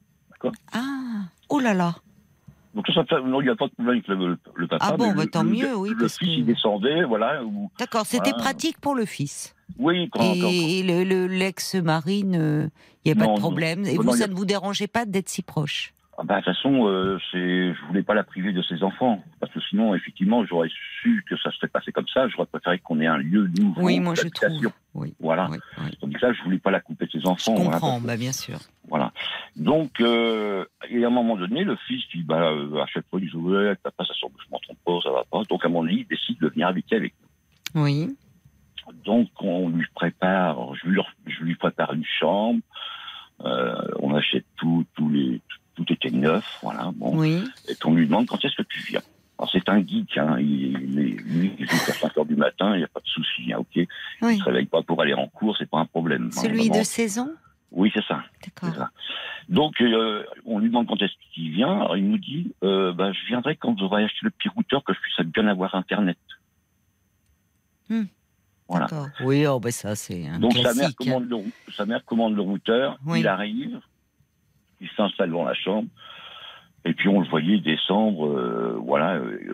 C: Ah, oh là là.
H: Donc, ça, ça, non, il n'y a pas de problème avec le, le- le papa.
C: Ah bon,
H: mais
C: bah,
H: le,
C: tant
H: le-
C: mieux, oui,
H: Le
C: parce
H: fils,
C: que-
H: il descendait, voilà. Ou,
C: D'accord, c'était
H: Voilà.
C: pratique pour le fils.
H: oui, quand, quand- quand-
C: Et le, le- l'ex-mari, il n'y a pas
H: Non,
C: de
H: non.
C: problème. Et
H: Non,
C: vous,
H: non, y
C: ça
H: a-
C: ne vous dérangeait pas d'être si proche?
H: Ah bah, de toute façon, euh, c'est, je voulais pas la priver de ses enfants. Parce que sinon, effectivement, j'aurais su que ça se serait passé comme ça. J'aurais préféré qu'on ait un lieu nouveau.
C: Oui, moi je
H: d'habitation.
C: trouve. Oui,
H: Voilà.
C: oui, oui.
H: Tandis que là, je voulais pas la couper de ses
C: Je
H: enfants. voilà,
C: comprends,
H: parce que-
C: bah, bien sûr.
H: Voilà. Donc, euh, et à un moment donné, le fils, qui, bah, euh, à chaque fois, il dit, ouais, papa, ça semble que je m'en trompe pas, ça va pas. Donc, à mon avis, il décide de venir habiter avec
C: Oui,
H: nous. Donc, on lui prépare, je lui, je lui prépare une chambre, euh, on achète tout, tous les, tout était neuf, voilà, bon.
C: oui.
H: Et on lui demande quand est-ce que tu viens. Alors, c'est un geek, hein, il, il, est- lui, il joue à cinq heures du matin, il n'y a pas de souci, hein, ok. Il
C: oui.
H: se réveille pas pour aller en cours, c'est pas un problème. hein,
C: Celui
H: vraiment.
C: de seize ans?
H: Oui, c'est ça. C'est
C: D'accord.
H: ça. Donc, euh, on lui demande quand est-ce qu'il vient. Alors, il nous dit, euh, bah, je viendrai quand j'aurai acheté le petit routeur, que je puisse bien avoir Internet.
C: Hmm.
H: Voilà.
C: D'accord. Oui, oh, bah, ça, c'est un
H: Donc, sa mère,
C: classique.
H: commande le, rou- sa mère commande le routeur,
C: Oui.
H: il arrive, il s'installe dans la chambre, et puis on le voyait descendre, euh, voilà, euh,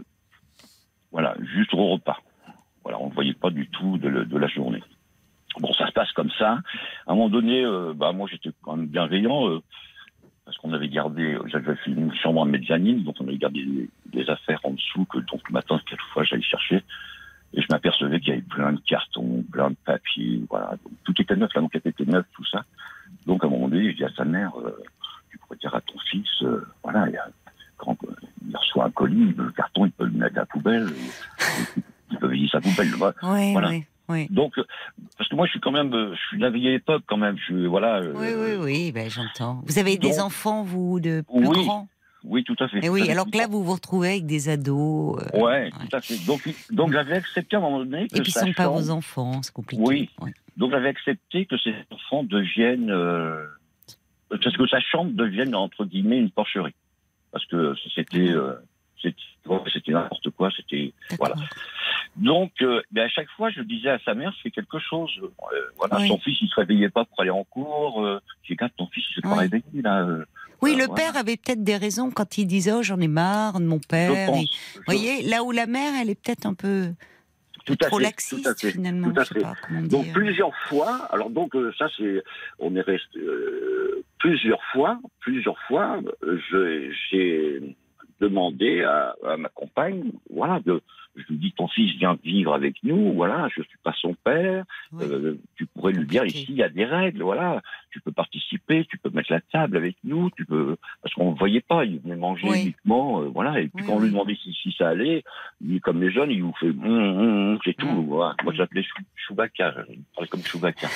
H: voilà, juste au repas. Voilà, on ne le voyait pas du tout de, le- de la journée. Bon, ça se passe comme ça. À un moment donné, euh, bah, moi, j'étais quand même bienveillant, euh, parce qu'on avait gardé, j'avais fait une chambre en mezzanine, donc on avait gardé des, des affaires en dessous, que donc le matin, quelquefois, j'allais chercher. Et je m'apercevais qu'il y avait plein de cartons, plein de papiers, voilà. Donc, tout était neuf, la moquette était neuve, tout ça. Donc, à un moment donné, je dis à sa mère, euh, tu pourrais dire à ton fils, euh, voilà, il, y a, quand euh, il reçoit un colis, le carton, il peut le mettre à la poubelle, et, il peut veiller sa poubelle. Voilà.
C: Oui,
H: Voilà.
C: oui, oui.
H: Donc, euh, parce que moi, je suis quand même, euh, je suis de la vieille époque, quand même. Je, voilà. euh,
C: Oui, oui, oui, ben, j'entends. Vous avez des
H: donc-
C: enfants, vous, de plus
H: Oui,
C: grands?
H: Oui, tout à fait.
C: Et
H: tout à
C: oui,
H: fait.
C: alors que là, vous vous retrouvez avec des ados. euh,
H: Ouais, tout à fait. Donc, donc j'avais accepté à un moment donné que
C: Et puis, ce
H: sa
C: ne sont pas
H: chambre-
C: vos enfants, c'est compliqué.
H: Oui.
C: Ouais.
H: Donc j'avais accepté que ces enfants deviennent, euh, parce que sa chambre devienne entre guillemets une porcherie, parce que c'était, euh, c'était, c'était n'importe quoi, c'était
C: D'accord.
H: voilà. Donc, euh, ben à chaque fois, je disais à sa mère, fais quelque chose. Euh, voilà,
C: Oui.
H: son fils, il se réveillait pas pour aller en cours. Euh, j'ai dit, regarde, ton fils, il s'est pas
C: Oui.
H: réveillé là. euh,
C: Oui,
H: euh,
C: le
H: voilà.
C: père avait peut-être des raisons quand il disait, oh, j'en ai marre de mon père.
H: Je pense.
C: Et-
H: Je-
C: Vous voyez, là où la mère, elle est peut-être un peu
H: Tout à
C: trop
H: fait,
C: laxiste,
H: tout à fait,
C: finalement.
H: tout à
C: je sais
H: fait.
C: pas comment
H: Donc
C: dire.
H: plusieurs fois, alors donc euh, ça c'est, on est resté euh, plusieurs fois, plusieurs fois, euh, je- j'ai demandé à, à ma compagne, voilà, de, je lui dis ton fils vient vivre avec nous, voilà, je suis pas son père,
C: Oui.
H: euh, tu pourrais lui dire
C: Compliqué.
H: ici il y a des règles, voilà, tu peux participer, tu peux mettre la table avec nous, tu peux, parce qu'on ne voyait pas, il venait manger
C: Oui.
H: uniquement, euh, voilà, et puis
C: Oui,
H: quand on
C: oui.
H: lui demandait si, si ça allait, il, comme les jeunes, il vous fait, hum, hum, hum, c'est tout,
C: Hum.
H: voilà. Moi je l'appelais Chou- Chewbacca, je parlais comme Chewbacca.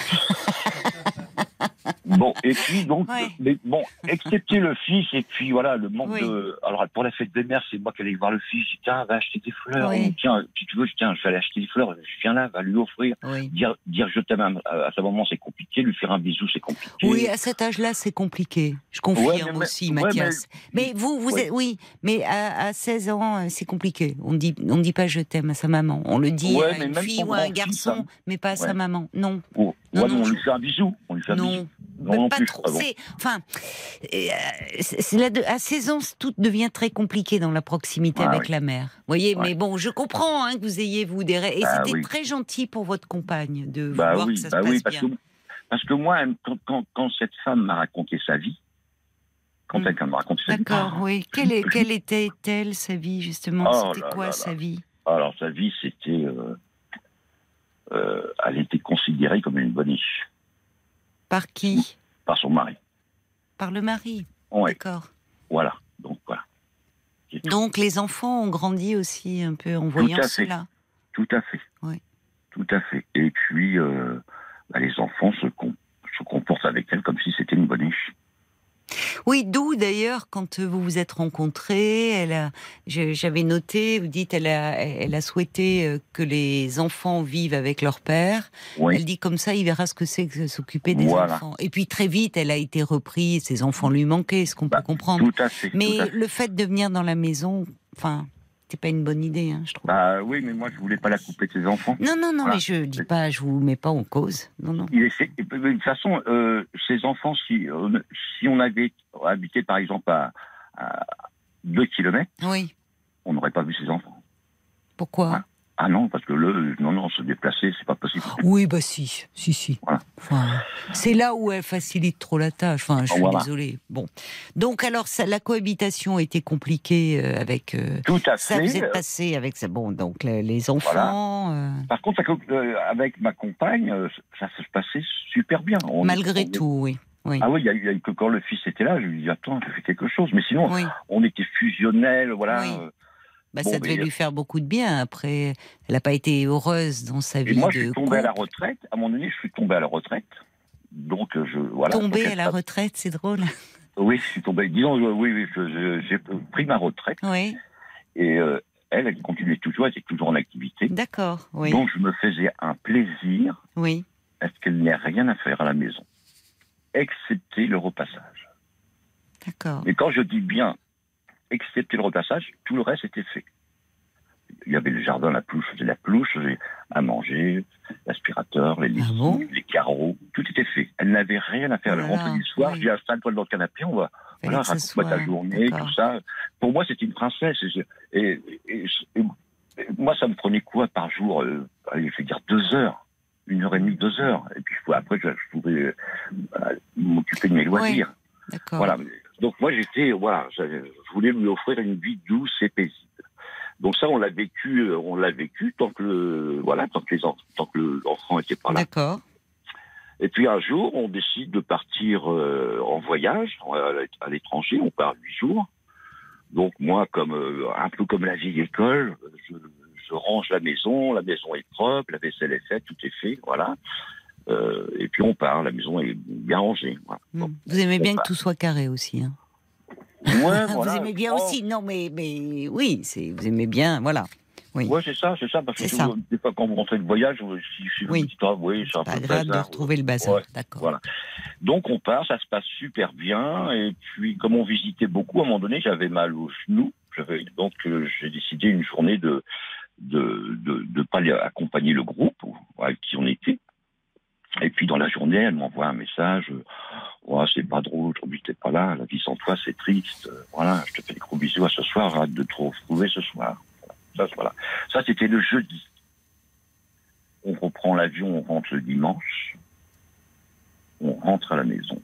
H: Bon, et puis donc,
C: Ouais.
H: mais bon, excepté le fils, et puis voilà, le manque
C: Oui.
H: de. Alors pour la fête des mères, c'est moi qui allais voir le fils, je dis tiens, va acheter des fleurs,
C: Oui.
H: ou, tiens, si tu veux, tiens, je vais aller acheter des fleurs, je viens là, va lui offrir.
C: Oui.
H: Dire, dire je t'aime à, à, à sa maman, c'est compliqué, lui faire un bisou, c'est compliqué.
C: Oui, à cet âge-là, c'est compliqué. Je confirme
H: Ouais, mais-
C: aussi,
H: ouais,
C: Mathias. Mais,
H: mais-
C: vous, vous
H: ouais.
C: êtes, oui, mais à, à seize ans, euh, c'est compliqué. On dit, on dit pas je t'aime à sa maman. On le dit
H: Ouais,
C: à
H: mais
C: une
H: même
C: fille
H: son
C: ou à un
H: grand-fils,
C: garçon,
H: hein.
C: mais pas à sa
H: Ouais.
C: maman. Non,
H: Oh,
C: Non,
H: ouais,
C: non,
H: mais on
C: je-
H: lui fait un bisou, on lui fait un bisou.
C: non,
H: Non, non
C: pas
H: plus,
C: trop.
H: ah bon.
C: C'est, enfin, euh, c'est, c'est là de- à seize ans, tout devient très compliqué dans la proximité
H: Ah,
C: avec
H: oui.
C: la mère. Vous voyez,
H: Ouais.
C: mais bon, je comprends hein, que vous ayez vous des rêves. Et
H: Bah,
C: c'était
H: oui.
C: très gentil pour votre compagne de
H: Bah
C: vouloir
H: oui,
C: que ça
H: bah
C: se passe
H: oui, parce
C: bien.
H: que, parce que moi, elle- quand, quand, quand cette femme m'a raconté sa vie, quand
C: Mm.
H: elle quand elle m'a raconté sa vie,
C: D'accord,
H: oh,
C: oui. Quelle, est- quelle était-elle sa vie justement
H: Oh
C: C'était
H: là
C: quoi
H: là
C: sa
H: là.
C: vie?
H: alors sa vie, c'était, euh, euh, elle était considérée comme une boniche
C: Par qui?
H: par son mari.
C: Par le mari.
H: Ouais,
C: D'accord.
H: voilà. Donc voilà. C'est tout.
C: Donc les enfants ont grandi aussi un peu en voyant
H: à fait.
C: cela.
H: Tout à fait.
C: Oui.
H: Tout à fait. Et puis, euh, bah, les enfants se, com- se comportent avec elle comme si c'était une boniche.
C: Oui, d'où d'ailleurs, quand vous vous êtes rencontrés, elle a, je- j'avais noté, vous dites, elle a, elle a souhaité euh, que les enfants vivent avec leur père.
H: Oui.
C: Elle dit comme ça, il verra ce que c'est que de s'occuper des
H: Voilà.
C: enfants. Et puis très vite, elle a été reprise, ses enfants lui manquaient, ce qu'on
H: Bah,
C: peut comprendre.
H: Tout à fait. tout
C: Mais
H: à fait.
C: le fait de venir dans la maison, enfin, c'est pas une bonne idée, hein, je trouve.
H: Bah oui, mais moi, je voulais pas la couper de ses enfants.
C: non, non, non,
H: voilà.
C: mais je dis pas, je vous mets pas en cause. Non, non.
H: Il essaie, de toute façon, euh, ces enfants, si, euh, si on avait habité, par exemple, à, à deux kilomètres,
C: Oui.
H: on n'aurait pas vu ces enfants.
C: Pourquoi?
H: Ouais. Ah non, parce que là, non, non, se déplacer, c'est pas possible.
C: Oui, bah si, si, si.
H: Voilà.
C: Enfin, c'est là où elle facilite trop la tâche. Enfin, je suis
H: Voilà.
C: désolée. Bon, donc alors ça, la cohabitation a été compliquée euh, avec. euh,
H: Tout à
C: ça
H: fait.
C: vous êtes passé avec ça. Bon, donc les, les enfants. euh,
H: Par contre, euh, avec ma compagne, euh, ça se passait super bien. On-
C: malgré
H: on-
C: tout, oui. Oui.
H: Ah oui, il y a eu- il y a eu que quand le fils était là, je lui ai dit attends, je fais quelque chose. Mais sinon,
C: oui.
H: on était fusionnels, voilà.
C: Oui.
H: Euh,
C: Bah,
H: bon,
C: ça devait
H: mais-
C: lui faire beaucoup de bien. Après, elle n'a pas été heureuse dans sa
H: Et
C: vie
H: moi, je
C: de
H: suis tombé à la
C: couple.
H: retraite. À un moment donné, je suis tombé à la retraite. Donc, euh, je voilà.
C: Tomber
H: Donc,
C: à la
H: elle-
C: retraite, c'est drôle.
H: Oui, je suis tombé. Disons, euh, oui, oui, je- je- j'ai pris ma retraite
C: Oui,
H: et euh, elle, elle continuait toujours, elle était toujours en activité.
C: d'accord. Oui,
H: Donc, je me faisais un plaisir
C: oui.
H: à ce qu'elle n'ait rien à faire à la maison, excepté le repassage.
C: D'accord.
H: Mais quand je dis bien, excepté le repassage, tout le reste était fait. Il y avait le jardin, la pelouse, je faisais la pelouse, je faisais à manger, l'aspirateur, les lessives,
C: Ah bon
H: les carreaux, tout était fait. Elle n'avait rien à faire. Elle
C: Oh là
H: rentrait
C: là,
H: du soir,
C: oui.
H: je dis installe-toi dans le canapé, on va,
C: Fallait
H: voilà,
C: que ça
H: raconte-moi ta
C: soit-
H: journée,
C: d'accord.
H: tout ça. Pour moi, c'était une princesse. Et, et- et- et- et moi, ça me prenait quoi par jour euh, allez, je vais dire deux heures. Une heure et demie, deux heures. Et puis après, je, je pouvais euh, m'occuper de mes loisirs.
C: D'accord.
H: Voilà. Donc moi j'étais, voilà, je, je voulais lui offrir une vie douce et paisible. Donc ça on l'a vécu, on l'a vécu tant que le, voilà, tant que les en- tant que l'enfant était pas là.
C: D'accord.
H: Et puis un jour on décide de partir euh, en voyage à l'étranger, on part huit jours. Donc moi comme euh, un peu comme la vieille école, je, je range la maison, la maison est propre, la vaisselle est faite, tout est fait, voilà. Euh, et puis on part, la maison est bien rangée. Voilà.
C: Hmm.
H: Donc,
C: Vous aimez bien
H: on
C: que
H: part.
C: tout soit carré aussi. Hein.
H: Ouais,
C: Vous
H: voilà.
C: aimez bien
H: Oh.
C: aussi. Non, mais, mais oui, c'est, vous aimez bien. Voilà. Oui.
H: Ouais, c'est ça, c'est ça, parce que
C: C'est ça.
H: vous- des fois, quand vous rentrez de voyage, vous- si, si vous
C: Oui.
H: me dites, ah, oui, c'est un
C: Pas
H: peu
C: agréable de
H: bazar,
C: retrouver le bazar.
H: Ouais,
C: D'accord.
H: voilà. Donc, on part, ça se passe super bien, et puis, comme on visitait beaucoup, à un moment donné, j'avais mal au genou, j'avais, donc, euh, j'ai décidé une journée de, de, de, de pas aller accompagner le groupe, avec qui on était. Et puis, dans la journée, elle m'envoie un message, euh, ouais, c'est pas drôle, aujourd'hui t'es pas là, la vie sans toi, c'est triste, euh, voilà, je te fais des gros bisous à ce soir, hâte de te retrouver ce soir. Ça, voilà. Ça, c'était le jeudi. On reprend l'avion, on rentre le dimanche. On rentre à la maison.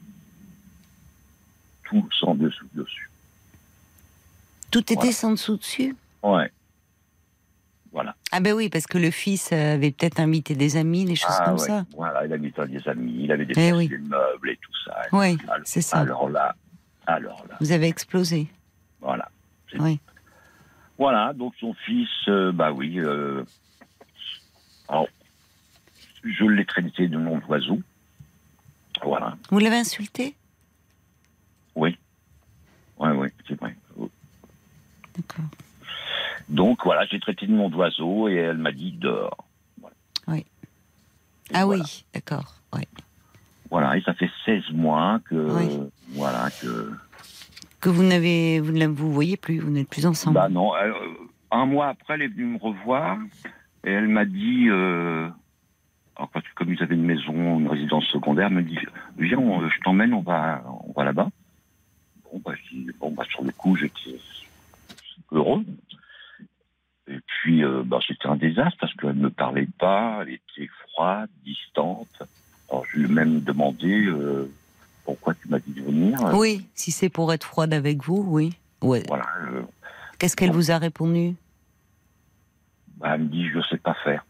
H: Tout sans dessous dessus.
C: Tout était
H: Voilà.
C: sans dessous dessus.
H: Ouais. Voilà.
C: Ah ben oui, parce que le fils avait peut-être invité des amis, des choses
H: Ah
C: comme
H: ouais.
C: ça.
H: Voilà, il avait des amis, il avait des,
C: Eh oui.
H: des meubles et tout ça.
C: Oui,
H: Alors,
C: c'est ça.
H: Alors là, alors là,
C: Vous avez explosé.
H: voilà. C'est-
C: Oui.
H: Voilà, donc son fils, euh, bah oui. Euh, alors, je l'ai traité de nom d'oiseau. Voilà.
C: Vous l'avez insulté?
H: Oui. Oui, oui, c'est vrai.
C: D'accord.
H: Donc voilà, j'ai traité de nom d'oiseau et elle m'a dit dehors. Voilà.
C: Oui.
H: Et
C: Ah
H: voilà.
C: oui, d'accord. Oui.
H: Voilà, et ça fait seize mois que.
C: Oui.
H: Voilà, que.
C: Que vous n'avez, vous ne la- vous voyez plus, vous n'êtes plus ensemble.
H: Bah non, elle, euh, un mois après, elle est venue me revoir et elle m'a dit euh, alors, parce que comme ils avaient une maison, une résidence secondaire, elle me dit, viens, on- je t'emmène, on va, on va là-bas. Bon, bah, je dis, bon, bah, sur le coup, j'étais heureux. Et puis, euh, bah, c'était un désastre parce qu'elle ne me parlait pas, elle était froide, distante. Alors, je lui ai même demandé euh, pourquoi tu m'as dit de venir.
C: Oui, si c'est pour être froide avec vous, oui. Ouais.
H: Voilà. euh,
C: Qu'est-ce qu'elle
H: bon.
C: vous a répondu?
H: Bah, elle me dit, je sais pas faire.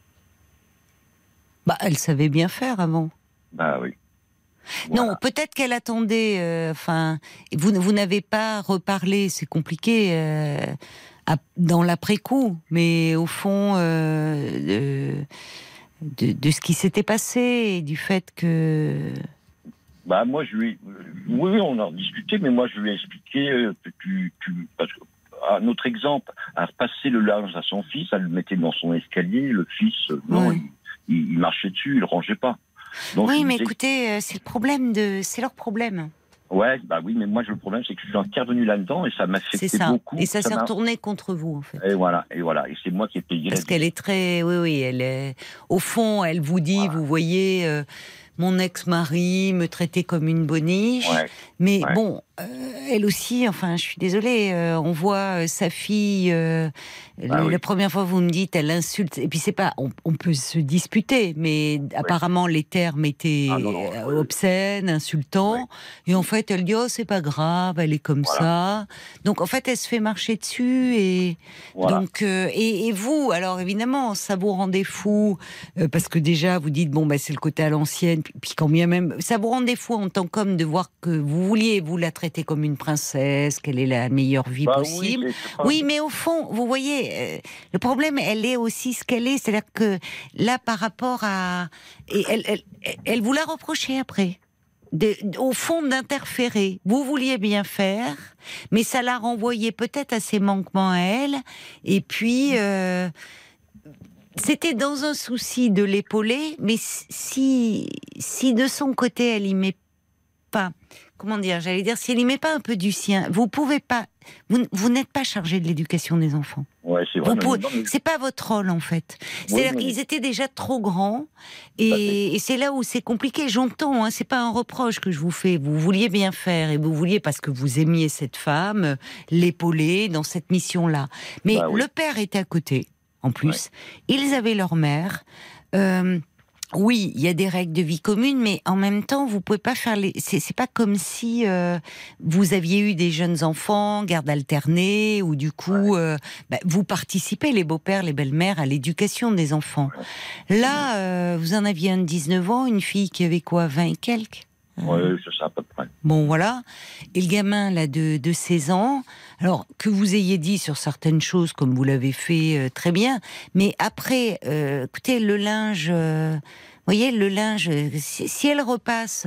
C: Bah, elle savait bien faire avant.
H: Bah oui.
C: Non,
H: Voilà.
C: peut-être qu'elle attendait. euh, Enfin, vous, vous n'avez pas reparlé, c'est compliqué euh, à- dans l'après-coup, mais au fond euh, de, de, de ce qui s'était passé et du fait que.
H: Bah, moi, je lui ai... Oui, oui, on en discutait, mais moi, je lui ai expliqué euh, que tu... tu... Parce que, à notre exemple, à repasser le linge à son fils, elle le mettait dans son escalier, le fils, euh, non,
C: Ouais.
H: il, il, il marchait dessus, il le rangeait pas. Donc, je
C: Oui,
H: lui
C: mais
H: disais-
C: écoutez, euh, c'est le problème de, c'est leur problème.
H: Ouais, bah oui, mais moi, le problème, c'est que je suis intervenu là-dedans et ça m'a
C: C'est
H: affecté
C: ça.
H: beaucoup.
C: Et ça s'est
H: m'a-
C: retourné contre vous, en fait.
H: Et voilà, et voilà. Et c'est moi qui ai payé
C: Parce
H: la
C: qu'elle est très, oui, oui, elle est. Au fond, elle vous dit,
H: Voilà.
C: vous voyez, euh, mon ex-mari me traitait comme une boniche.
H: Ouais.
C: Mais
H: Ouais.
C: bon, euh, elle aussi, enfin, je suis désolée, euh, on voit euh, sa fille, euh,
H: Ah
C: le-
H: oui.
C: la première fois vous me dites, elle insulte, et puis c'est pas, on, on peut se disputer, mais apparemment les termes étaient
H: Ah non, non,
C: euh,
H: oui.
C: obscènes, insultants, et en fait elle dit, oh c'est pas grave, elle est comme
H: Voilà.
C: ça. Donc en fait elle se fait marcher dessus, et
H: Voilà.
C: donc euh, et, et vous, alors évidemment, ça vous rendait fou, euh, parce que déjà vous dites, bon bah c'est le côté à l'ancienne, puis, puis quand bien même, ça vous rendait fou en tant qu'homme de voir que vous vouliez vous la traiter comme une princesse, qu'elle est la meilleure vie
H: Bah
C: possible.
H: oui, c'est pas-
C: Oui, mais au fond, vous voyez, euh, le problème, elle est aussi ce qu'elle est. C'est-à-dire que là, par rapport à... Et elle, elle, elle vous l'a reproché après. De- au fond, d'interférer. Vous vouliez bien faire, mais ça l'a renvoyé peut-être à ses manquements à elle. Et puis... euh, c'était dans un souci de l'épauler, mais si, si de son côté, elle y met pas... Comment dire, j'allais dire, si elle y met pas un peu du sien, vous pouvez pas, vous, vous n'êtes pas chargé de l'éducation des enfants.
H: Ouais, c'est vrai.
C: Vous
H: mais
C: pouvez-
H: non, mais-
C: c'est pas votre rôle en fait.
H: Oui,
C: C'est-à-dire
H: mais-
C: qu'ils étaient déjà trop grands
H: Tout à fait.
C: et, et c'est là où c'est compliqué. J'entends, hein, c'est pas un reproche que je vous fais. Vous vouliez bien faire et vous vouliez parce que vous aimiez cette femme, euh, l'épauler dans cette mission-là. Mais
H: Bah oui.
C: le père était à côté, en plus. Ils avaient leur mère. Euh, Oui, il y a des règles de vie communes, mais en même temps, vous pouvez pas faire les. C'est, c'est pas comme si euh, vous aviez eu des jeunes enfants, garde alternée, ou du coup, euh, bah, vous participez, les beaux-pères, les belles-mères, à l'éducation des enfants. Là, euh, vous en aviez un de dix-neuf ans, une fille qui avait quoi, vingt et quelques.
H: Ouais, c'est ça, à peu près.
C: Bon, voilà. Et le gamin, là, de, de seize ans, alors, que vous ayez dit sur certaines choses, comme vous l'avez fait euh, très bien, mais après, euh, écoutez, le linge, euh, vous voyez, le linge, euh, si, si elle repasse,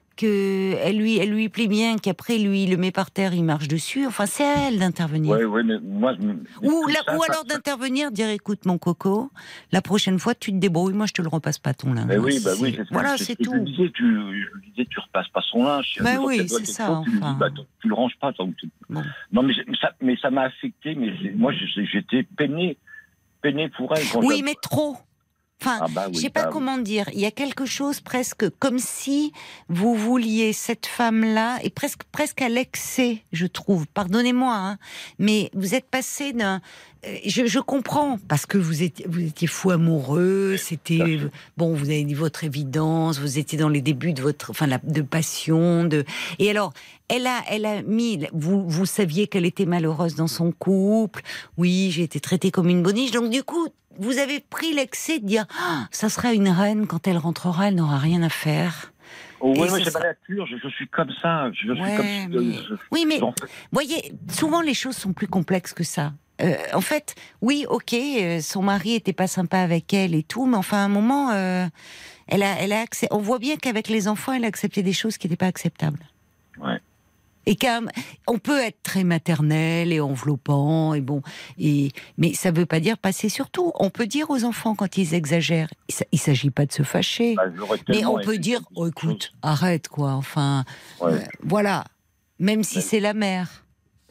C: que elle lui, elle lui plaît bien, qu'après, lui, il le met par terre, il marche dessus, enfin, c'est à elle d'intervenir.
H: Ouais, ouais, mais moi. je me-
C: Ou,
H: tout
C: là-
H: ça,
C: ou
H: ça-
C: alors d'intervenir, dire, écoute, mon coco, la prochaine fois, tu te débrouilles, moi, je te le repasse pas, ton linge.
H: Mais oui, bah
C: C'est-
H: oui, c'est ça.
C: Voilà,
H: C'est
C: c'est
H: ce que Je
C: tout.
H: lui disais, tu, je lui disais, tu repasses pas son linge.
C: Bah
H: Quand
C: oui,
H: elle doit
C: c'est
H: quelque
C: ça,
H: chose, Tu lui
C: enfin.
H: dis, bah, tu, tu le ranges pas. Donc tu-
C: Bon.
H: Non, mais j'ai- ça, mais ça m'a affecté. Mais c'est- moi, je- j'étais peiné, peiné pour elle. Quand
C: Oui,
H: je-
C: mais trop. Enfin,
H: Ah bah oui,
C: je sais pas
H: bah oui.
C: comment dire. Il y a quelque chose presque comme si vous vouliez cette femme-là, et presque presque à l'excès, je trouve. Pardonnez-moi, hein, mais vous êtes passé d'un. euh, Je, je comprends parce que vous étiez vous étiez fou amoureux. C'était bon. Vous avez dit votre évidence. Vous étiez dans les débuts de votre, enfin, la, de passion. De et alors, elle a elle a mis. Vous vous saviez qu'elle était malheureuse dans son couple. Oui, j'ai été traitée comme une boniche. Donc du coup. Vous avez pris l'excès de dire ah, ça sera une reine, quand elle rentrera, elle n'aura rien à faire.
H: Oh,
C: Et
H: ouais,
C: ça
H: ouais, c'est
C: sera-
H: ma nature. Je, je suis comme ça. Je, je suis
C: Ouais,
H: comme ça.
C: mais-
H: je-
C: Oui, mais
H: j'en-
C: voyez, souvent les choses sont plus complexes que ça. Euh, en fait, oui, ok, euh, son mari était pas sympa avec elle et tout, mais enfin, à un moment, euh, elle a, elle a accep- on voit bien qu'avec les enfants, elle a accepté des choses qui n'étaient pas acceptables.
H: Ouais.
C: Et qu'on peut être très maternel et enveloppant, et bon, et, mais ça ne veut pas dire passer sur tout. On peut dire aux enfants quand ils exagèrent, il ne s'agit pas de se fâcher,
H: Bah, j'aurais
C: mais
H: tellement
C: on peut
H: aimé
C: dire,
H: quelque
C: oh,
H: chose.
C: écoute, arrête quoi, enfin,
H: Ouais.
C: euh, voilà, même si
H: Ouais.
C: c'est la mère.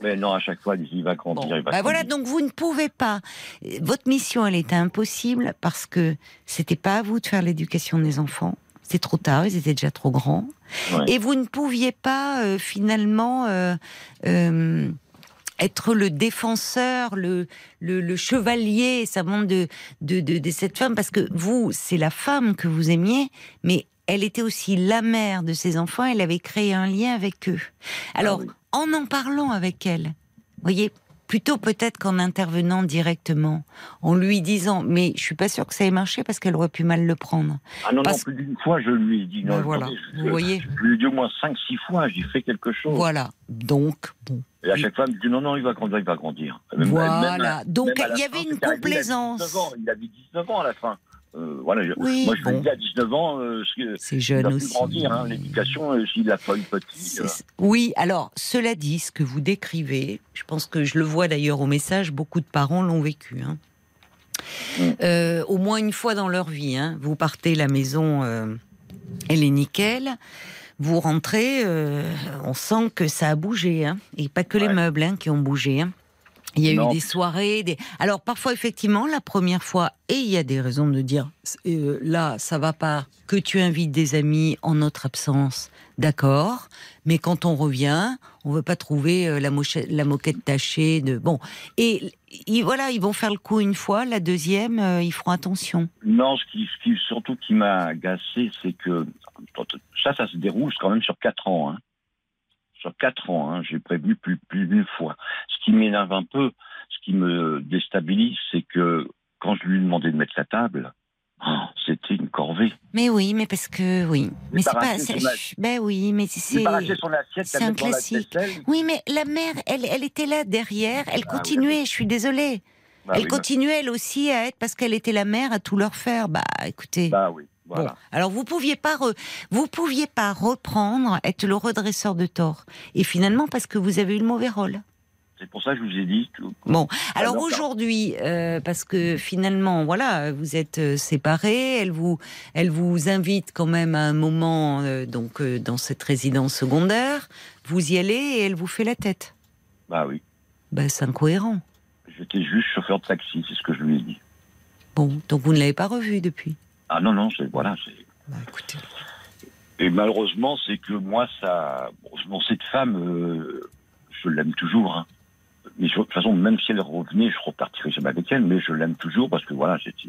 H: Mais non, à chaque fois, il va grandir,
C: Bon,
H: il va
C: bah voilà,
H: grandir.
C: donc vous ne pouvez pas. Votre mission, elle était impossible parce que c'était pas à vous de faire l'éducation des enfants. C'est trop tard, ils étaient déjà trop grands.
H: Ouais.
C: Et vous ne pouviez pas euh, finalement euh, euh, être le défenseur, le, le, le chevalier, ça montre de, de, de, de cette femme, parce que vous, c'est la femme que vous aimiez, mais elle était aussi la mère de ses enfants, elle avait créé un lien avec eux. Alors,
H: Ah oui.
C: en en parlant avec elle, voyez, plutôt peut-être qu'en intervenant directement, en lui disant, mais je suis pas sûre que ça ait marché parce qu'elle aurait pu mal le prendre.
H: Ah non,
C: Parce-
H: non, plus d'une fois, je lui ai dit.
C: Ben
H: Non,
C: voilà,
H: attendez, je,
C: vous voyez.
H: Je lui ai dit au moins cinq six fois, j'ai fait quelque chose.
C: Voilà, donc, bon.
H: Et à chaque fois, elle me dit non, non, il va grandir, il va grandir. Même-
C: Voilà.
H: même à-
C: Donc,
H: même à la
C: il y avait
H: fin,
C: une
H: c'était arrivé,
C: complaisance.
H: Il avait dix-neuf ans, il avait dix-neuf ans à la fin. Euh, voilà, je-
C: Oui,
H: moi, je
C: bon.
H: lui dis à dix-neuf ans, euh, ce que-
C: C'est
H: il
C: jeune
H: va plus
C: aussi.
H: grandir, hein, l'éducation, euh, s'il l'a pas eu petit.
C: C'est-
H: euh,
C: Oui, alors, cela dit, ce que vous décrivez, je pense que je le vois d'ailleurs au message, beaucoup de parents l'ont vécu. Hein.
H: Mm.
C: Euh, au moins une fois dans leur vie. Hein. Vous partez, la maison, euh, elle est nickel. Vous rentrez, euh, on sent que ça a bougé. Hein. Et pas que les
H: Ouais.
C: meubles hein, qui ont bougé. Hein. Il y a
H: Non.
C: eu des soirées, des... Alors parfois effectivement la première fois, et il y a des raisons de dire euh, là ça va pas, que tu invites des amis en notre absence, d'accord, mais quand on revient, on veut pas trouver euh, la, mochette, la moquette tachée de bon, et, et voilà, ils vont faire le coup une fois, la deuxième euh, ils feront attention.
H: Non, ce qui, ce qui surtout qui m'a agacé, c'est que ça, ça se déroule quand même sur quatre ans. Hein. Sur quatre ans, hein, j'ai prévenu plus, plus d'une fois. Ce qui m'énerve un peu, ce qui me déstabilise, c'est que quand je lui ai demandé de mettre la table, oh, c'était une corvée.
C: Mais oui, mais parce que oui, mais c'est pas,
H: Débarrasser
C: c'est-
H: son assiette.
C: ben oui, mais c'est.
H: Débarrasser son assiette,
C: c'est
H: la
C: un
H: mettre dans la
C: classique.
H: vaisselle.
C: Oui, mais la mère, elle, elle était là derrière, elle
H: Ah,
C: continuait,
H: oui.
C: je suis désolée.
H: Bah
C: elle
H: oui, bah-
C: continuait, elle aussi, à être, parce qu'elle était la mère, à tout leur faire. Bah, écoutez.
H: Bah oui, voilà.
C: Bon, alors vous pouviez pas, re- vous pouviez pas reprendre, être le redresseur de tort. Et finalement, parce que vous avez eu le mauvais rôle.
H: C'est pour ça que je vous ai dit. Que...
C: Bon, alors
H: non,
C: aujourd'hui, euh, parce que finalement, voilà, vous êtes euh, séparés, elle vous, elle vous invite quand même à un moment, euh, donc euh, dans cette résidence secondaire, vous y allez et elle vous fait la tête.
H: Bah oui.
C: Ben, c'est incohérent.
H: J'étais juste chauffeur de taxi, c'est ce que je lui ai dit.
C: Bon, donc vous ne l'avez pas revu depuis.
H: Ah non, non, c'est voilà. c'est-
C: Bah, écoutez.
H: Et malheureusement, c'est que moi, ça. Bon, cette femme, euh, je l'aime toujours. Hein. Mais je- de toute façon, même si elle revenait, je repartirais jamais avec elle, mais je l'aime toujours parce que voilà, j'étais.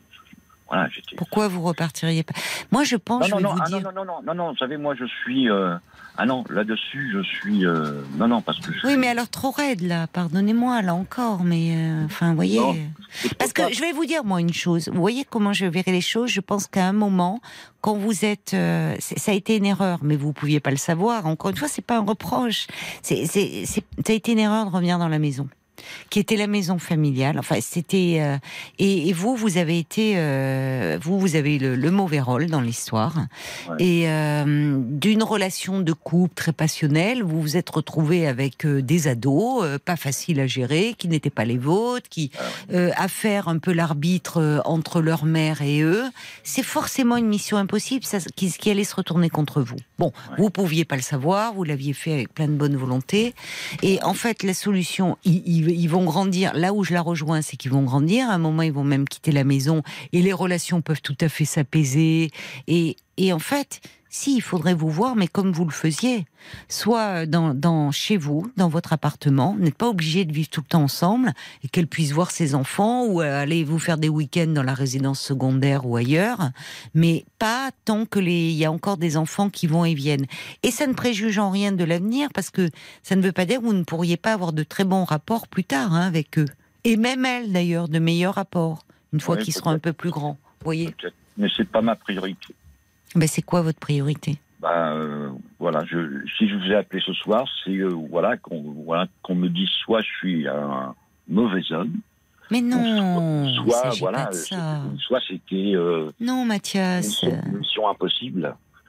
H: Voilà, j'étais.
C: Pourquoi vous repartiriez pas? Moi, je pense,
H: Non,
C: je
H: non,
C: vais
H: non,
C: vous
H: ah,
C: dire.
H: non, non, non, non, non, vous savez, moi, je suis. euh, Ah non, là-dessus, je suis. euh, Non, non, parce que. Je
C: Oui,
H: suis-
C: mais alors trop raide là. Pardonnez-moi là encore, mais euh, enfin, vous voyez.
H: Non, c'est
C: Parce
H: pas-
C: que je vais vous dire moi une chose. Vous voyez comment je verrai les choses. Je pense qu'à un moment, quand vous êtes, euh, c'est- ça a été une erreur, mais vous pouviez pas le savoir. Encore une fois, c'est pas un reproche. C'est, c'est, c'est- ça a été une erreur de revenir dans la maison, qui était la maison familiale. Enfin, c'était euh, et, et vous, vous avez été, euh, vous, vous avez le, le mauvais rôle dans l'histoire.
H: Ouais.
C: Et euh, d'une relation de couple très passionnelle, vous vous êtes retrouvé avec euh, des ados, euh, pas faciles à gérer, qui n'étaient pas les vôtres, qui
H: Ah ouais.
C: euh, à faire un peu l'arbitre euh, entre leur mère et eux. C'est forcément une mission impossible, ça, qui, qui allait se retourner contre vous. Bon,
H: Ouais.
C: vous pouviez pas le savoir, vous l'aviez fait avec plein de bonne volonté. Et en fait, la solution, ils, ils, ils vont grandir. Là où je la rejoins, c'est qu'ils vont grandir. À un moment, ils vont même quitter la maison et les relations peuvent tout à fait s'apaiser. Et, et en fait, si, il faudrait vous voir, mais comme vous le faisiez, soit dans, dans chez vous, dans votre appartement. Vous n'êtes pas obligé de vivre tout le temps ensemble et qu'elle puisse voir ses enfants ou aller vous faire des week-ends dans la résidence secondaire ou ailleurs, mais pas tant que les, il y a encore des enfants qui vont et viennent. Et ça ne préjuge en rien de l'avenir parce que ça ne veut pas dire que vous ne pourriez pas avoir de très bons rapports plus tard hein, avec eux. Et même elle, d'ailleurs, de meilleurs rapports, une fois
H: Oui,
C: qu'ils seront un peu plus grands. Vous voyez ?
H: Peut-être. Mais c'est pas ma priorité.
C: Ben, c'est quoi votre priorité ?
H: Bah, euh, voilà, je, si je vous ai appelé ce soir, c'est euh, voilà, qu'on voilà, qu'on me dise soit je suis un mauvais homme,
C: Mais non, il
H: soit
C: s'agit
H: voilà,
C: pas de ça.
H: soit c'était euh,
C: Non,
H: une,
C: Mathias.
H: mission, une mission impossible.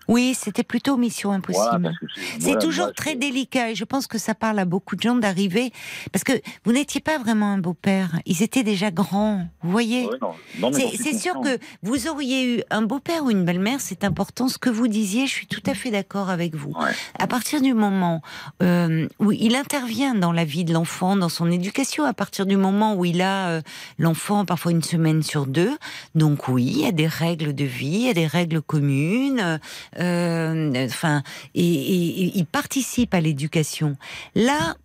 C: Oui, c'était plutôt mission impossible.
H: Voilà, parce que c'est
C: c'est
H: voilà,
C: toujours
H: moi,
C: très
H: je-
C: délicat et je pense que ça parle à beaucoup de gens d'arriver parce que vous n'étiez pas vraiment un beau-père. Ils étaient déjà grands, vous voyez.
H: Ouais, non, non, mais j'en
C: C'est
H: suis
C: c'est sûr
H: conscient.
C: que vous auriez eu un beau-père ou une belle-mère, c'est important. Ce que vous disiez, je suis tout à fait d'accord avec vous.
H: Ouais.
C: À partir du moment euh, où il intervient dans la vie de l'enfant, dans son éducation, à partir du moment où il a euh, l'enfant parfois une semaine sur deux, donc oui, il y a des règles de vie, il y a des règles communes, euh, enfin, et, et- et il participe à l'éducation. Là,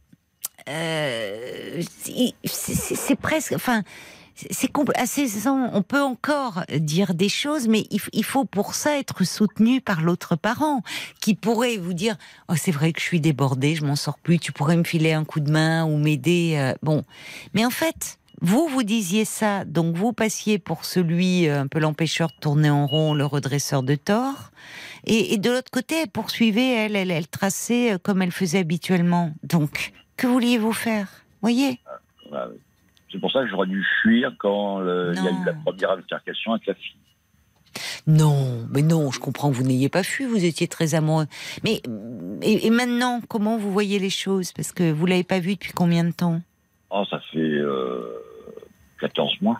C: euh, c'est c'est- c'est presque, enfin, c'est compl- à seize ans, on peut encore dire des choses, mais il, f- il faut pour ça être soutenu par l'autre parent, qui pourrait vous dire « Oh, c'est vrai que je suis débordée, je m'en sors plus, tu pourrais me filer un coup de main ou m'aider. euh, » Bon, mais en fait, vous, vous disiez ça, donc vous passiez pour celui, euh, un peu l'empêcheur de tourner en rond, le redresseur de tort, et, et de l'autre côté, elle poursuivait, elle, elle, elle traçait euh, comme elle faisait habituellement. Donc, que vouliez-vous faire ? Voyez ?
H: Voilà. C'est pour ça que j'aurais dû fuir quand euh, il y a
C: Non.
H: eu la première altercation avec la fille.
C: Non, mais non, je comprends que vous n'ayez pas fui, vous étiez très amoureux. Mais et, et maintenant, comment vous voyez les choses ? Parce que vous l'avez pas vu depuis combien de temps ?
H: Oh, ça fait euh, quatorze mois.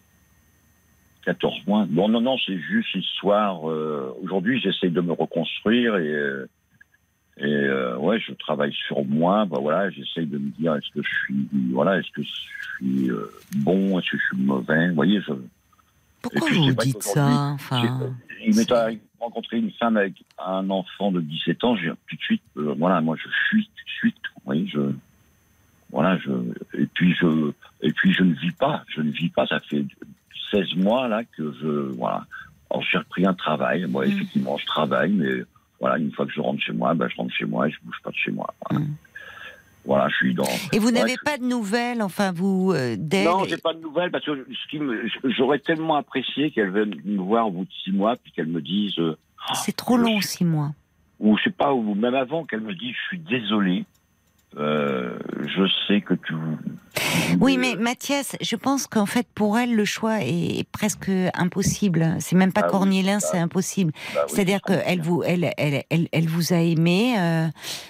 H: quatorze mois. Non, non, non, c'est juste histoire. Euh, aujourd'hui, j'essaye de me reconstruire et, euh, et euh, ouais, je travaille sur moi. Bah voilà, j'essaye de me dire est-ce que je suis, voilà, est-ce que je suis euh, bon, est-ce que je suis mauvais. Vous voyez, je.
C: Pourquoi
H: Et puis,
C: vous
H: c'est vrai
C: dites
H: qu'aujourd'hui,
C: ça ? Enfin,
H: j'ai- Il m'est arrivé de rencontrer une femme avec un enfant de dix-sept ans. J'ai tout de suite, euh, voilà, moi je fuis tout de suite. Vous voyez, je. Voilà, je et puis je et puis je ne vis pas, je ne vis pas. Ça fait seize mois là que je voilà. Alors j'ai repris un travail. Moi,
C: Mm.
H: effectivement, je travaille, mais voilà, une fois que je rentre chez moi, ben je rentre chez moi et je bouge pas de chez moi. Voilà,
C: Mm.
H: voilà je suis dans.
C: et vous
H: Ouais,
C: n'avez
H: je-
C: pas de nouvelles, enfin vous euh, d'elle
H: Non, j'ai pas de nouvelles parce que ce qui me, j'aurais tellement apprécié qu'elle vienne me voir au bout de six mois puis qu'elle me dise. euh,
C: C'est trop
H: je
C: long,
H: suis-
C: six mois.
H: ou je sais pas, ou même avant qu'elle me dise je suis désolé. Euh, je sais que tu.
C: Oui, mais Mathias, je pense qu'en fait, pour elle, le choix est presque impossible. C'est même pas
H: Ah oui,
C: cornélien,
H: bah,
C: c'est impossible.
H: Bah oui,
C: C'est-à-dire
H: je sens
C: qu'elle
H: bien.
C: vous, elle, elle, elle, elle vous a aimé, euh,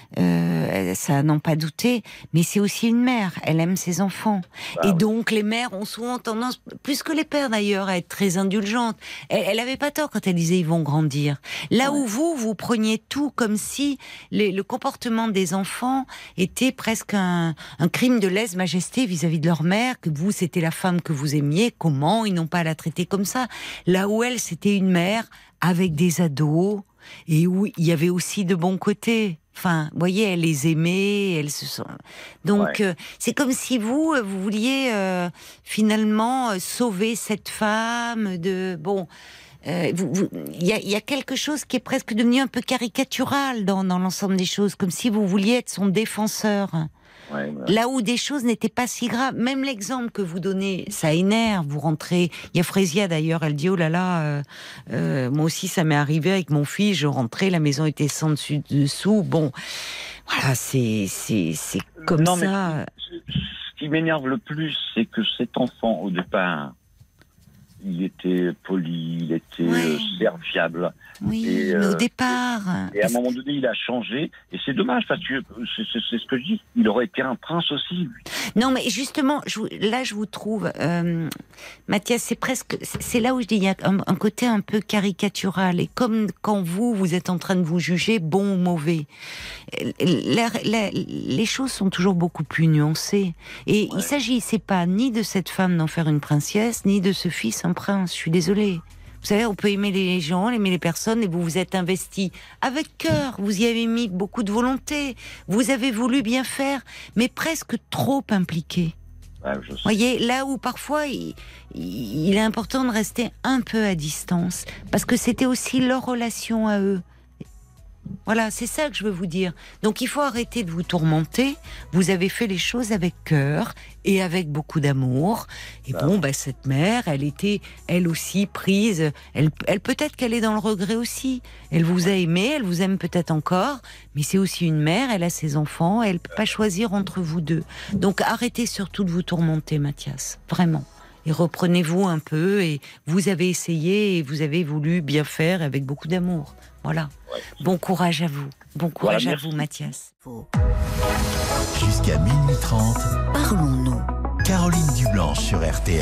C: euh, ça n'en pas douté, mais c'est aussi une mère. Elle aime ses enfants.
H: Bah
C: Et
H: oui.
C: donc, les mères ont souvent tendance, plus que les pères d'ailleurs, à être très indulgentes. Elle, elle avait pas tort quand elle disait ils vont grandir. Là
H: Ouais.
C: où vous, vous preniez tout comme si les- le comportement des enfants était presque un, un crime de lèse-majesté vis-à-vis de leur mère, que vous, c'était la femme que vous aimiez, comment ils n'ont pas à la traiter comme ça. Là où elle, c'était une mère avec des ados, et où il y avait aussi de bons côtés. Enfin, vous voyez, elle les aimait, elle se sent... Donc,
H: Ouais.
C: euh, c'est comme si vous, euh, vous vouliez euh, finalement euh, sauver cette femme de... Bon, euh, vous- vous- il y, a, il y a quelque chose qui est presque devenu un peu caricatural dans, dans l'ensemble des choses, comme si vous vouliez être son défenseur.
H: Ouais, ouais.
C: Là où des choses n'étaient pas si graves. Même l'exemple que vous donnez, ça énerve. Vous rentrez. Il y a Frésia d'ailleurs, elle dit oh là là, euh, euh, moi aussi ça m'est arrivé avec mon fils. Je rentrais, la maison était sans dessus dessous. Bon, voilà, c'est c'est c'est comme
H: Non, mais
C: ça.
H: ce qui- ce qui m'énerve le plus, c'est que cet enfant, au départ, il était poli, il était
C: Ouais.
H: euh, serviable.
C: Oui,
H: et,
C: mais au
H: euh,
C: départ.
H: Et à un moment donné, il a changé. Et c'est dommage, parce que c'est c'est- c'est ce que je dis. Il aurait été un prince aussi, lui.
C: Non, mais justement, je vous- là, je vous trouve, euh, Mathias, c'est presque, c'est c'est là où je dis, il y a un, un côté un peu caricatural. Et comme quand vous, vous êtes en train de vous juger bon ou mauvais, la- la- les choses sont toujours beaucoup plus nuancées. Et
H: Ouais.
C: il s'agissait pas ni de cette femme d'en faire une princesse, ni de ce fils un prince. Je suis désolée. Vous savez, on peut aimer les gens, aimer les personnes, et vous vous êtes investi avec cœur. Vous y avez mis beaucoup de volonté. Vous avez voulu bien faire, mais presque trop impliqué.
H: Ouais, je sais.
C: Voyez, là où parfois il, il est important de rester un peu à distance, parce que c'était aussi leur relation à eux. Voilà, c'est ça que je veux vous dire. Donc il faut arrêter de vous tourmenter. Vous avez fait les choses avec cœur et avec beaucoup d'amour. Et
H: Ah.
C: bon, bah, cette mère, elle était, elle aussi, prise. Elle, elle peut-être qu'elle est dans le regret aussi. Elle vous a aimé, elle vous aime peut-être encore, mais c'est aussi une mère, elle a ses enfants, elle peut pas choisir entre vous deux. Donc arrêtez surtout de vous tourmenter, Mathias. Vraiment. Et reprenez-vous un peu, et vous avez essayé et vous avez voulu bien faire avec beaucoup d'amour. Voilà.
H: Ouais.
C: Bon courage à vous. Bon courage
H: Voilà,
C: à vous, Mathias.
A: Jusqu'à minuit trente,
B: Parlons-nous.
A: Caroline Dublanche sur R T L.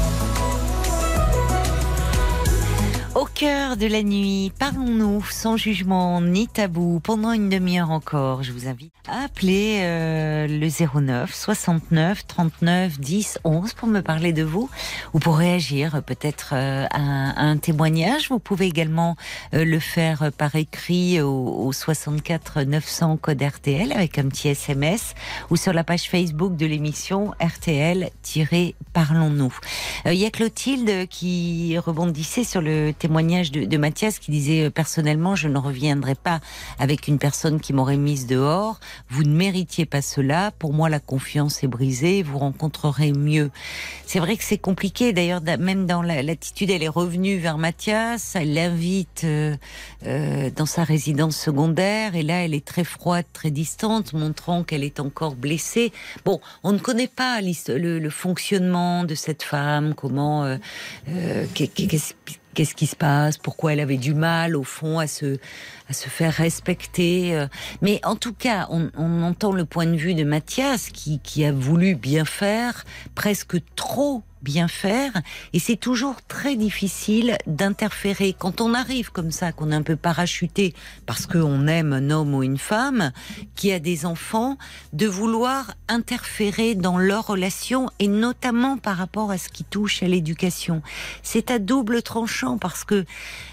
C: Au cœur de la nuit, parlons-nous sans jugement ni tabou pendant une demi-heure encore. Je vous invite à appeler euh, le zéro neuf soixante-neuf trente-neuf dix onze pour me parler de vous ou pour réagir peut-être euh, à, un, à un témoignage. Vous pouvez également euh, le faire par écrit au, au soixante-quatre neuf cents code R T L avec un petit S M S ou sur la page Facebook de l'émission R T L-Parlons-nous. Il euh, y a Clotilde qui rebondissait sur le témoignage de, de Mathias qui disait euh, personnellement je ne reviendrai pas avec une personne qui m'aurait mise dehors, vous ne méritiez pas cela, pour moi la confiance est brisée, vous rencontrerez mieux. C'est vrai que c'est compliqué, d'ailleurs même dans la, l'attitude elle est revenue vers Mathias, elle l'invite euh, euh, dans sa résidence secondaire et là elle est très froide, très distante, montrant qu'elle est encore blessée. Bon, on ne connaît pas le, le fonctionnement de cette femme, comment euh, euh, qu'est-ce Qu'est-ce qui se passe? Pourquoi elle avait du mal, au fond, à se, à se faire respecter? Mais en tout cas, on, on entend le point de vue de Mathias qui, qui a voulu bien faire, presque trop bien faire, et c'est toujours très difficile d'interférer quand on arrive comme ça, qu'on est un peu parachuté parce qu'on aime un homme ou une femme qui a des enfants, de vouloir interférer dans leur relation et notamment par rapport à ce qui touche à l'éducation. C'est à double tranchant parce que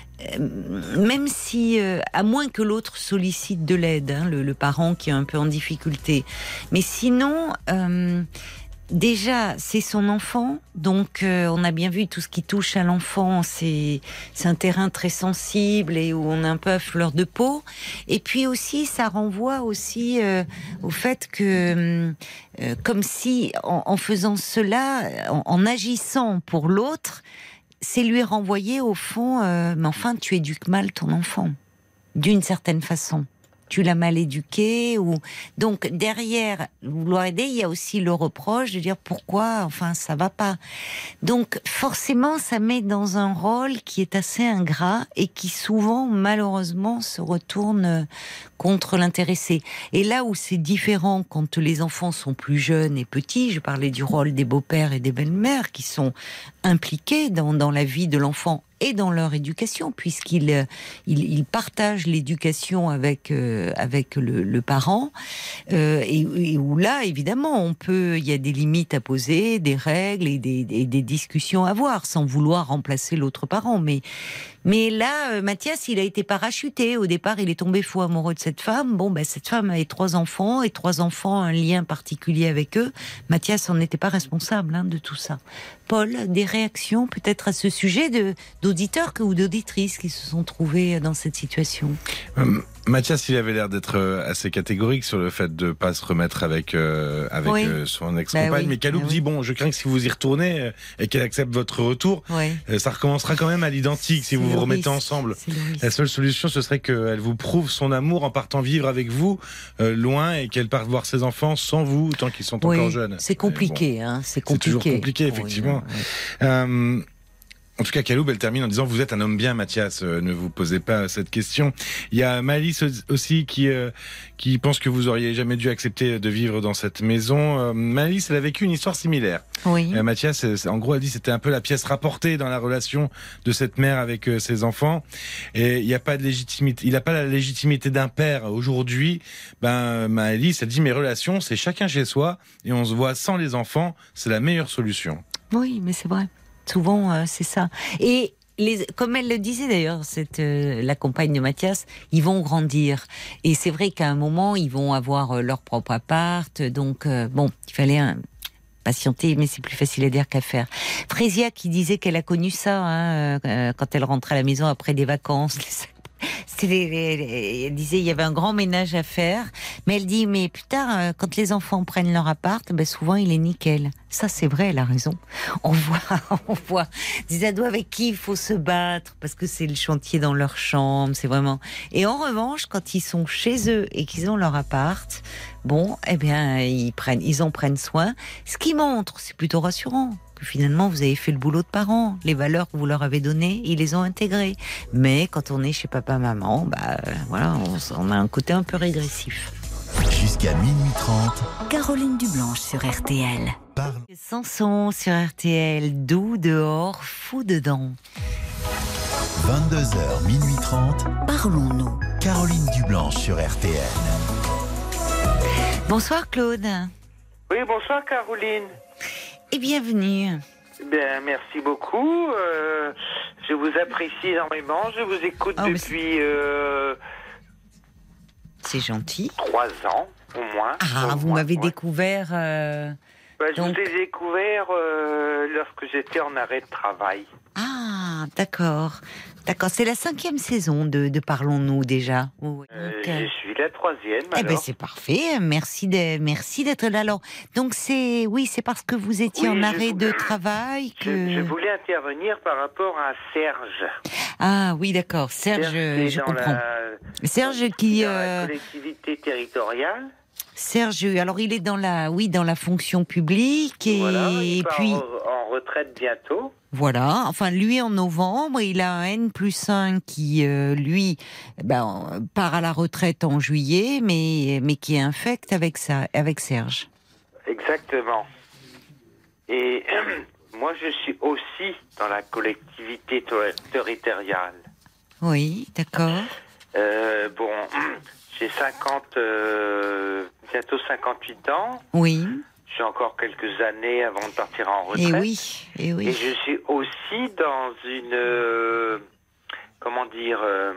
C: euh, même si, euh, à moins que l'autre sollicite de l'aide, hein, le, le parent qui est un peu en difficulté, mais sinon euh, déjà, c'est son enfant, donc euh, on a bien vu tout ce qui touche à l'enfant, c'est, c'est un terrain très sensible et où on est un peu à fleur de peau. Et puis aussi, ça renvoie aussi euh, au fait que, euh, comme si en, en faisant cela, en, en agissant pour l'autre, c'est lui renvoyer au fond, euh, mais enfin, tu éduques mal ton enfant, d'une certaine façon. Tu l'as mal éduqué ou donc derrière vouloir aider, il y a aussi le reproche de dire pourquoi, enfin ça va pas. Donc forcément, ça met dans un rôle qui est assez ingrat et qui souvent malheureusement se retourne contre l'intéressé. Et là où c'est différent quand les enfants sont plus jeunes et petits, je parlais du rôle des beaux-pères et des belles-mères qui sont impliqués dans, dans la vie de l'enfant et dans leur éducation, puisqu'ils ils, ils partagent l'éducation avec euh, avec le, le parent, euh, et, et où là, évidemment, on peut, il y a des limites à poser, des règles et des, et des discussions à avoir, sans vouloir remplacer l'autre parent. Mais mais là, euh, Mathias, il a été parachuté. Au départ, il est tombé fou amoureux de cette femme. Bon, ben cette femme avait trois enfants et trois enfants, un lien particulier avec eux. Mathias n'en était pas responsable hein, de tout ça. Paul, des réactions peut-être à ce sujet de, d'auditeurs ou d'auditrices qui se sont trouvés dans cette situation?
E: euh, Mathias, il avait l'air d'être assez catégorique sur le fait de ne pas se remettre avec, euh, avec oui. euh, son ex-compagne. Bah oui, mais Kaloub bah oui. dit, bon, je crains que si vous y retournez euh, et qu'elle accepte votre retour, oui. euh, ça recommencera quand même à l'identique si c'est vous vous remettez risque. ensemble. La seule solution, ce serait qu'elle vous prouve son amour en partant vivre avec vous, euh, loin, et qu'elle parte voir ses enfants sans vous, tant qu'ils sont oui. encore jeunes.
C: C'est compliqué, bon, hein, c'est compliqué.
E: C'est toujours compliqué, effectivement. Oui, oui. Euh, En tout cas, Kaloub, elle termine en disant « Vous êtes un homme bien, Mathias, euh, ne vous posez pas cette question ». Il y a Malice aussi qui euh, qui pense que vous auriez jamais dû accepter de vivre dans cette maison. Euh, Malice, elle a vécu une histoire similaire.
C: Oui.
E: Euh, Mathias, en gros, elle dit c'était un peu la pièce rapportée dans la relation de cette mère avec euh, ses enfants. Et il n'y a pas de légitimité. Il n'a pas la légitimité d'un père aujourd'hui. Ben, Malice, elle dit « Mes relations, c'est chacun chez soi et on se voit sans les enfants. C'est la meilleure solution. »
C: Oui, mais c'est vrai. Souvent, euh, c'est ça. Et les, comme elle le disait d'ailleurs, cette, euh, la compagne de Mathias, ils vont grandir. Et c'est vrai qu'à un moment, ils vont avoir euh, leur propre appart. Donc, euh, bon, il fallait un, patienter, mais c'est plus facile à dire qu'à faire. Frésia qui disait qu'elle a connu ça hein, euh, quand elle rentrait à la maison après des vacances. Les, les, les, elle disait il y avait un grand ménage à faire, mais elle dit mais plus tard quand les enfants prennent leur appart, ben souvent il est nickel. Ça c'est vrai, elle a raison. On voit, on voit des ados avec qui il faut se battre parce que c'est le chantier dans leur chambre, c'est vraiment. Et en revanche, quand ils sont chez eux et qu'ils ont leur appart, bon, eh bien ils prennent, ils en prennent soin. Ce qui montre, c'est plutôt rassurant, que finalement vous avez fait le boulot de parents. Les valeurs que vous leur avez données, ils les ont intégrées. Mais quand on est chez papa-maman, bah voilà, on, on a un côté un peu régressif.
A: Jusqu'à minuit trente.
B: Caroline Dublanche sur R T L.
A: Parle.
C: Sanson sur R T L, doux dehors, fou dedans.
A: vingt-deux heures, minuit trente.
B: Parlons-nous.
A: Caroline Dublanche sur R T L.
C: Bonsoir Claude.
I: Oui, bonsoir Caroline.
C: Et bienvenue.
I: Ben, merci beaucoup. Euh, je vous apprécie énormément. Je vous écoute
C: Oh, mais
I: depuis euh,
C: C'est gentil.
I: trois ans, au moins.
C: Ah,
I: Au
C: vous
I: moins,
C: m'avez
I: ouais.
C: découvert... euh,
I: Ben, je
C: donc-
I: vous ai découvert euh, lorsque j'étais en arrêt de travail.
C: Ah, d'accord. D'accord, c'est la cinquième saison de, de Parlons-nous déjà. Oui.
I: Euh,
C: Donc, euh,
I: je suis la troisième.
C: eh ben
I: alors.
C: c'est parfait. Merci de, merci d'être là. Alors, donc c'est, oui, c'est parce que vous étiez
I: Oui,
C: en
I: je
C: arrêt
I: vous-
C: de travail
I: Je,
C: que.
I: je voulais intervenir par rapport à Serge.
C: Ah oui, d'accord. Serge,
I: Serge, qui est
C: je
I: dans
C: comprends.
I: la-
C: Serge qui,
I: dans la
C: euh,
I: collectivité territoriale.
C: Serge, alors il est dans la, oui, dans la fonction publique et,
I: Voilà, il
C: et
I: part
C: puis.
I: en, en retraite bientôt.
C: Voilà, enfin lui en novembre, il a un N plus un qui, euh, lui, ben, part à la retraite en juillet, mais, mais qui est infect avec, ça, avec Serge.
I: Exactement. Et moi, je suis aussi dans la collectivité ter- territoriale.
C: Oui, d'accord.
I: Euh, bon, j'ai cinquante, euh, bientôt cinquante-huit ans.
C: Oui,
I: J'ai encore quelques années avant de partir en retraite.
C: et oui, et
I: Et
C: oui.
I: je suis aussi dans une... euh, comment dire... euh,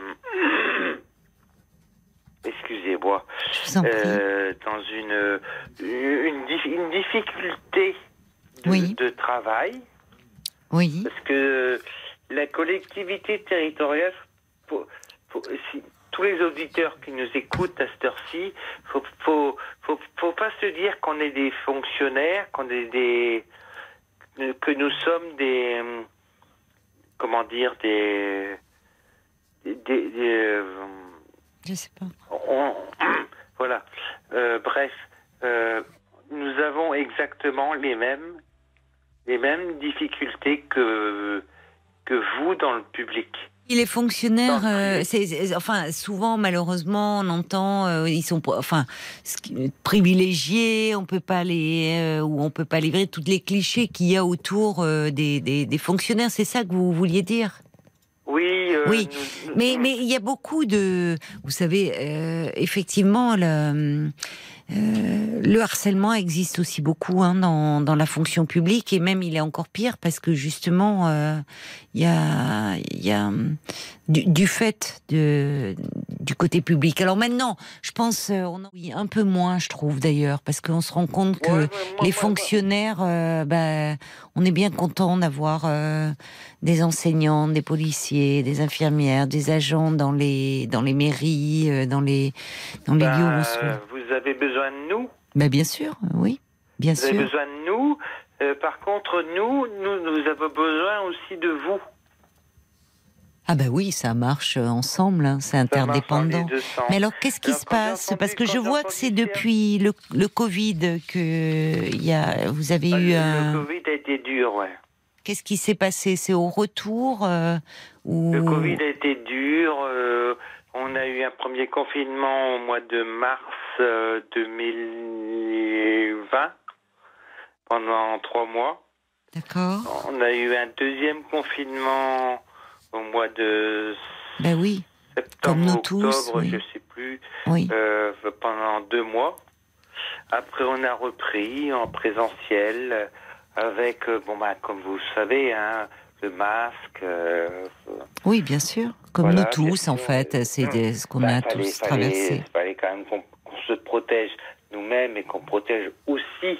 I: excusez-moi.
C: Je vous en prie.
I: Euh, dans une, une, dif- une difficulté de,
C: Oui.
I: de travail.
C: Oui,
I: Parce que la collectivité territoriale, faut- faut- si- tous les auditeurs qui nous écoutent à cette heure-ci, faut, faut, faut, faut pas se dire qu'on est des fonctionnaires, qu'on est des, que nous sommes des, comment dire, des, des, des- des, euh,
C: je sais pas.
I: on- voilà. Euh, bref, euh, nous avons exactement les mêmes, les mêmes difficultés que que vous dans le public.
C: Il est fonctionnaire,
I: Dans le
C: euh,
I: privé.
C: c'est, c'est- enfin souvent malheureusement on entend euh, ils sont enfin ce qui- privilégiés, on peut pas les euh, ou on peut pas livrer toutes les clichés qu'il y a autour euh, des, des, des fonctionnaires. C'est ça que vous vouliez dire?
I: Oui. euh,
C: Oui,
I: nous- nous-
C: Mais mais il y a beaucoup de, vous savez, euh, effectivement le euh, le harcèlement existe aussi beaucoup hein, dans dans la fonction publique et même il est encore pire parce que justement euh, il y a il y a du, du fait de du côté public. Alors maintenant, je pense euh, on en oui, un peu moins, je trouve d'ailleurs, parce qu'on se rend compte que
I: Ouais, ouais, moi,
C: les
I: moi,
C: fonctionnaires, euh, ben, on est bien content d'avoir euh, des enseignants, des policiers, des infirmières, des agents dans les dans les mairies, euh, dans les dans les
I: bah,
C: lieux où on se trouve.
I: vous avez besoin de nous.
C: Ben, bien sûr, oui, bien
I: Vous avez
C: sûr.
I: besoin de nous. Euh, par contre, nous, nous, nous avons besoin aussi de vous.
C: Ah ben oui, ça marche ensemble, hein, c'est
I: Ça marche dans
C: interdépendant.
I: les deux sens.
C: Mais alors, qu'est-ce qui
I: Alors,
C: se
I: quand j'ai
C: passe?
I: entendu-
C: Parce que
I: quand
C: je
I: j'ai
C: vois que
I: entendu
C: c'est
I: dire-
C: depuis le, le Covid que il y a, vous avez
I: Bah,
C: eu
I: le,
C: un.
I: le Covid a été dur, ouais.
C: Qu'est-ce qui s'est passé? C'est au retour euh, ou...
I: Le Covid a été dur. euh, on a eu un premier confinement au mois de mars euh, deux mille vingt, pendant trois mois.
C: D'accord.
I: On a eu un deuxième confinement au mois de
C: Ben oui,
I: septembre,
C: Comme nous
I: octobre,
C: tous, oui.
I: je sais plus,
C: oui.
I: euh, pendant deux mois. Après, on a repris en présentiel avec, euh, bon bah, comme vous le savez, hein, le masque. euh,
C: Oui, bien sûr. Comme
I: voilà,
C: nous tous,
I: bien sûr.
C: en fait, c'est des- ce qu'on
I: bah,
C: a
I: fallait-
C: tous
I: fallait-
C: traversé.
I: fallait quand même qu'on qu'on se protège nous-mêmes et qu'on protège aussi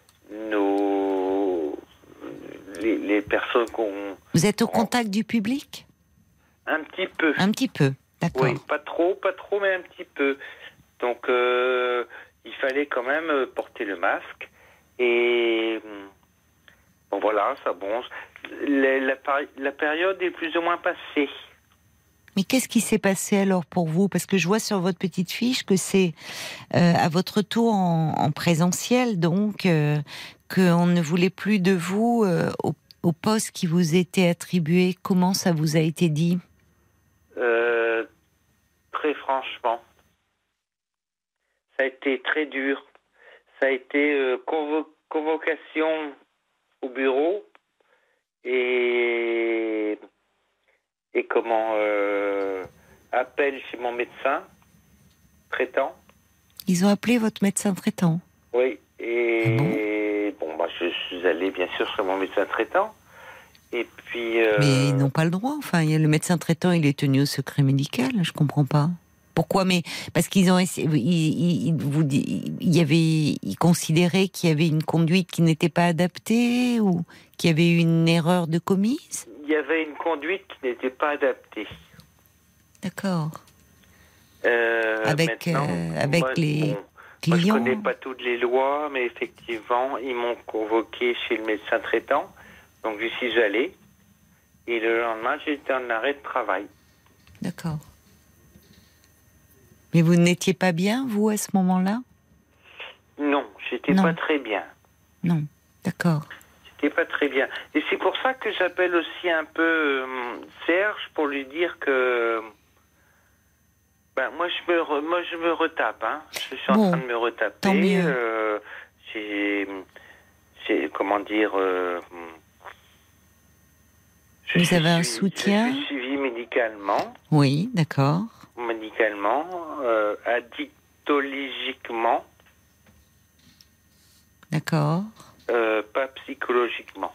I: nos les, les personnes qu'on
C: Vous êtes au contact du public?
I: un petit peu.
C: Un petit peu, d'accord.
I: Oui, pas trop, pas trop, mais un petit peu. Donc, euh, il fallait quand même euh, porter le masque. Et hum, bon, voilà, ça bon. La, la, pari- la période est plus ou moins passée.
C: Mais qu'est-ce qui s'est passé alors pour vous? Parce que je vois sur votre petite fiche que c'est euh, à votre tour en, en présentiel, donc euh, qu'on ne voulait plus de vous euh, au, au poste qui vous était attribué. Comment ça vous a été dit ?
I: Euh, très franchement, ça a été très dur. Ça a été euh, convo- convocation au bureau et, et comment euh, appel chez mon médecin traitant.
C: Ils ont appelé votre médecin traitant ?
I: Oui, et
C: Ah bon,
I: bon, bah, je suis allé bien sûr chez mon médecin traitant. Et puis. Euh...
C: Mais ils n'ont pas le droit. Enfin, il y a le médecin traitant, il est tenu au secret médical. Je comprends pas. Pourquoi ? Mais parce qu'ils ont essayé, ils, ils, vous, il y avait, ils considéraient qu'il y avait une conduite qui n'était pas adaptée ou qu'il y avait eu une erreur de commise.
I: Il y avait une conduite qui n'était pas adaptée.
C: D'accord.
I: Euh,
C: avec euh, avec
I: moi,
C: les
I: bon,
C: clients.
I: Moi, je connais pas toutes les lois, mais effectivement, ils m'ont convoqué chez le médecin traitant. Donc, j'y suis allé. Et le lendemain, j'étais en arrêt de travail.
C: D'accord. Mais vous n'étiez pas bien, vous, à ce moment-là ?
I: Non, j'étais
C: Non.
I: pas très bien.
C: Non, d'accord.
I: J'étais pas très bien. Et c'est pour ça que j'appelle aussi un peu euh, Serge pour lui dire que... Ben, moi, je me, re, moi, je me retape. Hein. Je suis
C: Bon,
I: en train de me retaper.
C: tant mieux.
I: Euh, j'ai, j'ai... Comment dire... Euh, je
C: Vous
I: suis
C: avez un
I: suivi-
C: soutien ?
I: Je suis suivi médicalement.
C: Oui, d'accord.
I: Médicalement. Euh, addictologiquement.
C: D'accord.
I: Euh, pas psychologiquement.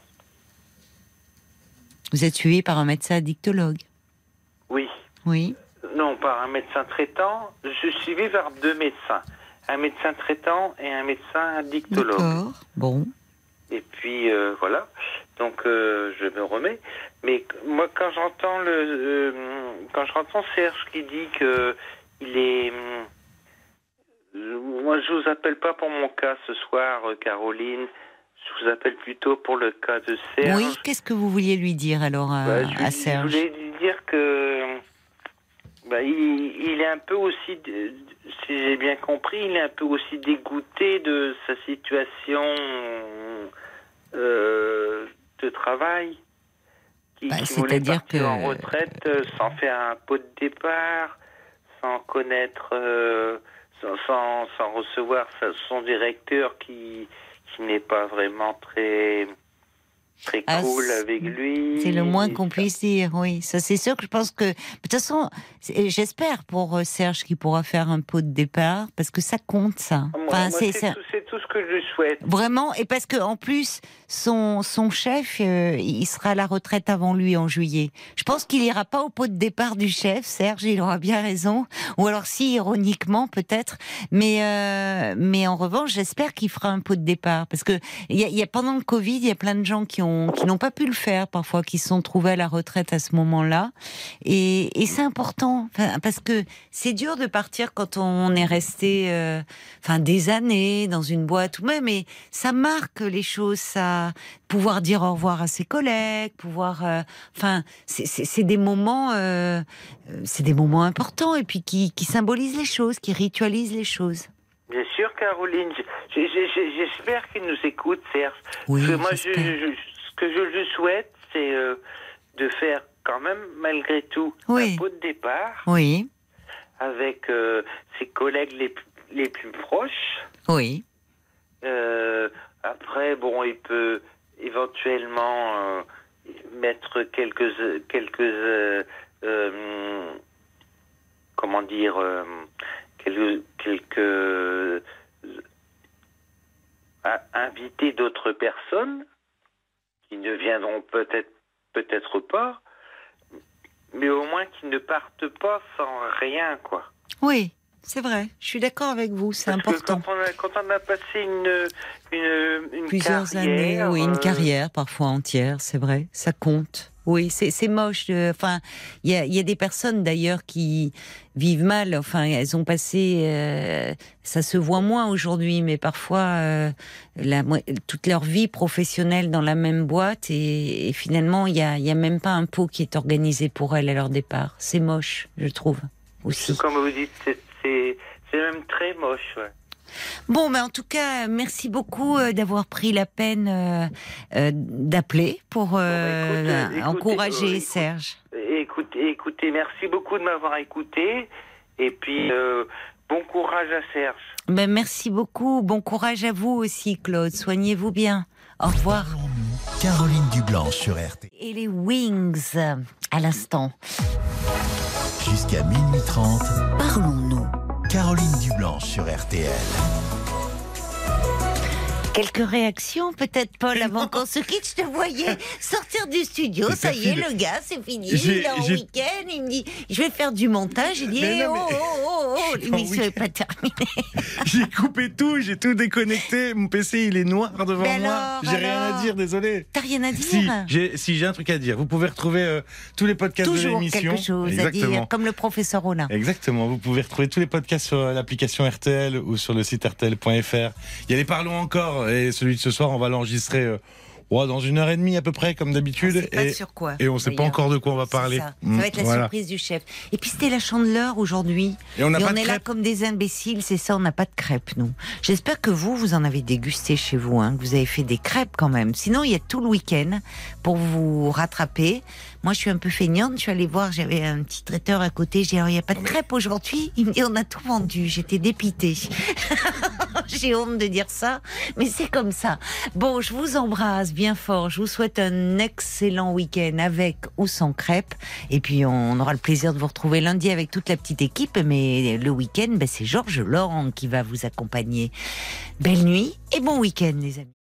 C: Vous êtes suivi par un médecin addictologue ?
I: Oui.
C: Oui.
I: Non, par un médecin traitant. Je suis suivi par deux médecins. Un médecin traitant et un médecin addictologue.
C: D'accord. Bon.
I: Et puis, euh, voilà. Donc, euh, je me remets. Mais moi, quand j'entends le... Euh, quand j'entends Serge qui dit que il est... Euh, moi, je vous appelle pas pour mon cas ce soir, euh, Caroline. Je vous appelle plutôt pour le cas de Serge.
C: Oui, qu'est-ce que vous vouliez lui dire alors à,
I: Bah, je,
C: à
I: je
C: Serge ?
I: voulais lui dire que bah, il, il est un peu aussi, de- si j'ai bien compris, il est un peu aussi dégoûté de sa situation euh, de travail, qui,
C: Bah,
I: qui voulait
C: c'est-à-dire
I: partir
C: que-
I: en retraite euh, sans faire un pot de départ, sans connaître, euh, sans, sans, sans recevoir sa- son directeur qui, qui n'est pas vraiment très très
C: Ah,
I: cool
C: c'est-
I: avec lui.
C: C'est le moins
I: Et
C: qu'on puisse dire, oui. Ça, c'est sûr que je pense que... De toute façon, c'est- j'espère pour euh, Serge qu'il pourra faire un pot de départ, parce que ça compte, ça.
I: Moi,
C: Enfin,
I: moi,
C: c'est-
I: c'est,
C: c'est-
I: tout, c'est tout ce que je souhaite.
C: Vraiment, et parce que en plus, son, son chef, euh, il sera à la retraite avant lui en juillet. Je pense qu'il ira pas au pot de départ du chef, Serge, il aura bien raison. Ou alors si, ironiquement, peut-être. Mais, euh, mais en revanche, j'espère qu'il fera un pot de départ. Parce que il y a, il y a, pendant le Covid, il y a plein de gens qui ont, qui n'ont pas pu le faire, parfois, qui se sont trouvés à la retraite à ce moment-là. Et, et c'est important, enfin, parce que c'est dur de partir quand on est resté, euh, enfin, des années dans une boîte ou même, mais ça marque les choses, ça, pouvoir dire au revoir à ses collègues, pouvoir, euh, enfin, c'est, c'est, c'est des moments, euh, c'est des moments importants et puis qui, qui symbolisent les choses, qui ritualisent les choses.
I: Bien sûr, Caroline. J- j- j- J'espère qu'il nous écoute, Serge.
C: Oui,
I: Parce que moi, je,
C: j'espère.
I: je- ce que je lui souhaite, c'est euh, de faire quand même, malgré tout,
C: Oui.
I: un pot de départ
C: Oui,
I: avec euh, ses collègues les, plus- les plus proches.
C: oui,
I: Euh, après, bon, il peut éventuellement euh, mettre quelques quelques euh, euh, comment dire euh, quelques quelques euh, à- inviter d'autres personnes qui ne viendront peut-être peut-être pas, mais au moins qui ne partent pas sans rien, quoi.
C: oui. C'est vrai, je suis d'accord avec vous, c'est
I: Parce que
C: important.
I: quand on a, quand on a passé une, une, une
C: Plusieurs
I: carrière,
C: années, oui, une
I: euh,
C: carrière parfois entière, c'est vrai, ça compte. Oui, c'est, c'est moche. de- Enfin, il y a, il y a des personnes d'ailleurs qui vivent mal. Enfin, elles ont passé, euh, ça se voit moins aujourd'hui, mais parfois euh, la, mo- toute leur vie professionnelle dans la même boîte et, et finalement il y a, il y a même pas un pot qui est organisé pour elles à leur départ. C'est moche, je trouve aussi.
I: Comme vous dites, c'est, c'est, c'est même très moche. Ouais.
C: Bon, mais en tout cas, merci beaucoup euh, d'avoir pris la peine euh, euh, d'appeler pour euh,
I: Bon, bah, écoute, euh,
C: encourager
I: écoutez, euh,
C: Serge.
I: Écoutez, écoutez, merci beaucoup de m'avoir écouté. Et puis, euh, bon courage à Serge.
C: Ben, merci beaucoup. Bon courage à vous aussi, Claude. Soignez-vous bien. Au revoir.
A: Parlons-nous. Caroline Dublanche sur R T L.
C: Et les Wings, à l'instant.
A: Jusqu'à minuit trente,
B: Parlons-nous.
A: Caroline Dublanche sur R T L.
C: Quelques réactions, peut-être, Paul, avant qu'on se quitte. Je te voyais sortir du studio.
E: C'est
C: Ça y est,
E: perfide.
C: le gars, c'est fini.
E: J'ai-
C: Il est en
E: j'ai-
C: week-end. Il me dit, je vais faire du montage. Il dit,
E: Mais
C: eh,
E: non,
C: oh,
E: mais-
C: oh, oh, oh.
E: Je suis en
C: L'émission n'est
E: week-end.
C: pas terminée.
E: J'ai coupé tout, j'ai tout déconnecté. Mon P C, il est noir devant
C: Mais
E: moi.
C: alors,
E: J'ai rien
C: alors
E: à dire, désolé.
C: T'as rien à dire?
E: Si, j'ai si, j'ai un truc à dire. Vous pouvez retrouver euh, tous les podcasts de
C: Toujours
E: l'émission.
C: quelque chose à
E: Exactement.
C: dire, comme le professeur Rollin.
E: Exactement, vous pouvez retrouver tous les podcasts sur l'application R T L ou sur le site R T L point F R. Il y a les Parlons encore, et celui de ce soir, on va l'enregistrer euh, ouais, dans une heure et demie à peu près, comme d'habitude.
C: On sait pas
E: et,
C: sur quoi.
E: et on ne sait pas
C: d'ailleurs.
E: encore de quoi on va
C: C'est
E: parler.
C: Ça. Ça
E: Mm,
C: va être la
E: voilà.
C: surprise du chef. Et puis c'était la chandeleur aujourd'hui.
E: Et on n'a
C: Et
E: pas
C: on
E: de
C: est là
E: crêpes.
C: comme des imbéciles, c'est ça, on n'a pas de crêpes, nous. J'espère que vous, vous en avez dégusté chez vous, hein, que vous avez fait des crêpes quand même. Sinon, il y a tout le week-end pour vous rattraper. Moi, je suis un peu feignante, je suis allée voir, j'avais un petit traiteur à côté, j'ai dit, alors, il n'y a pas de crêpes aujourd'hui? Il me dit, on a tout vendu, j'étais dépitée. J'ai honte de dire ça, mais c'est comme ça. Bon, je vous embrasse bien fort, je vous souhaite un excellent week-end avec ou sans crêpes. Et puis, on aura le plaisir de vous retrouver lundi avec toute la petite équipe, mais le week-end, ben, c'est Georges Laurent qui va vous accompagner. Belle nuit et bon week-end, les amis.